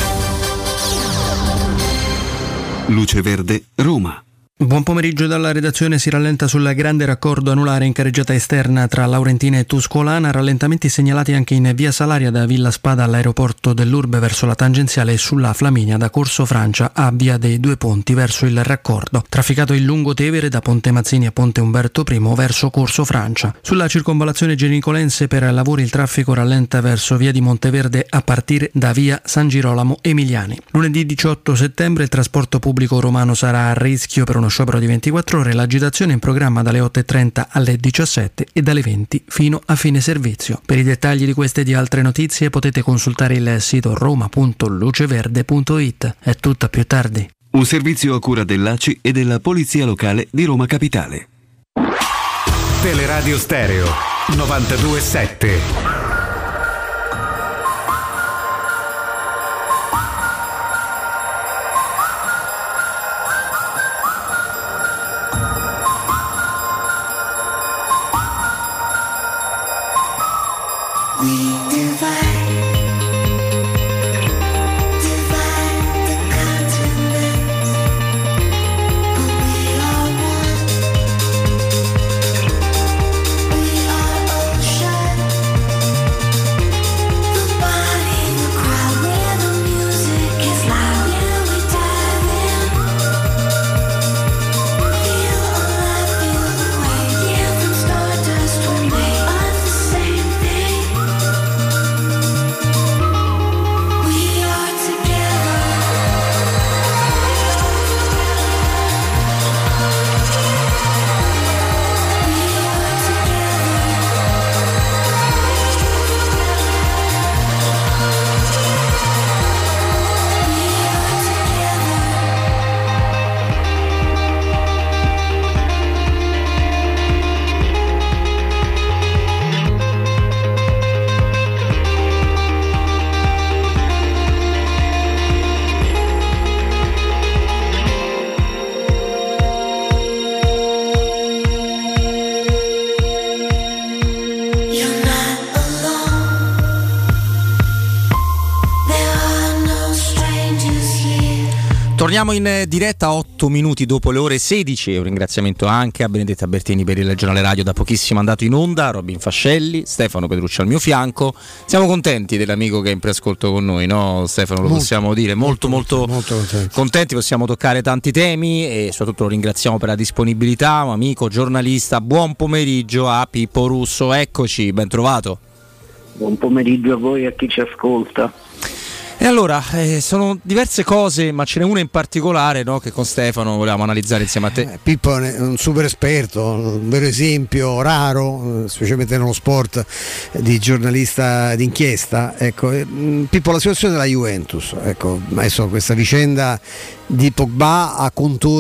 Luce Verde, Roma. Buon pomeriggio dalla redazione. Si rallenta sul grande raccordo anulare in carreggiata esterna tra Laurentina e Tuscolana, rallentamenti segnalati anche in via Salaria da Villa Spada all'aeroporto dell'Urbe verso la tangenziale e sulla Flaminia da Corso Francia a via dei Due Ponti verso il raccordo. Trafficato il Lungotevere da Ponte Mazzini a Ponte Umberto I verso Corso Francia. Sulla circonvallazione Genicolense per lavori il traffico rallenta verso via di Monteverde a partire da via San Girolamo Emiliani. Lunedì diciotto settembre il trasporto pubblico romano sarà a rischio per uno sciopero di ventiquattro ore, l'agitazione in programma dalle otto e trenta alle diciassette e dalle venti fino a fine servizio. Per i dettagli di queste e di altre notizie potete consultare il sito roma punto luceverde punto it. È tutto, a più tardi. Un servizio a cura dell'A C I e della Polizia Locale di Roma Capitale. Teleradio Stereo novantadue sette. Torniamo in diretta otto minuti dopo le ore sedici. Un ringraziamento anche a Benedetta Bertini per il giornale radio da pochissimo andato in onda, Robin Fascelli, Stefano Petrucci al mio fianco. Siamo contenti dell'amico che è in preascolto con noi, no Stefano? Lo molto, possiamo dire, molto molto, molto, molto contenti. contenti, possiamo toccare tanti temi e soprattutto lo ringraziamo per la disponibilità, un amico giornalista. Buon pomeriggio a Pippo Russo, eccoci, ben trovato. Buon pomeriggio a voi e a chi ci ascolta. E allora, eh, sono diverse cose, ma ce n'è una in particolare, no, che con Stefano volevamo analizzare insieme a te. Eh, Pippo è un super esperto, un vero esempio raro, specialmente nello sport, di giornalista d'inchiesta. Ecco, eh, Pippo, la situazione della Juventus, ecco, adesso questa vicenda di Pogba ha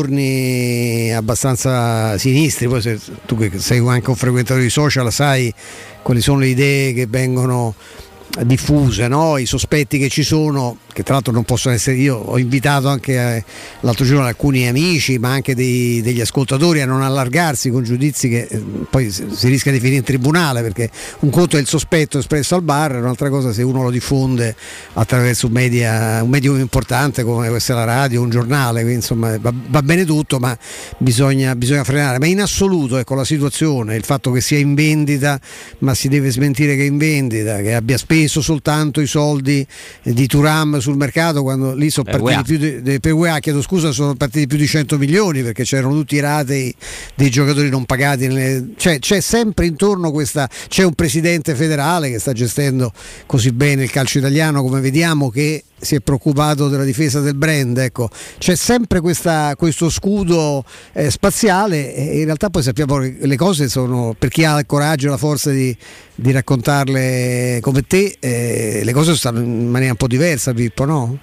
contorni abbastanza sinistri, poi se tu che sei anche un frequentatore di social sai quali sono le idee che vengono diffuse, no? I sospetti che ci sono, che tra l'altro non possono essere, io ho invitato anche eh, l'altro giorno alcuni amici ma anche dei, degli ascoltatori a non allargarsi con giudizi che eh, poi si rischia di finire in tribunale, perché un conto è il sospetto espresso al bar, un'altra cosa se uno lo diffonde attraverso un, media, un medio importante come questa la radio, un giornale, quindi insomma va, va bene tutto, ma bisogna, bisogna frenare. Ma in assoluto, ecco, la situazione, il fatto che sia in vendita ma si deve smentire che è in vendita, che abbia speso soltanto i soldi di Thuram sul mercato, quando lì sono per partiti più di, per U E A, chiedo scusa, sono partiti più di cento milioni perché c'erano tutti i ratei dei giocatori non pagati nelle, cioè c'è sempre intorno questa, c'è un presidente federale che sta gestendo così bene il calcio italiano, come vediamo, che si è preoccupato della difesa del brand, ecco, c'è sempre questa, questo scudo eh, spaziale, e in realtà poi sappiamo che le cose sono, per chi ha il coraggio e la forza di, di raccontarle come te, eh, le cose stanno in maniera un po' diversa, Pippo, no?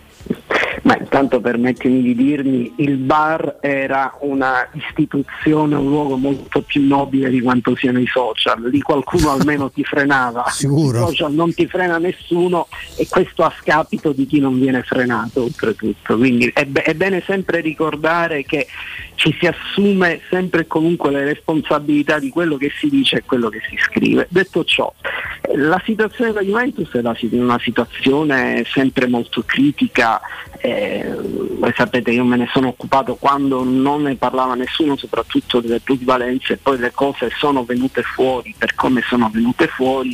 Ma intanto permettimi di dirmi, il bar era una istituzione, un luogo molto più nobile di quanto siano i social, lì qualcuno almeno ti frenava. Sicuro. I social non ti frena nessuno, e questo a scapito di chi non viene frenato oltretutto, quindi è, be- è bene sempre ricordare che ci si assume sempre e comunque le responsabilità di quello che si dice e quello che si scrive. Detto ciò, la situazione della Juventus è una situazione sempre molto critica. Eh, voi sapete, io me ne sono occupato quando non ne parlava nessuno, soprattutto delle plusvalenze, e poi le cose sono venute fuori per come sono venute fuori.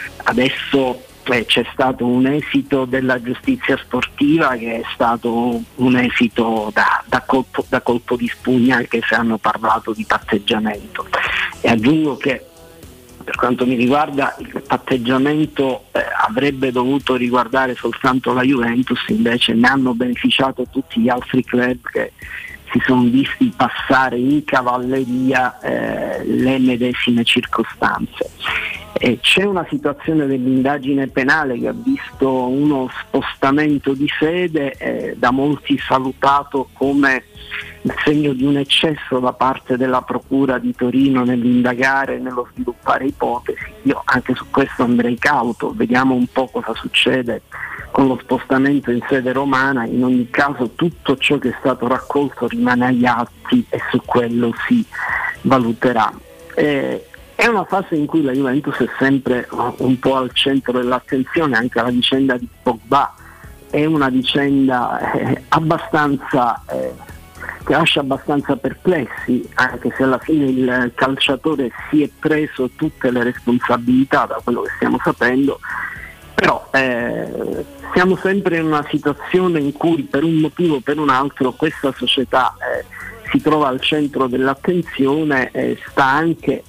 Adesso eh, c'è stato un esito della giustizia sportiva che è stato un esito da, da, colpo, da colpo di spugna, anche se hanno parlato di patteggiamento, e aggiungo che per quanto mi riguarda il patteggiamento eh, avrebbe dovuto riguardare soltanto la Juventus, invece ne hanno beneficiato tutti gli altri club che si sono visti passare in cavalleria eh, le medesime circostanze. E c'è una situazione dell'indagine penale che ha visto uno spostamento di sede, eh, da molti salutato come il segno di un eccesso da parte della Procura di Torino nell'indagare e nello sviluppare ipotesi. Io anche su questo andrei cauto, vediamo un po' cosa succede con lo spostamento in sede romana. In ogni caso tutto ciò che è stato raccolto rimane agli atti e su quello si valuterà. Eh, È una fase in cui la Juventus è sempre un po' al centro dell'attenzione, anche la vicenda di Pogba è una vicenda eh, abbastanza eh, che lascia abbastanza perplessi, anche se alla fine il calciatore si è preso tutte le responsabilità da quello che stiamo sapendo, però eh, siamo sempre in una situazione in cui per un motivo o per un altro questa società eh, si trova al centro dell'attenzione e sta anche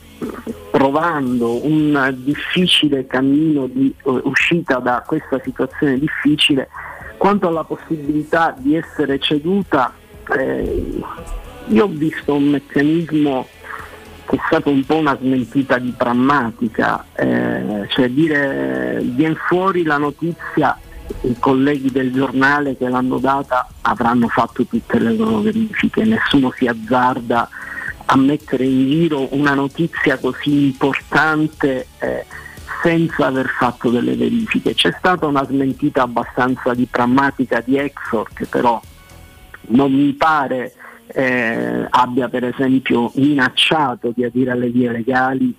provando un difficile cammino di uh, uscita da questa situazione difficile. Quanto alla possibilità di essere ceduta, eh, io ho visto un meccanismo che è stato un po' una smentita di prammatica, eh, cioè dire viene fuori la notizia, i colleghi del giornale che l'hanno data avranno fatto tutte le loro verifiche, nessuno si azzarda a mettere in giro una notizia così importante eh, senza aver fatto delle verifiche. C'è stata una smentita abbastanza di prammatica di Exor, che però non mi pare eh, abbia per esempio minacciato di adire alle vie legali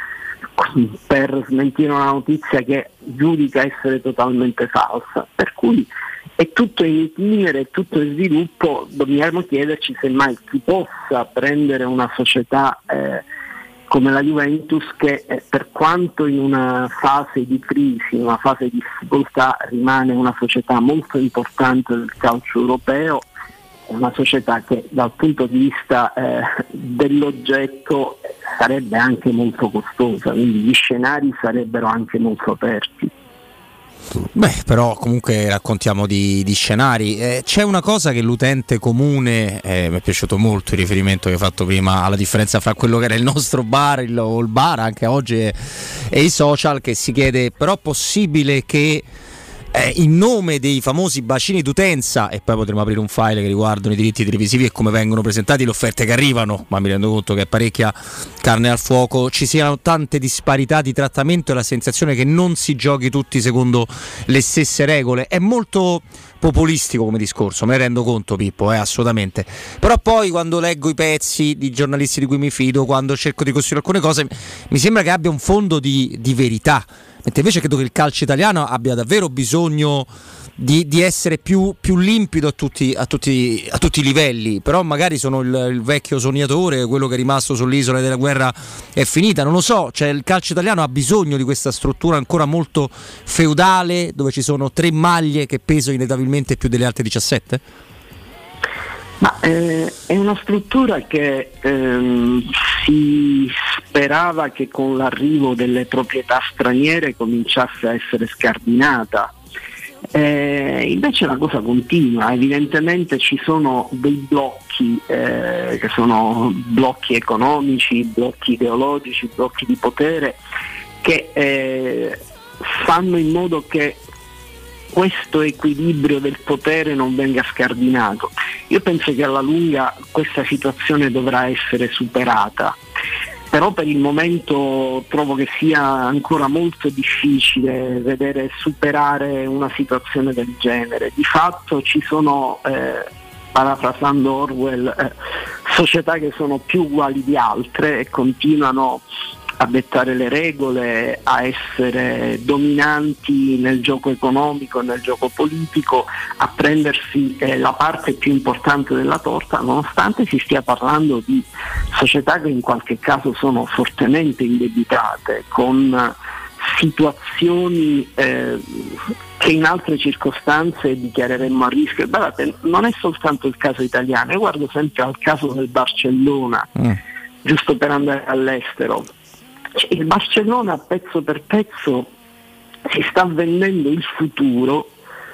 eh, per smentire una notizia che giudica essere totalmente falsa, per cui è tutto in itinere, è tutto in sviluppo. Dobbiamo chiederci se mai si possa prendere una società eh, come la Juventus che eh, per quanto in una fase di crisi, in una fase di difficoltà, rimane una società molto importante del calcio europeo, è una società che dal punto di vista eh, dell'oggetto sarebbe anche molto costosa, quindi gli scenari sarebbero anche molto aperti. Beh, però comunque raccontiamo di, di scenari. Eh, c'è una cosa che l'utente comune, eh, mi è piaciuto molto il riferimento che hai fatto prima alla differenza fra quello che era il nostro bar il, o il bar anche oggi e, e i social, che si chiede: però è possibile che eh, in nome dei famosi bacini d'utenza, e poi potremo aprire un file che riguardano i diritti televisivi e come vengono presentati, le offerte che arrivano, ma mi rendo conto che è parecchia carne al fuoco, ci siano tante disparità di trattamento e la sensazione che non si giochi tutti secondo le stesse regole? È molto populistico come discorso, me ne rendo conto, Pippo, eh, assolutamente. Però poi quando leggo i pezzi di giornalisti di cui mi fido, quando cerco di costruire alcune cose, mi sembra che abbia un fondo di, di verità. Mentre invece credo che il calcio italiano abbia davvero bisogno di, di essere più, più limpido a tutti, a, tutti, a tutti i livelli. Però magari sono il, il vecchio sognatore, quello che è rimasto sull'isola della guerra è finita, non lo so. Cioè, il calcio italiano ha bisogno di questa struttura ancora molto feudale, dove ci sono tre maglie che pesano inevitabilmente più delle altre diciassette? Ma eh, è una struttura che ehm, si sperava che con l'arrivo delle proprietà straniere cominciasse a essere scardinata. Eh, invece la cosa continua, evidentemente ci sono dei blocchi eh, che sono blocchi economici, blocchi ideologici, blocchi di potere che eh, fanno in modo che questo equilibrio del potere non venga scardinato. Io penso che alla lunga questa situazione dovrà essere superata, però per il momento trovo che sia ancora molto difficile vedere superare una situazione del genere. Di fatto ci sono, eh, parafrasando Orwell, eh, società che sono più uguali di altre e continuano a dettare le regole, a essere dominanti nel gioco economico, nel gioco politico, a prendersi eh, la parte più importante della torta, nonostante si stia parlando di società che in qualche caso sono fortemente indebitate, con situazioni eh, che in altre circostanze dichiareremmo a rischio. Guardate, non è soltanto il caso italiano, io guardo sempre al caso del Barcellona, mm. giusto per andare all'estero. Il Barcellona pezzo per pezzo si sta vendendo il futuro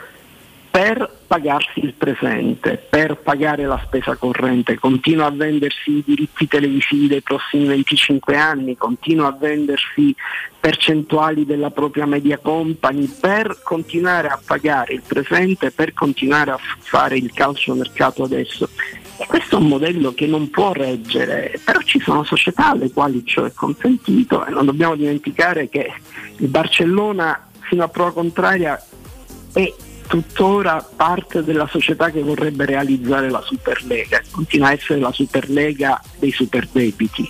per pagarsi il presente, per pagare la spesa corrente, continua a vendersi i diritti televisivi dei prossimi venticinque anni, continua a vendersi percentuali della propria media company per continuare a pagare il presente, per continuare a fare il calciomercato adesso. E questo è un modello che non può reggere, però ci sono società alle quali ciò è consentito e non dobbiamo dimenticare che il Barcellona fino a prova contraria è tuttora parte della società che vorrebbe realizzare la Superlega, continua a essere la Superlega dei superdebiti.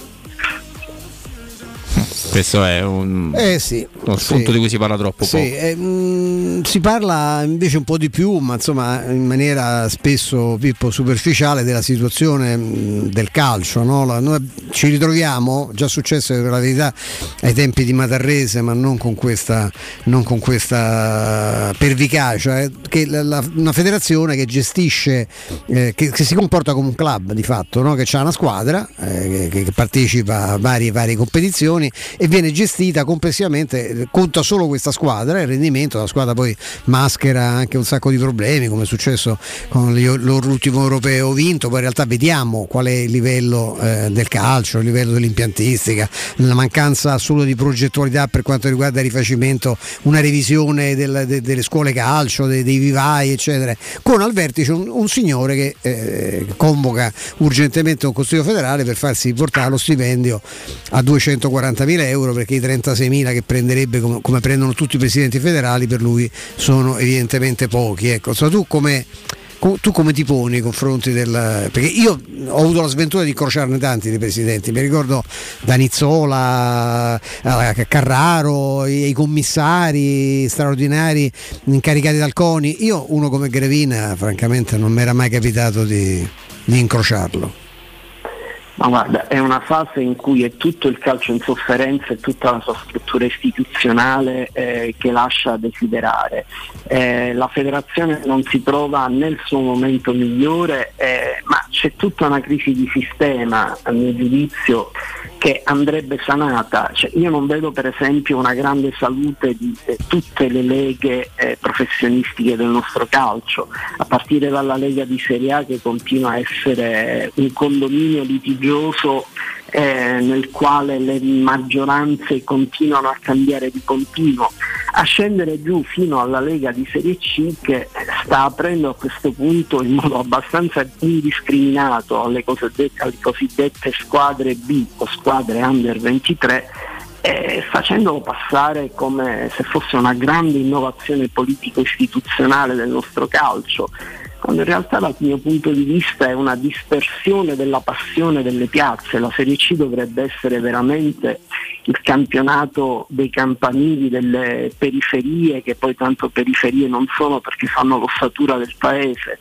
Questo è un, eh sì, un punto sì. di cui si parla troppo sì, poco. Eh, mh, si parla invece un po' di più, ma insomma in maniera spesso, Pippo, superficiale della situazione mh, del calcio, no? La, noi ci ritroviamo, già successo per la verità ai tempi di Matarrese, ma non con questa, non con questa pervicacia, eh, che la, la, una federazione che gestisce, eh, che, che si comporta come un club di fatto, no? Che ha una squadra eh, che, che partecipa a varie, varie competizioni e viene gestita complessivamente, conta solo questa squadra, il rendimento della squadra poi maschera anche un sacco di problemi, come è successo con l'ultimo europeo vinto. Poi in realtà vediamo qual è il livello eh, del calcio, il livello dell'impiantistica, la mancanza assoluta di progettualità per quanto riguarda il rifacimento, una revisione del, de, delle scuole calcio, dei, dei vivai eccetera, con al vertice un, un signore che eh, convoca urgentemente un consiglio federale per farsi portare lo stipendio a duecentoquarantamila euro, perché i trentaseimila che prenderebbe come, come prendono tutti i presidenti federali per lui sono evidentemente pochi. Ecco, so, tu come, tu come ti poni nei confronti del... Perché io ho avuto la sventura di incrociarne tanti di presidenti, mi ricordo Danizzola, Carraro, i, i commissari straordinari incaricati dal CONI. Io uno come Grevina francamente non mi era mai capitato di, di incrociarlo. Ma guarda, è una fase in cui è tutto il calcio in sofferenza e tutta la sua struttura istituzionale eh, che lascia desiderare. Eh, la federazione non si trova nel suo momento migliore, eh, ma c'è tutta una crisi di sistema, a mio giudizio, che andrebbe sanata. Cioè, io non vedo per esempio una grande salute di eh, tutte le leghe eh, professionistiche del nostro calcio, a partire dalla Lega di Serie A, che continua a essere un condominio litigioso eh, nel quale le maggioranze continuano a cambiare di continuo, a scendere giù fino alla Lega di Serie C, che sta aprendo a questo punto in modo abbastanza indiscriminato alle cosiddette, alle cosiddette squadre B o squadre under ventitré, eh, facendolo passare come se fosse una grande innovazione politico-istituzionale del nostro calcio, quando in realtà dal mio punto di vista è una dispersione della passione delle piazze. La Serie C dovrebbe essere veramente il campionato dei campanili delle periferie, che poi tanto periferie non sono perché fanno l'ossatura del paese.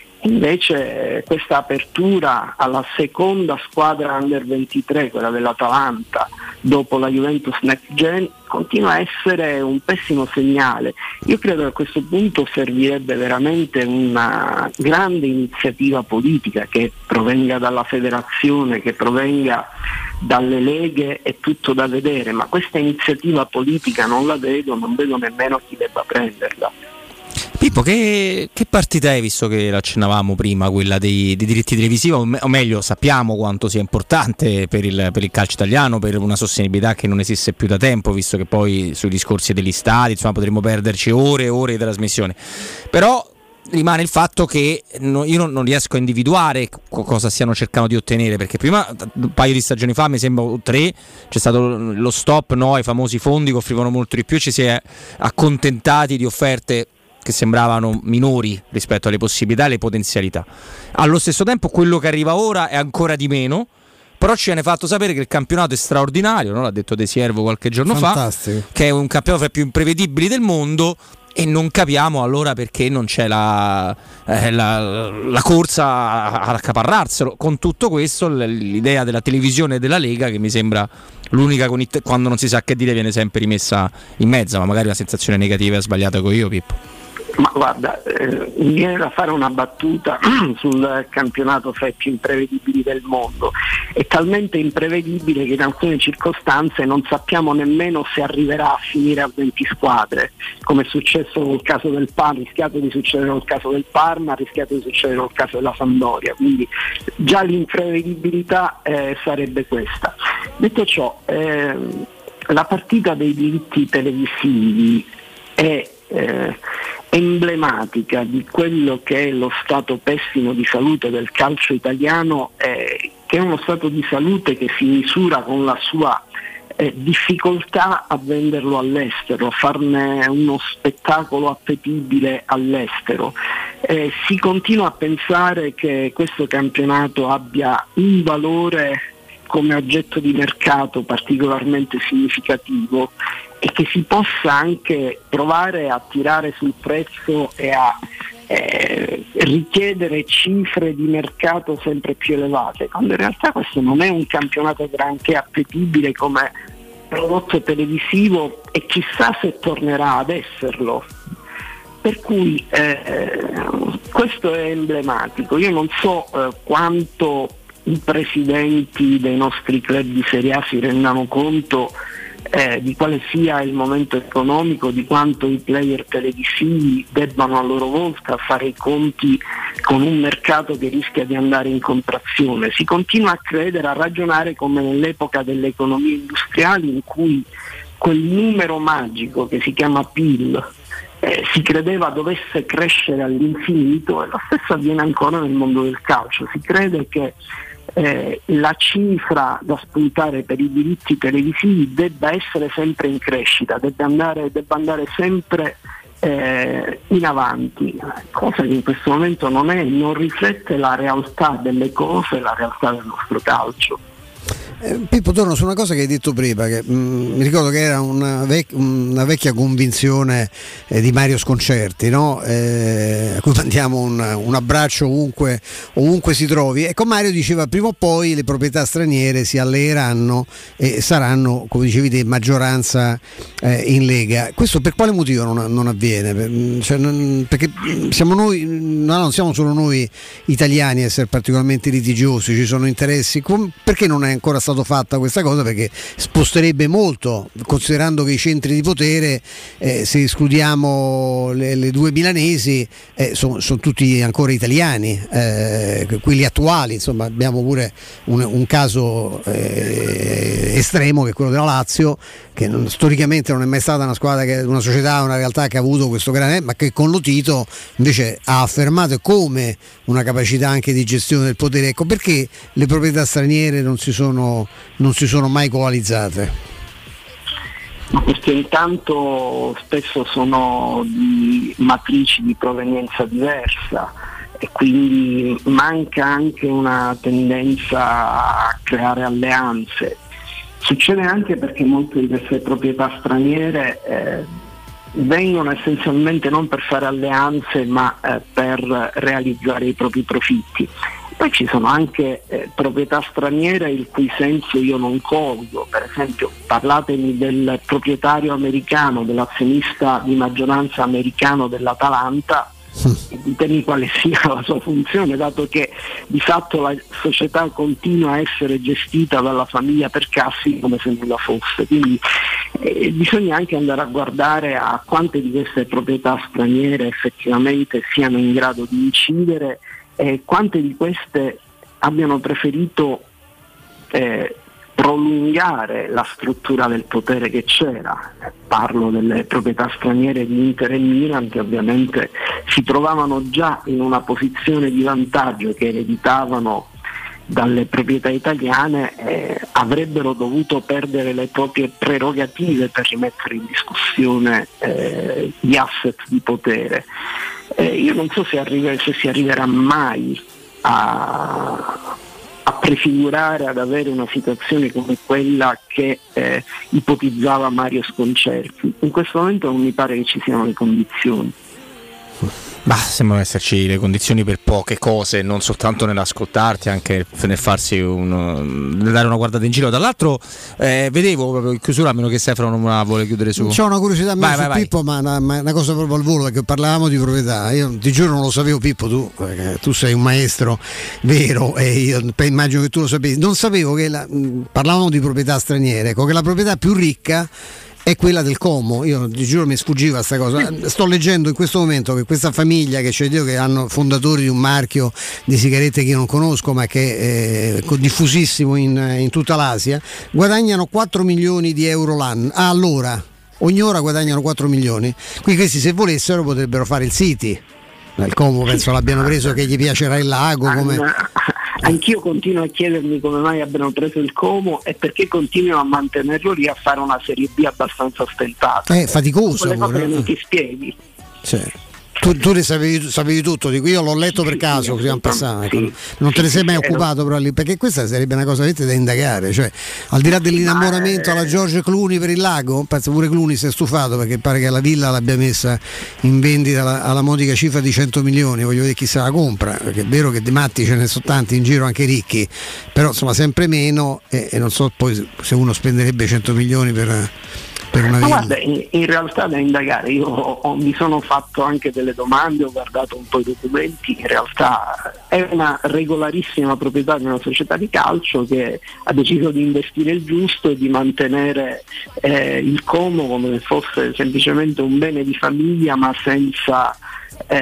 Invece questa apertura alla seconda squadra under ventitré, quella dell'Atalanta, dopo la Juventus Next Gen, continua a essere un pessimo segnale. Io credo che a questo punto servirebbe veramente una grande iniziativa politica che provenga dalla federazione, che provenga dalle leghe, è tutto da vedere, ma questa iniziativa politica non la vedo, non vedo nemmeno chi debba prenderla. Pippo, che, che partita hai, visto che l'accennavamo prima, quella dei, dei diritti televisivi, o, me, o meglio sappiamo quanto sia importante per il, per il calcio italiano, per una sostenibilità che non esiste più da tempo, visto che poi sui discorsi degli stadi insomma potremmo perderci ore e ore di trasmissione, però rimane il fatto che no, io non, non riesco a individuare cosa stiano cercando di ottenere, perché prima, un paio di stagioni fa, mi sembra tre, c'è stato lo stop no, ai famosi fondi che offrivano molto di più, ci si è accontentati di offerte che sembravano minori rispetto alle possibilità e alle potenzialità. Allo stesso tempo quello che arriva ora è ancora di meno, però ci viene fatto sapere che il campionato è straordinario, no? L'ha detto De Siervo qualche giorno Fantastico. fa, che è un campionato fra i più imprevedibili del mondo, e non capiamo allora perché non c'è la, eh, la, la corsa ad accaparrarselo. Con tutto questo l'idea della televisione e della Lega, che mi sembra l'unica, con it- quando non si sa che dire viene sempre rimessa in mezzo, ma magari una sensazione negativa e sbagliata con io, Pippo. Ma guarda, eh, mi viene da fare una battuta sul campionato fra i più imprevedibili del mondo. È talmente imprevedibile che in alcune circostanze non sappiamo nemmeno se arriverà a finire a venti squadre, come è successo nel caso del Parma, ha rischiato di succedere nel caso del Parma, ha rischiato di succedere nel caso della Sampdoria, quindi già l'imprevedibilità eh, sarebbe questa. Detto ciò, eh, la partita dei diritti televisivi è eh, emblematica di quello che è lo stato pessimo di salute del calcio italiano, eh, che è uno stato di salute che si misura con la sua eh, difficoltà a venderlo all'estero, a farne uno spettacolo appetibile all'estero. Eh, si continua a pensare che questo campionato abbia un valore come oggetto di mercato particolarmente significativo e che si possa anche provare a tirare sul prezzo e a eh, richiedere cifre di mercato sempre più elevate, quando in realtà questo non è un campionato granché appetibile come prodotto televisivo e chissà se tornerà ad esserlo. Per cui eh, questo è emblematico. Io non so eh, quanto i presidenti dei nostri club di Serie A si rendano conto eh, di quale sia il momento economico, di quanto i player televisivi debbano a loro volta fare i conti con un mercato che rischia di andare in contrazione. Si continua a credere, a ragionare come nell'epoca delle economie industriali, in cui quel numero magico che si chiama P I L Eh, si credeva dovesse crescere all'infinito, e lo stesso avviene ancora nel mondo del calcio. Si crede che eh, la cifra da spuntare per i diritti televisivi debba essere sempre in crescita, debba andare, debba andare sempre eh, in avanti, cosa che in questo momento non è, non riflette la realtà delle cose, la realtà del nostro calcio. Eh, Pippo, torno su una cosa che hai detto prima, che mh, mi ricordo che era una, vec- una vecchia convinzione eh, di Mario Sconcerti, no? eh, a cui mandiamo un, un abbraccio ovunque, ovunque si trovi. Ecco, Mario diceva prima o poi le proprietà straniere si alleeranno e saranno, come dicevi te, maggioranza eh, in Lega. Questo per quale motivo non, non avviene? Per, cioè, non, perché siamo noi, no, non siamo solo noi italiani a essere particolarmente litigiosi, ci sono interessi. Com- perché non è ancora stato fatta questa cosa? Perché sposterebbe molto, considerando che i centri di potere, eh, se escludiamo le, le due milanesi, eh, sono son tutti ancora italiani, eh, quelli attuali. Insomma, abbiamo pure un, un caso eh, estremo che è quello della Lazio, che non, storicamente non è mai stata una squadra, che, una società, una realtà che ha avuto questo grande, ma che con Lotito invece ha affermato come una capacità anche di gestione del potere. Ecco, perché le proprietà straniere non si sono, non si sono mai coalizzate? Ma perché intanto spesso sono di matrici di provenienza diversa e quindi manca anche una tendenza a creare alleanze. Succede anche perché molte di queste proprietà straniere eh, vengono essenzialmente non per fare alleanze, ma eh, per realizzare i propri profitti. Poi ci sono anche eh, proprietà straniere il cui senso io non colgo. Per esempio, parlatemi del proprietario americano, dell'azionista di maggioranza americano dell'Atalanta, e ditemi quale sia la sua funzione, dato che di fatto la società continua a essere gestita dalla famiglia Percassi come se nulla fosse. Quindi eh, bisogna anche andare a guardare a quante di queste proprietà straniere effettivamente siano in grado di incidere e quante di queste abbiano preferito eh, prolungare la struttura del potere che c'era. Parlo delle proprietà straniere di Inter e Milan, che ovviamente si trovavano già in una posizione di vantaggio che ereditavano dalle proprietà italiane, eh, avrebbero dovuto perdere le proprie prerogative per rimettere in discussione eh, gli asset di potere. Eh, io non so se, arriva, se si arriverà mai a, a prefigurare, ad avere una situazione come quella che eh, ipotizzava Mario Sconcerti. In questo momento non mi pare che ci siano le condizioni. Bah, sembrano esserci le condizioni per poche cose, non soltanto nell'ascoltarti, anche nel farsi un, nel dare una guardata in giro. Dall'altro eh, vedevo proprio in chiusura, a meno che Stefano non la vuole chiudere su. C'ho una curiosità vai, su vai, Pippo, vai. Ma una, ma una cosa proprio al volo, perché parlavamo di proprietà. Io ti giuro non lo sapevo, Pippo, tu, tu sei un maestro vero e io immagino che tu lo sapevi. Non sapevo che la, parlavamo di proprietà straniere, ecco, che la proprietà più ricca è quella del Como. Io ti giuro mi sfuggiva questa cosa. Sto leggendo in questo momento che questa famiglia, che c'è Dio, che hanno fondatori di un marchio di sigarette che io non conosco ma che è diffusissimo in, in tutta l'Asia, guadagnano quattro milioni di euro l'anno. Ah, allora ogni ora guadagnano quattro milioni. Quindi questi, se volessero, potrebbero fare il City. Il Como penso l'abbiano preso che gli piacerà il lago, come... Anch'io continuo a chiedermi come mai abbiano preso il Como e perché continuano a mantenerlo lì, a fare una Serie B abbastanza ostentata. È faticoso. Quelle cose che non ti spieghi. Sì. Tu, tu ne sapevi, sapevi tutto di qui, io l'ho letto per caso, sì, sì, passare, ecco. Sì, non te ne sei mai sì, occupato però lì, perché questa sarebbe una cosa da indagare, cioè al di là dell'innamoramento alla George Clooney per il lago, penso pure Clooney si è stufato perché pare che la villa l'abbia messa in vendita alla, alla modica cifra di cento milioni, voglio vedere chi se la compra, perché è vero che di matti ce ne sono tanti in giro, anche ricchi, però insomma sempre meno e, e non so poi se uno spenderebbe cento milioni per... Ma guarda, in, in realtà da indagare, io ho, ho, mi sono fatto anche delle domande, ho guardato un po' i documenti, in realtà è una regolarissima proprietà di una società di calcio che ha deciso di investire il giusto e di mantenere eh, il Como come se fosse semplicemente un bene di famiglia, ma senza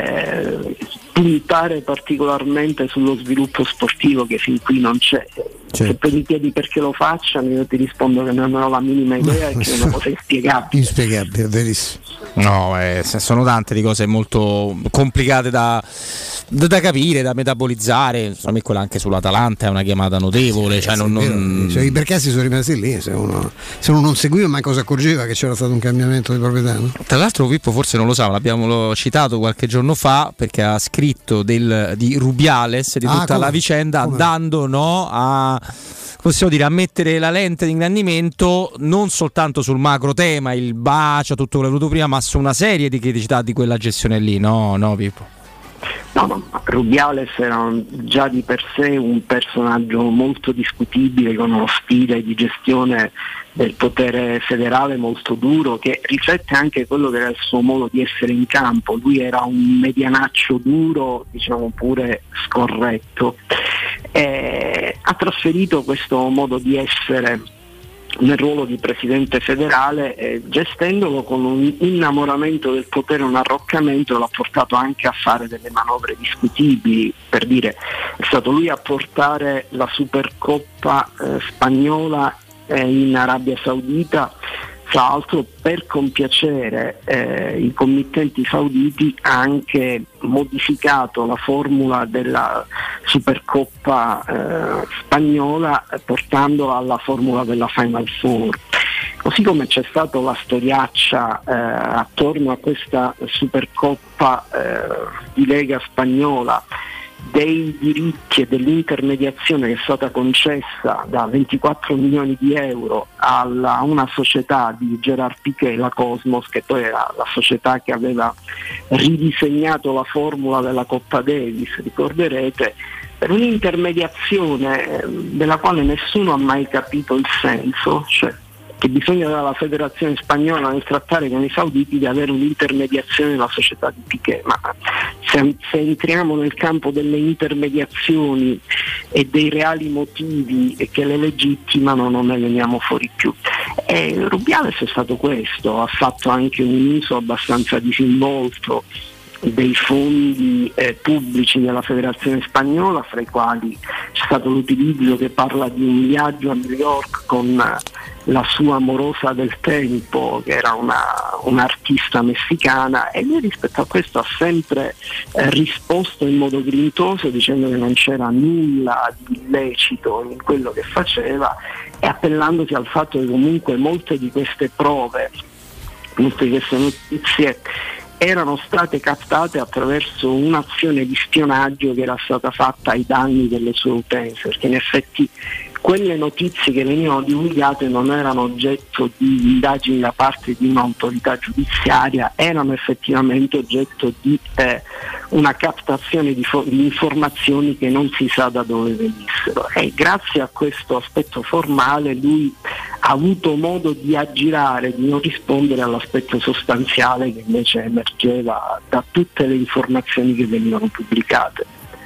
eh, puntare particolarmente sullo sviluppo sportivo che fin qui non c'è. Se poi mi chiedi perché lo facciano, io ti rispondo che non ho la minima idea e che è una cosa inspiegabile. Inspiegabile, verissimo. No, eh, sono tante di cose molto complicate da, da, da capire, da metabolizzare. Insomma, quella anche sull'Atalanta è una chiamata notevole. Cioè, non, non... Cioè, i percassi sono rimasti lì, se uno, se uno non seguiva manco si accorgeva che c'era stato un cambiamento di proprietà, no? Tra l'altro Pippo forse non lo sa, l'abbiamo citato qualche giorno fa perché ha scritto del, di Rubiales, di tutta ah, la vicenda, come? dando no, a... possiamo dire, a mettere la lente di ingrandimento non soltanto sul macro tema, il bacio, tutto quello che ho avuto prima, ma su una serie di criticità di quella gestione lì, no, no Pippo? No, no, Rubiales era già di per sé un personaggio molto discutibile, con uno stile di gestione del potere federale molto duro, che riflette anche quello che era il suo modo di essere in campo. Lui era un medianaccio duro, diciamo pure scorretto. E ha trasferito questo modo di essere nel ruolo di presidente federale, eh, gestendolo con un innamoramento del potere, un arroccamento, l'ha portato anche a fare delle manovre discutibili. Per dire, è stato lui a portare la Supercoppa eh, spagnola eh, in Arabia Saudita, tra l'altro per compiacere eh, i committenti sauditi ha anche modificato la formula della Supercoppa eh, spagnola portandola alla formula della Final Four. Così come c'è stata la storiaccia eh, attorno a questa Supercoppa eh, di Lega spagnola, dei diritti e dell'intermediazione che è stata concessa da ventiquattro milioni di euro alla una società di Gerard Piqué, la Cosmos, che poi era la società che aveva ridisegnato la formula della Coppa Davis, ricorderete, per un'intermediazione della quale nessuno ha mai capito il senso, cioè che bisogna dalla federazione spagnola nel trattare con i sauditi di avere un'intermediazione della società di Piqué, ma se, se entriamo nel campo delle intermediazioni e dei reali motivi che le legittimano non ne veniamo fuori più. E Rubiales è stato questo, ha fatto anche un uso abbastanza disinvolto dei fondi eh, pubblici della federazione spagnola, fra i quali c'è stato l'utilizzo, che parla di un viaggio a New York con la sua amorosa del tempo, che era una, un'artista messicana, e lui rispetto a questo ha sempre eh, risposto in modo grintoso dicendo che non c'era nulla di illecito in quello che faceva, e appellandosi al fatto che comunque molte di queste prove, molte di queste notizie erano state captate attraverso un'azione di spionaggio che era stata fatta ai danni delle sue utenze, perché in effetti quelle notizie che venivano divulgate non erano oggetto di indagini da parte di un'autorità giudiziaria, erano effettivamente oggetto di eh, una captazione di, fo- di informazioni che non si sa da dove venissero, e grazie a questo aspetto formale lui ha avuto modo di aggirare, di non rispondere all'aspetto sostanziale che invece emergeva da tutte le informazioni che venivano pubblicate.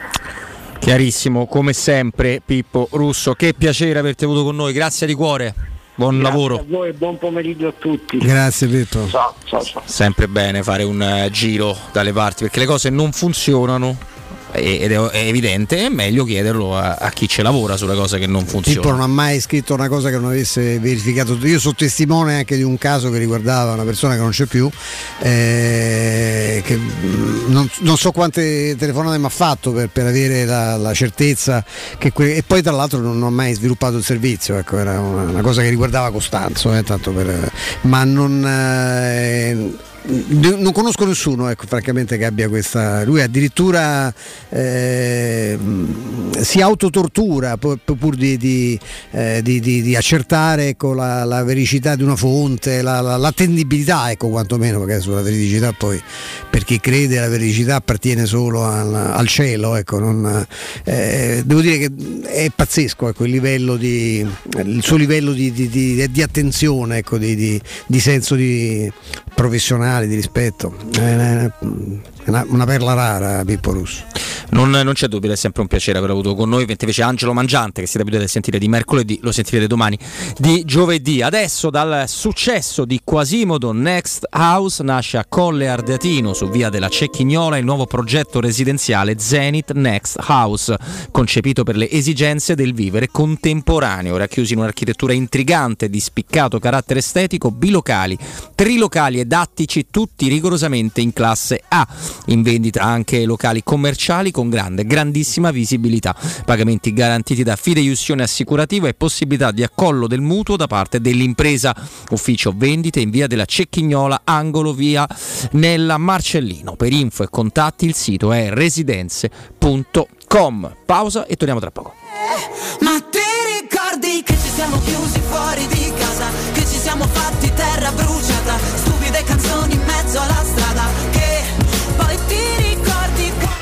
Chiarissimo, come sempre Pippo Russo, che piacere averti avuto con noi, grazie di cuore, buon grazie lavoro. Grazie a voi e buon pomeriggio a tutti. Grazie Pippo. Ciao, ciao, ciao. Sempre bene fare un uh, giro dalle parti, perché le cose non funzionano ed è evidente, è meglio chiederlo a, a chi ci lavora sulle cose che non funzionano. Pippo non ha mai scritto una cosa che non avesse verificato. Io sono testimone anche di un caso che riguardava una persona che non c'è più, eh, che non, non so quante telefonate mi ha fatto per, per avere la, la certezza che que- e poi tra l'altro non ho mai sviluppato il servizio, ecco, era una, una cosa che riguardava Costanzo, eh, tanto per, ma non eh, non conosco nessuno, ecco, francamente, che abbia questa. Lui addirittura eh, si autotortura pur, pur di, di, eh, di, di, di accertare, ecco, la, la vericità di una fonte, la, la, l'attendibilità, ecco, quantomeno, perché sulla veridicità poi, per chi crede, la veridicità appartiene solo al, al cielo, ecco, non, eh, devo dire che è pazzesco, ecco, il livello di il suo livello di, di, di, di attenzione, ecco, di, di, di senso di professionale, di rispetto, è una, una perla rara Pippo Russo. Non, non c'è dubbio, è sempre un piacere aver avuto con noi. Invece Angelo Mangiante, che siete abituati a sentire di mercoledì, lo sentirete domani di giovedì. Adesso dal successo di Quasimodo Next House nasce a Colle Ardeatino, su via della Cecchignola, il nuovo progetto residenziale Zenith Next House, concepito per le esigenze del vivere contemporaneo, racchiusi in un'architettura intrigante di spiccato carattere estetico, bilocali, trilocali ed attici, tutti rigorosamente in classe A. In vendita anche locali commerciali con grande, grandissima visibilità, pagamenti garantiti da fideiussione assicurativa e possibilità di accollo del mutuo da parte dell'impresa. Ufficio vendite in via della Cecchignola, angolo via Nella Marcellino. Per info e contatti il sito è residenze punto com. Pausa e torniamo tra poco. Ma ti ricordi che ci siamo chiusi fuori di casa, che ci siamo fatti terra bruciata, stupide canzoni in mezzo alla strada, che poi ti ricordi che...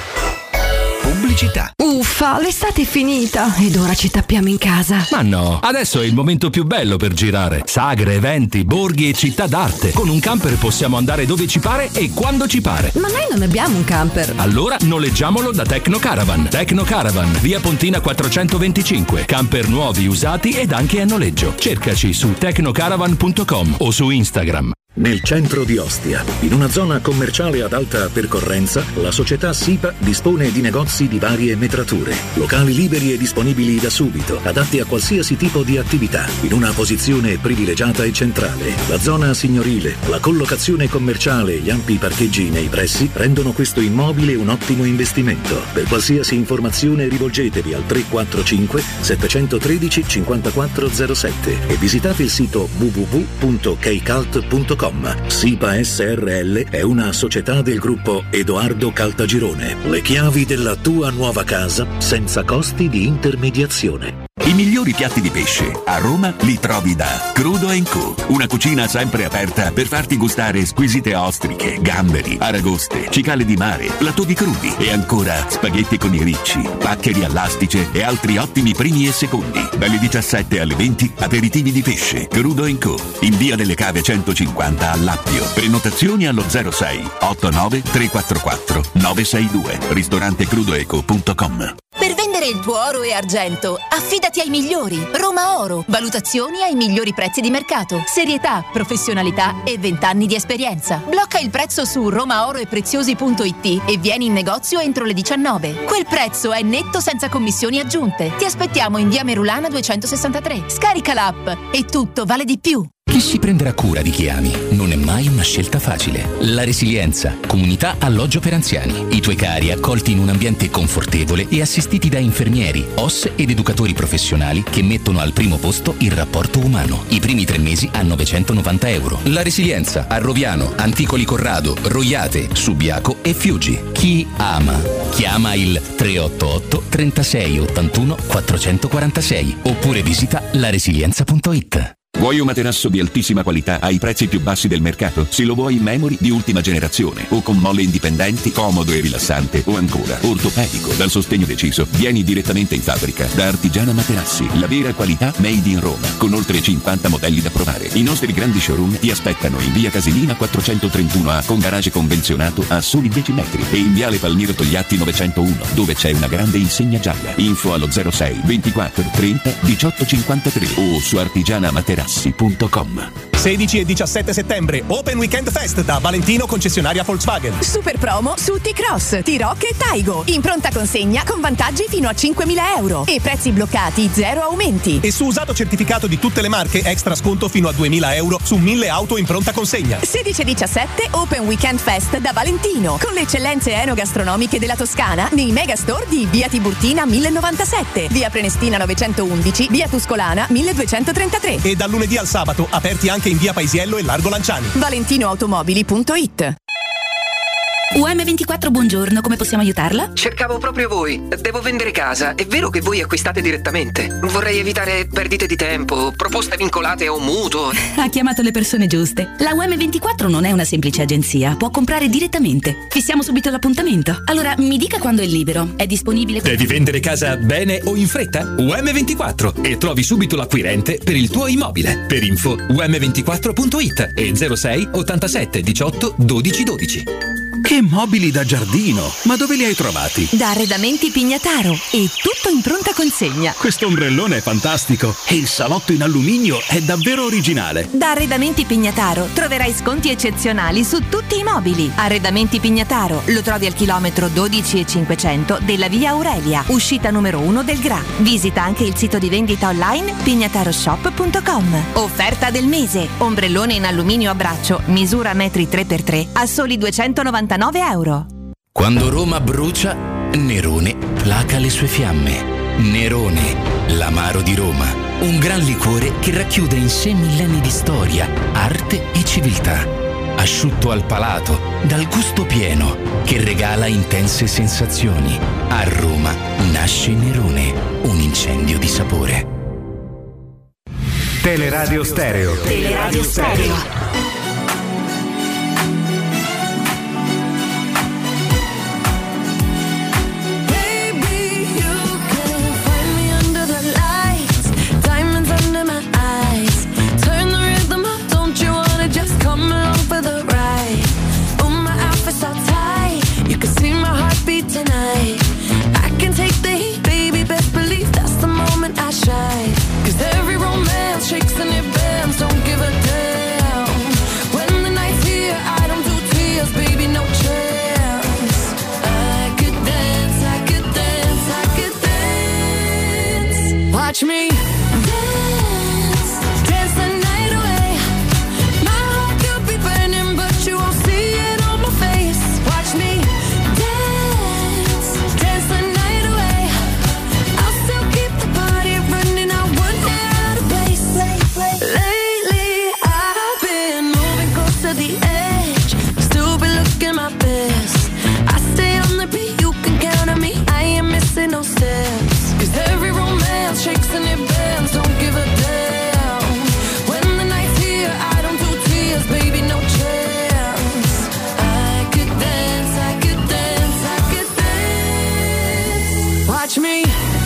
Pubblicità. Uffa, l'estate è finita ed ora ci tappiamo in casa. Ma no, adesso è il momento più bello per girare. Sagre, eventi, borghi e città d'arte. Con un camper possiamo andare dove ci pare e quando ci pare. Ma noi non abbiamo un camper. Allora noleggiamolo da Tecno Caravan. Tecno Caravan, via Pontina quattrocentoventicinque. Camper nuovi, usati ed anche a noleggio. Cercaci su tecnocaravan punto com o su Instagram. Nel centro di Ostia, in una zona commerciale ad alta percorrenza, la società SIPA dispone di negozi di varie metrature, locali liberi e disponibili da subito, adatti a qualsiasi tipo di attività, in una posizione privilegiata e centrale. La zona signorile, la collocazione commerciale e gli ampi parcheggi nei pressi rendono questo immobile un ottimo investimento. Per qualsiasi informazione rivolgetevi al tre quattro cinque sette uno tre cinque zero sette e visitate il sito w w w punto keicalt punto com. SIPA S R L è una società del gruppo Edoardo Caltagirone. Le chiavi della tua nuova casa senza costi di intermediazione. I migliori piatti di pesce a Roma li trovi da Crudo and Co. Una cucina sempre aperta per farti gustare squisite ostriche, gamberi, aragoste, cicale di mare, platoni crudi e ancora spaghetti con i ricci, paccheri all'astice e altri ottimi primi e secondi. Dalle diciassette alle venti aperitivi di pesce. Crudo and Co. in via delle Cave centocinquanta all'Appio. Prenotazioni allo zero sei otto nove tre quattro quattro nove sei due. ristorante crudoeco punto com. Per vendere il tuo oro e argento, affidati ai migliori. Roma Oro. Valutazioni ai migliori prezzi di mercato. Serietà, professionalità e vent'anni di esperienza. Blocca il prezzo su romaoroepreziosi punto it e vieni in negozio entro le diciannove. Quel prezzo è netto senza commissioni aggiunte. Ti aspettiamo in via Merulana duecentosessantatré. Scarica l'app e tutto vale di più. Chi si prenderà cura di chi ami non è mai una scelta facile. La Resilienza, comunità alloggio per anziani. I tuoi cari accolti in un ambiente confortevole e assistiti da infermieri, O S ed educatori professionali che mettono al primo posto il rapporto umano. I primi tre mesi a novecentonovanta euro. La Resilienza a Roviano, Anticoli Corrado, Roiate, Subiaco e Fiuggi. Chi ama? Chiama il tre otto otto trentasei ottantuno quattrocentoquarantasei oppure visita la resilienza punto it. Vuoi un materasso di altissima qualità ai prezzi più bassi del mercato? Se lo vuoi in memory di ultima generazione o con molle indipendenti, comodo e rilassante o ancora ortopedico dal sostegno deciso, vieni direttamente in fabbrica da Artigiana Materassi, la vera qualità made in Roma, con oltre cinquanta modelli da provare. I nostri grandi showroom ti aspettano in via Casilina quattrocentotrentuno A con garage convenzionato a soli dieci metri e in viale Palmiro Togliatti novecentouno dove c'è una grande insegna gialla. Info allo zero sei ventiquattro trenta diciotto cinquantatré o su artigiana materassi punto com. sedici e diciassette settembre Open Weekend Fest da Valentino concessionaria Volkswagen. Super promo su T-Cross, T-Roc e Taigo. In pronta consegna con vantaggi fino a cinquemila euro e prezzi bloccati, zero aumenti. E su usato certificato di tutte le marche extra sconto fino a duemila euro su mille auto in pronta consegna. sedici e diciassette Open Weekend Fest da Valentino con le eccellenze enogastronomiche della Toscana nei megastore di via Tiburtina mille novantasette, via Prenestina novecentoundici, via Tuscolana milleduecentotrentatré. E dal lunedì al sabato aperti anche in via Paisiello e Largo Lanciani. valentinoautomobili punto it. U M ventiquattro, buongiorno, come possiamo aiutarla? Cercavo proprio voi. Devo vendere casa. È vero che voi acquistate direttamente? Vorrei evitare perdite di tempo, proposte vincolate a un mutuo. Ha chiamato le persone giuste. La U M ventiquattro non è una semplice agenzia, può comprare direttamente. Fissiamo subito l'appuntamento. Allora, mi dica quando è libero. È disponibile? Devi vendere casa bene o in fretta? U M ventiquattro e trovi subito l'acquirente per il tuo immobile. Per info u m ventiquattro punto it e zero sei ottantasette diciotto dodici dodici. Che Che mobili da giardino! Ma dove li hai trovati? Da Arredamenti Pignataro. E tutto in pronta consegna. Questo ombrellone è fantastico e il salotto in alluminio è davvero originale. Da Arredamenti Pignataro troverai sconti eccezionali su tutti i mobili. Arredamenti Pignataro lo trovi al chilometro dodici e cinquecento della via Aurelia, uscita numero uno del Gra. Visita anche il sito di vendita online pignataroshop punto com. Offerta del mese: ombrellone in alluminio a braccio, misura metri tre per tre a soli duecentonovantanove euro. Quando Roma brucia, Nerone placa le sue fiamme. Nerone, l'amaro di Roma. Un gran liquore che racchiude in sé millenni di storia, arte e civiltà. Asciutto al palato, dal gusto pieno, che regala intense sensazioni. A Roma nasce Nerone, un incendio di sapore. Teleradio Stereo. Teleradio Stereo. Watch me dance, dance the night away. My heart could be burning, but you won't see it on my face. Watch me dance, dance the night away. I'll still keep the party running, I won't get out of place. Lately I've been moving close to the edge, still been looking my best. I stay on the beat, you can count on me, I ain't missing no steps. Cause every romance shakes and it bends, don't give a damn. When the night's here, I don't do tears, baby, no chance. I could dance, I could dance, I could dance. Watch me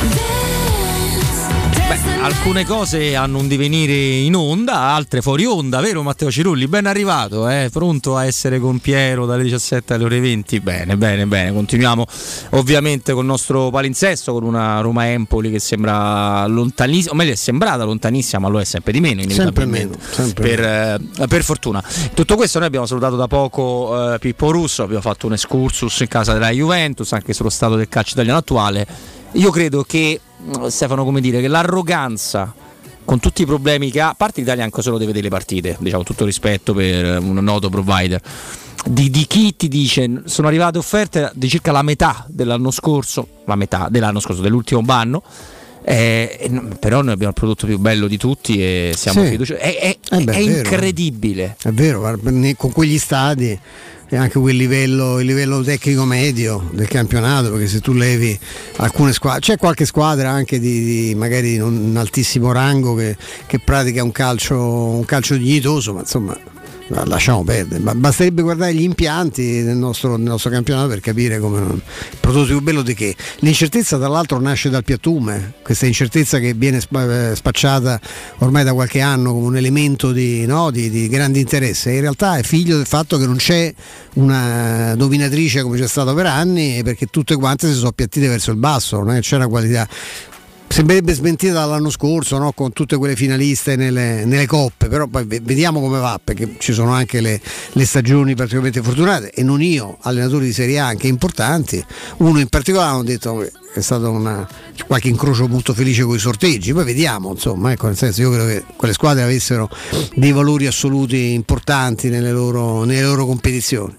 dance, dance. Beh, alcune cose hanno un divenire in onda, altre fuori onda, vero Matteo Cirulli? Ben arrivato, eh? Pronto a essere con Piero dalle diciassette alle ore venti. Bene, bene, bene. Continuiamo ovviamente con il nostro palinsesto, con una Roma-Empoli che sembra lontanissima, o meglio è sembrata lontanissima, ma lo è sempre di meno, inevitabilmente. Sempre meno, sempre per, eh, per fortuna. Tutto questo noi abbiamo salutato da poco eh, Pippo Russo, abbiamo fatto un excursus in casa della Juventus, anche sullo stato del calcio italiano attuale. Io credo che Stefano, come dire, che l'arroganza, con tutti i problemi che ha, a parte l'Italia anche solo deve vedere le partite, diciamo, tutto rispetto per un noto provider, di, di chi ti dice sono arrivate offerte di circa la metà dell'anno scorso, la metà dell'anno scorso, dell'ultimo anno, eh, però noi abbiamo il prodotto più bello di tutti e siamo sì. fiduciosi. È, è, eh beh, è, è incredibile. È vero, guarda, con quegli stadi e anche quel livello, il livello tecnico medio del campionato, perché se tu levi alcune squadre, c'è qualche squadra anche di, di magari non un altissimo rango che, che pratica un calcio, un calcio dignitoso, ma insomma lasciamo perdere, basterebbe guardare gli impianti del nostro, del nostro campionato per capire come non... il prodotto più bello di che l'incertezza tra l'altro nasce dal piattume, questa incertezza che viene spacciata ormai da qualche anno come un elemento di, no, di, di grande interesse, in realtà è figlio del fatto che non c'è una dominatrice come c'è stato per anni, perché tutte quante si sono appiattite verso il basso, non è che c'è una qualità. Sembrerebbe smentita dall'anno scorso, no? Con tutte quelle finaliste nelle, nelle coppe, però poi vediamo come va, perché ci sono anche le, le stagioni particolarmente fortunate e non io, allenatori di Serie A anche importanti, uno in particolare hanno detto che è stato una, qualche incrocio molto felice con i sorteggi, poi vediamo, insomma, ecco, nel senso, io credo che quelle squadre avessero dei valori assoluti importanti nelle loro, nelle loro competizioni.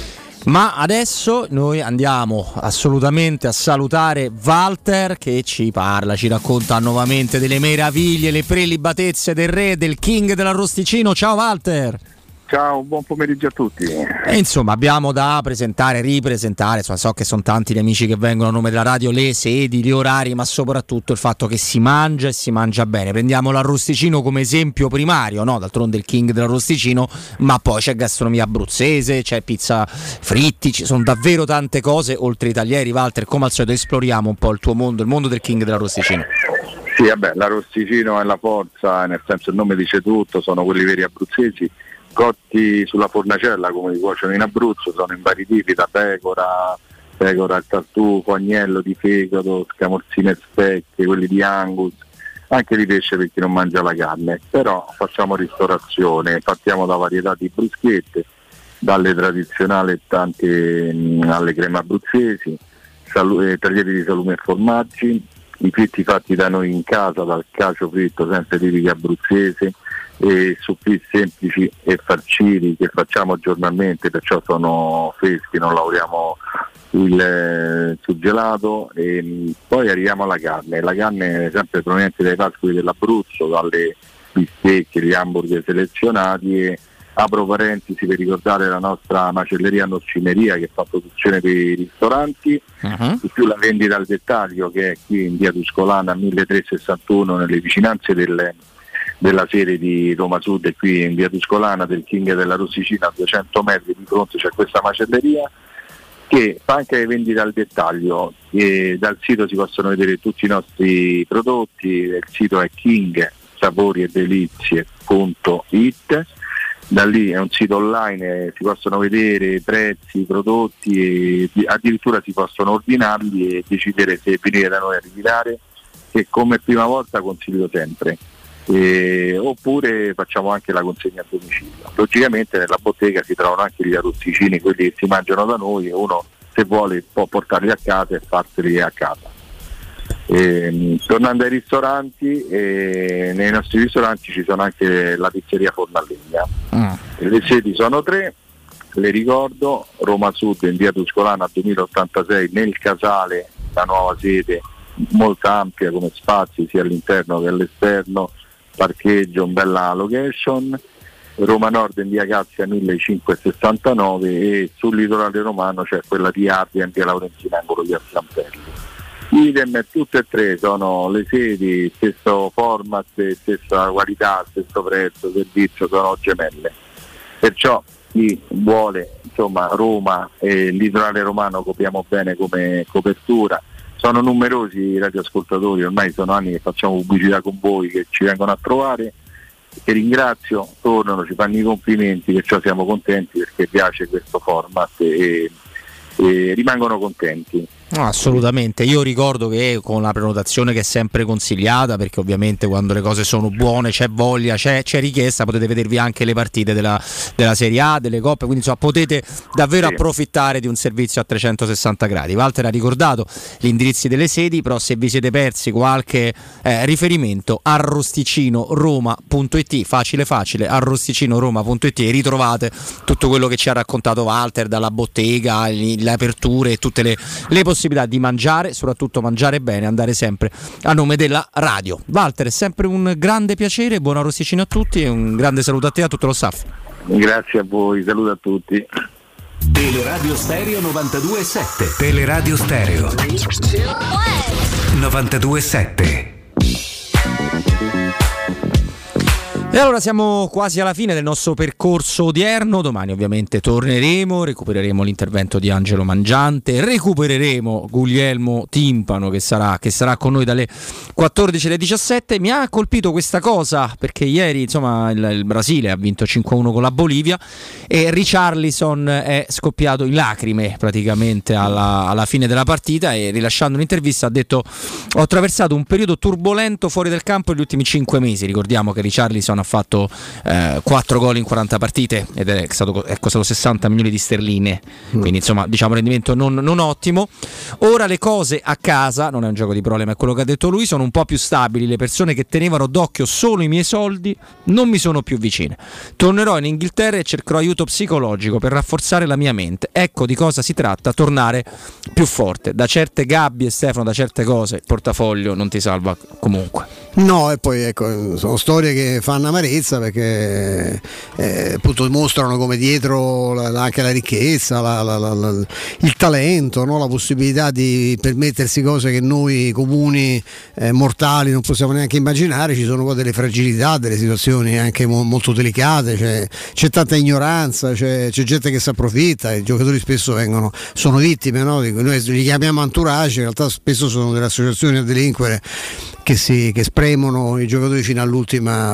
Ma adesso noi andiamo assolutamente a salutare Walter, che ci parla, ci racconta nuovamente delle meraviglie, le prelibatezze del re, del king dell'arrosticino. Ciao Walter! Ciao, buon pomeriggio a tutti. E insomma abbiamo da presentare, ripresentare, insomma, so che sono tanti gli amici che vengono a nome della radio, le sedi, gli orari, ma soprattutto il fatto che si mangia e si mangia bene. Prendiamo l'arrosticino come esempio primario, no? D'altronde il king dell'arrosticino, ma poi c'è gastronomia abruzzese, c'è pizza fritti, ci sono davvero tante cose oltre ai taglieri. Walter, come al solito esploriamo un po' il tuo mondo, il mondo del king dell'arrosticino. Sì, vabbè, l'arrosticino è la forza, nel senso il nome dice tutto, sono quelli veri abruzzesi. cotti sulla fornacella come li cuociono in Abruzzo, sono in vari tipi, da pecora, pecora al tartufo, agnello di fegato, scamorzine specche, quelli di Angus, anche di pesce per chi non mangia la carne, però facciamo ristorazione, partiamo da varietà di bruschette, dalle tradizionali tante mh, alle creme abruzzesi, salu- eh, taglieri di salume e formaggi, i fritti fatti da noi in casa, dal cacio fritto sempre tipico abruzzese, e suppli semplici e farciti che facciamo giornalmente, perciò sono freschi, non lavoriamo il eh, surgelato. E mh, poi arriviamo alla carne, la carne sempre proveniente dai pascoli dell'Abruzzo, dalle bistecche, gli hamburger selezionati. E apro parentesi per ricordare la nostra macelleria Norcineria che fa produzione per i ristoranti, uh-huh. di più la vendita al dettaglio che è qui in via Tuscolana milletrecentosessantuno nelle vicinanze del, della sede di Roma Sud, e qui in via Tuscolana del King della Rossicina a duecento metri di fronte c'è questa macelleria che fa anche le vendite al dettaglio, e dal sito si possono vedere tutti i nostri prodotti. Il sito è king sapori e delizie punto it. Da lì è un sito online, eh, si possono vedere i prezzi, i prodotti, e addirittura si possono ordinarli e decidere se venire da noi a ritirare, che come prima volta consiglio sempre, eh, oppure facciamo anche la consegna a domicilio. Logicamente nella bottega si trovano anche gli arrosticini, quelli che si mangiano da noi, e uno se vuole può portarli a casa e farseli a casa. Eh, tornando ai ristoranti, eh, nei nostri ristoranti ci sono anche la pizzeria Forno a Legna. Mm. Le sedi sono tre, le ricordo: Roma Sud in via Tuscolana duemilaottantasei nel Casale, la nuova sede molto ampia come spazi sia all'interno che all'esterno, parcheggio, un bella location. Roma Nord in via Cassia millecinquecentosessantanove, e sul litorale romano c'è quella di Ardea in via Laurentina angolo via Zampelli. Idem, tutte e tre sono le sedi, stesso format, stessa qualità, stesso prezzo, servizio, sono gemelle. Perciò chi vuole, insomma, Roma e il litorale romano copriamo bene come copertura. Sono numerosi i radioascoltatori, ormai sono anni che facciamo pubblicità con voi, che ci vengono a trovare, che ringrazio, tornano, ci fanno i complimenti, perciò siamo contenti perché piace questo format e, e rimangono contenti. No, assolutamente, io ricordo che con la prenotazione che è sempre consigliata, perché ovviamente quando le cose sono buone c'è voglia, c'è, c'è richiesta, potete vedervi anche le partite della, della Serie A, delle coppe, quindi insomma potete davvero sì. approfittare di un servizio a trecentosessanta gradi. Walter ha ricordato gli indirizzi delle sedi, però se vi siete persi qualche eh, riferimento, arrosticino-roma punto it, facile facile, arrosticino-roma punto it, e ritrovate tutto quello che ci ha raccontato Walter, dalla bottega, le aperture e tutte le, le possibilità di mangiare, soprattutto mangiare bene, andare sempre a nome della radio. Walter, è sempre un grande piacere, buon arrosticino a tutti e un grande saluto a te e a tutto lo staff. Grazie a voi, saluto a tutti. Teleradio Stereo novantadue virgola sette. Teleradio Stereo novantadue virgola sette. E allora siamo quasi alla fine del nostro percorso odierno. Domani ovviamente torneremo, recupereremo l'intervento di Angelo Mangiante, recupereremo Guglielmo Timpano che sarà, che sarà con noi dalle quattordici alle diciassette. Mi ha colpito questa cosa perché ieri insomma il, il Brasile ha vinto cinque a uno con la Bolivia e Richarlison è scoppiato in lacrime praticamente alla, alla fine della partita, e rilasciando un'intervista ha detto: ho attraversato un periodo turbolento fuori dal campo negli ultimi cinque mesi. Ricordiamo che Richarlison ha fatto eh, quattro gol in quaranta partite ed è stato è costato sessanta milioni di sterline, quindi insomma diciamo rendimento non, non ottimo. Ora le cose a casa, non è un gioco di parole ma è quello che ha detto lui, sono un po' più stabili, le persone che tenevano d'occhio solo i miei soldi non mi sono più vicine, tornerò in Inghilterra e cercherò aiuto psicologico per rafforzare la mia mente. Ecco di cosa si tratta, tornare più forte. Da certe gabbie, Stefano, da certe cose il portafoglio non ti salva comunque. No, e poi ecco, sono storie che fanno amarezza perché eh, appunto mostrano come dietro la, anche la ricchezza, la, la, la, la, il talento, no? La possibilità di permettersi cose che noi comuni eh, mortali non possiamo neanche immaginare. Ci sono poi delle fragilità, delle situazioni anche mo- molto delicate, c'è, c'è tanta ignoranza, c'è, c'è gente che si approfitta, i giocatori spesso vengono, sono vittime, no? Noi li chiamiamo entourage, in realtà spesso sono delle associazioni a delinquere che si che spremono i giocatori fino all'ultima l'ultima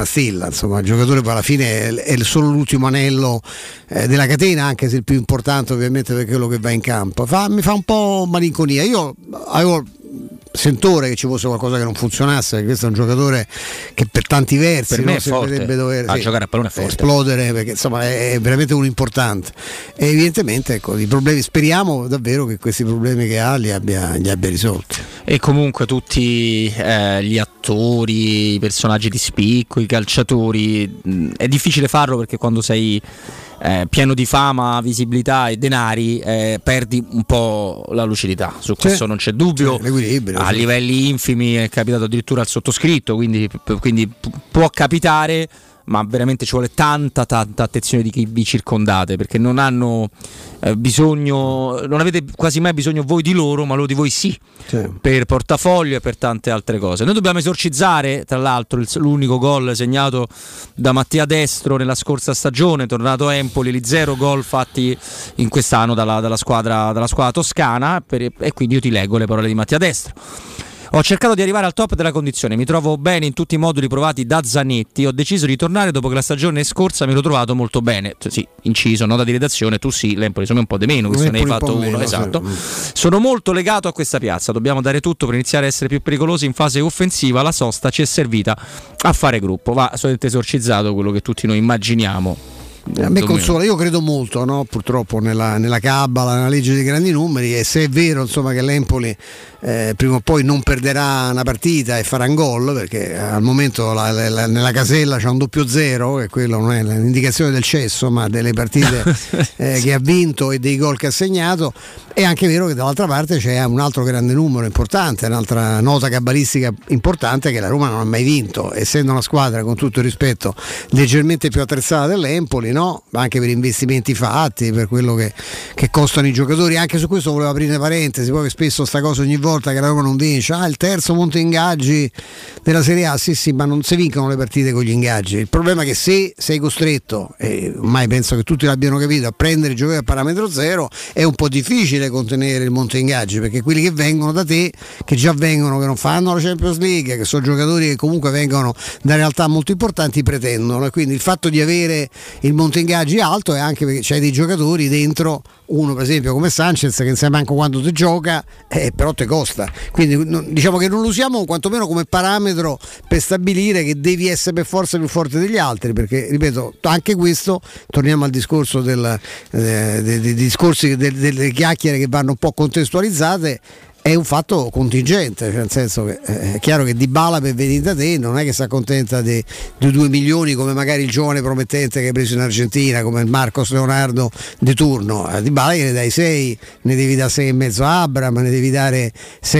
pastilla, insomma il giocatore poi alla fine è, è solo l'ultimo anello eh, della catena, anche se il più importante ovviamente per quello che va in campo. Fa, mi fa un po' malinconia. Io avevo sentore che ci fosse qualcosa che non funzionasse, perché questo è un giocatore che per tanti versi per me no, è forte, dover a sì, giocare a pallone è forte, esplodere, perché insomma è, è veramente un importante, e evidentemente ecco, i problemi, speriamo davvero che questi problemi che ha li abbia, li abbia risolti. E comunque tutti eh, gli attori, i personaggi di spicco, i calciatori, mh, è difficile farlo perché quando sei Eh, pieno di fama, visibilità e denari, eh, perdi un po' la lucidità, su questo sì, non c'è dubbio, sì, a sì. livelli infimi è capitato addirittura al sottoscritto, quindi, quindi p- può capitare, ma veramente ci vuole tanta tanta attenzione di chi vi circondate, perché non hanno eh, bisogno, non avete quasi mai bisogno voi di loro, ma loro di voi sì, sì, per portafoglio e per tante altre cose. Noi dobbiamo esorcizzare tra l'altro il, l'unico gol segnato da Mattia Destro nella scorsa stagione, tornato a Empoli, gli zero gol fatti in quest'anno dalla, dalla, squadra, dalla squadra toscana, per, e quindi io ti leggo le parole di Mattia Destro. Ho cercato di arrivare al top della condizione, mi trovo bene in tutti i moduli provati da Zanetti, ho deciso di tornare dopo che la stagione scorsa mi ero trovato molto bene. Sì, inciso, nota di redazione, tu sì, l'Empoli insomma un po' di meno, questo ne hai fatto uno, meno, esatto. Sì. Sono molto legato a questa piazza, dobbiamo dare tutto per iniziare a essere più pericolosi in fase offensiva, la sosta ci è servita a fare gruppo, va solamente esorcizzato quello che tutti noi immaginiamo. A me consola, io credo molto, no? Purtroppo nella, nella cabala, nella legge dei grandi numeri, e se è vero insomma che l'Empoli eh, prima o poi non perderà una partita e farà un gol, perché al momento la, la, nella casella c'è un doppio zero, e quello non è l'indicazione del cesso ma delle partite eh, che ha vinto e dei gol che ha segnato. È anche vero che dall'altra parte c'è un altro grande numero importante, un'altra nota cabalistica importante, che la Roma non ha mai vinto, essendo una squadra, con tutto il rispetto, leggermente più attrezzata dell'Empoli, no? Anche per investimenti fatti, per quello che, che costano i giocatori. Anche su questo volevo aprire parentesi, poi spesso sta cosa ogni volta che la Roma non vince, ah il terzo monte ingaggi della Serie A, sì sì, ma non si vincono le partite con gli ingaggi. Il problema è che se sei costretto, e ormai penso che tutti l'abbiano capito, a prendere i giocatori a parametro zero, è un po' difficile contenere il monte ingaggi, perché quelli che vengono da te, che già vengono, che non fanno la Champions League, che sono giocatori che comunque vengono da realtà molto importanti, pretendono, e quindi il fatto di avere il monte ingaggi alto è anche perché c'hai dei giocatori dentro, uno per esempio come Sanchez che non sa manco quando ti gioca, eh, però ti costa, quindi no, diciamo che non lo usiamo quantomeno come parametro per stabilire che devi essere per forza più forte degli altri, perché ripeto, anche questo, torniamo al discorso del, eh, dei, dei discorsi del, delle chiacchiere che vanno un po' contestualizzate, è un fatto contingente, cioè nel senso che eh, è chiaro che Dybala per venire da te non è che si accontenta dei due milioni come magari il giovane promettente che hai preso in Argentina, come il Marcos Leonardo di turno. A Dybala ne dai sei, ne devi dare sei e mezzo a Abraham, ne devi dare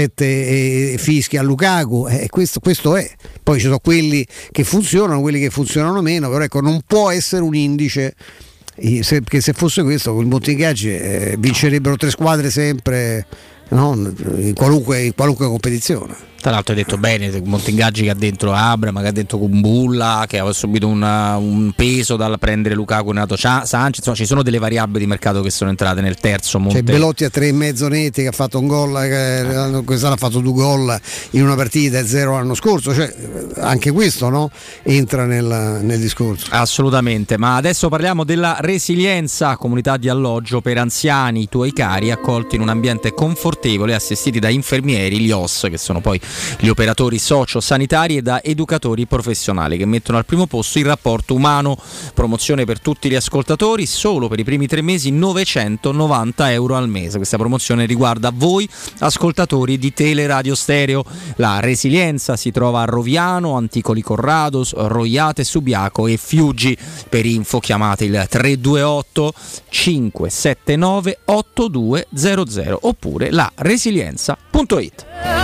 sette fischi a Lukaku, e eh, questo, questo è. Poi ci sono quelli che funzionano, quelli che funzionano meno, però ecco, non può essere un indice, perché se fosse questo con il monte ingaggi eh, vincerebbero tre squadre sempre, no? in, qualunque, in qualunque competizione. Tra l'altro hai detto bene, Montingaggi che ha dentro Abraham, che ha dentro Kumbulla, che ha subito una, un peso dal prendere Lukaku Nato Sanchez, insomma ci sono delle variabili di mercato che sono entrate nel terzo monte. C'è Belotti a tre e mezzo netti che ha fatto un gol, che quest'anno ha fatto due gol in una partita e zero l'anno scorso, cioè anche questo, no? Entra nel, nel discorso. Assolutamente, ma adesso parliamo della Resilienza, comunità di alloggio per anziani, i tuoi cari, accolti in un ambiente confortevole, assistiti da infermieri, gli O S, che sono poi gli operatori socio-sanitari, e da educatori professionali che mettono al primo posto il rapporto umano. Promozione per tutti gli ascoltatori, solo per i primi tre mesi novecentonovanta euro al mese. Questa promozione riguarda voi ascoltatori di Teleradio Stereo. La Resilienza si trova a Roviano, Anticoli Corrado, Roiate Subiaco e Fiuggi. Per info chiamate il tre due otto cinque sette nove otto due zero zero oppure la resilienza punto it.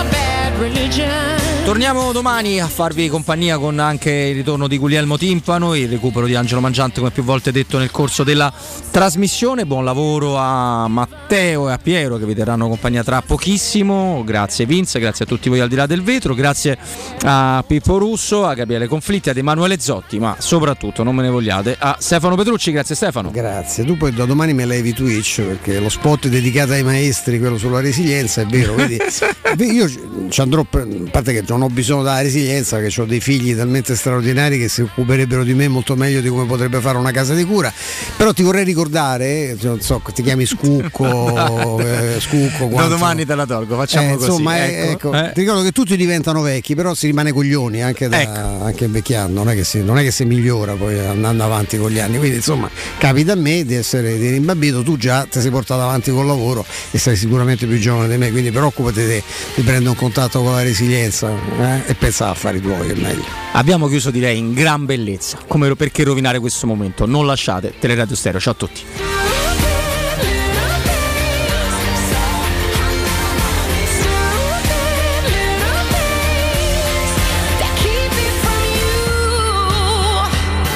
Torniamo domani a farvi compagnia con anche il ritorno di Guglielmo Timpano, il recupero di Angelo Mangiante come più volte detto nel corso della trasmissione. Buon lavoro a Matteo e a Piero che vi terranno compagnia tra pochissimo. Grazie Vince, grazie a tutti voi al di là del vetro, grazie a Pippo Russo, a Gabriele Conflitti, ad Emanuele Zotti, ma soprattutto non me ne vogliate a Stefano Petrucci. Grazie Stefano. Grazie, tu poi da domani me levi Twitch perché lo spot dedicato ai maestri, quello sulla resilienza, è vero, vedi? Io ci andrò, a parte che non ho bisogno della resilienza, che ho dei figli talmente straordinari che si occuperebbero di me molto meglio di come potrebbe fare una casa di cura. Però ti vorrei ricordare, non so, ti chiami Scucco, eh, Scucco da domani te la tolgo, facciamo eh, così. Insomma, ecco. ecco, Eh. ti ricordo che tutti diventano vecchi, però si rimane coglioni anche, da, Ecco. anche invecchiando, non è, che si, non è che si migliora poi andando avanti con gli anni. Quindi insomma capita a me di essere di rimbambito, tu già ti sei portato avanti col lavoro e sei sicuramente più giovane di me, quindi preoccupati di, di prendere un contatto con la resilienza eh, e pensa a affari tuoi, è meglio. Abbiamo chiuso direi in gran bellezza, come perché rovinare questo momento. Non lasciate Teleradio Stereo, ciao a tutti.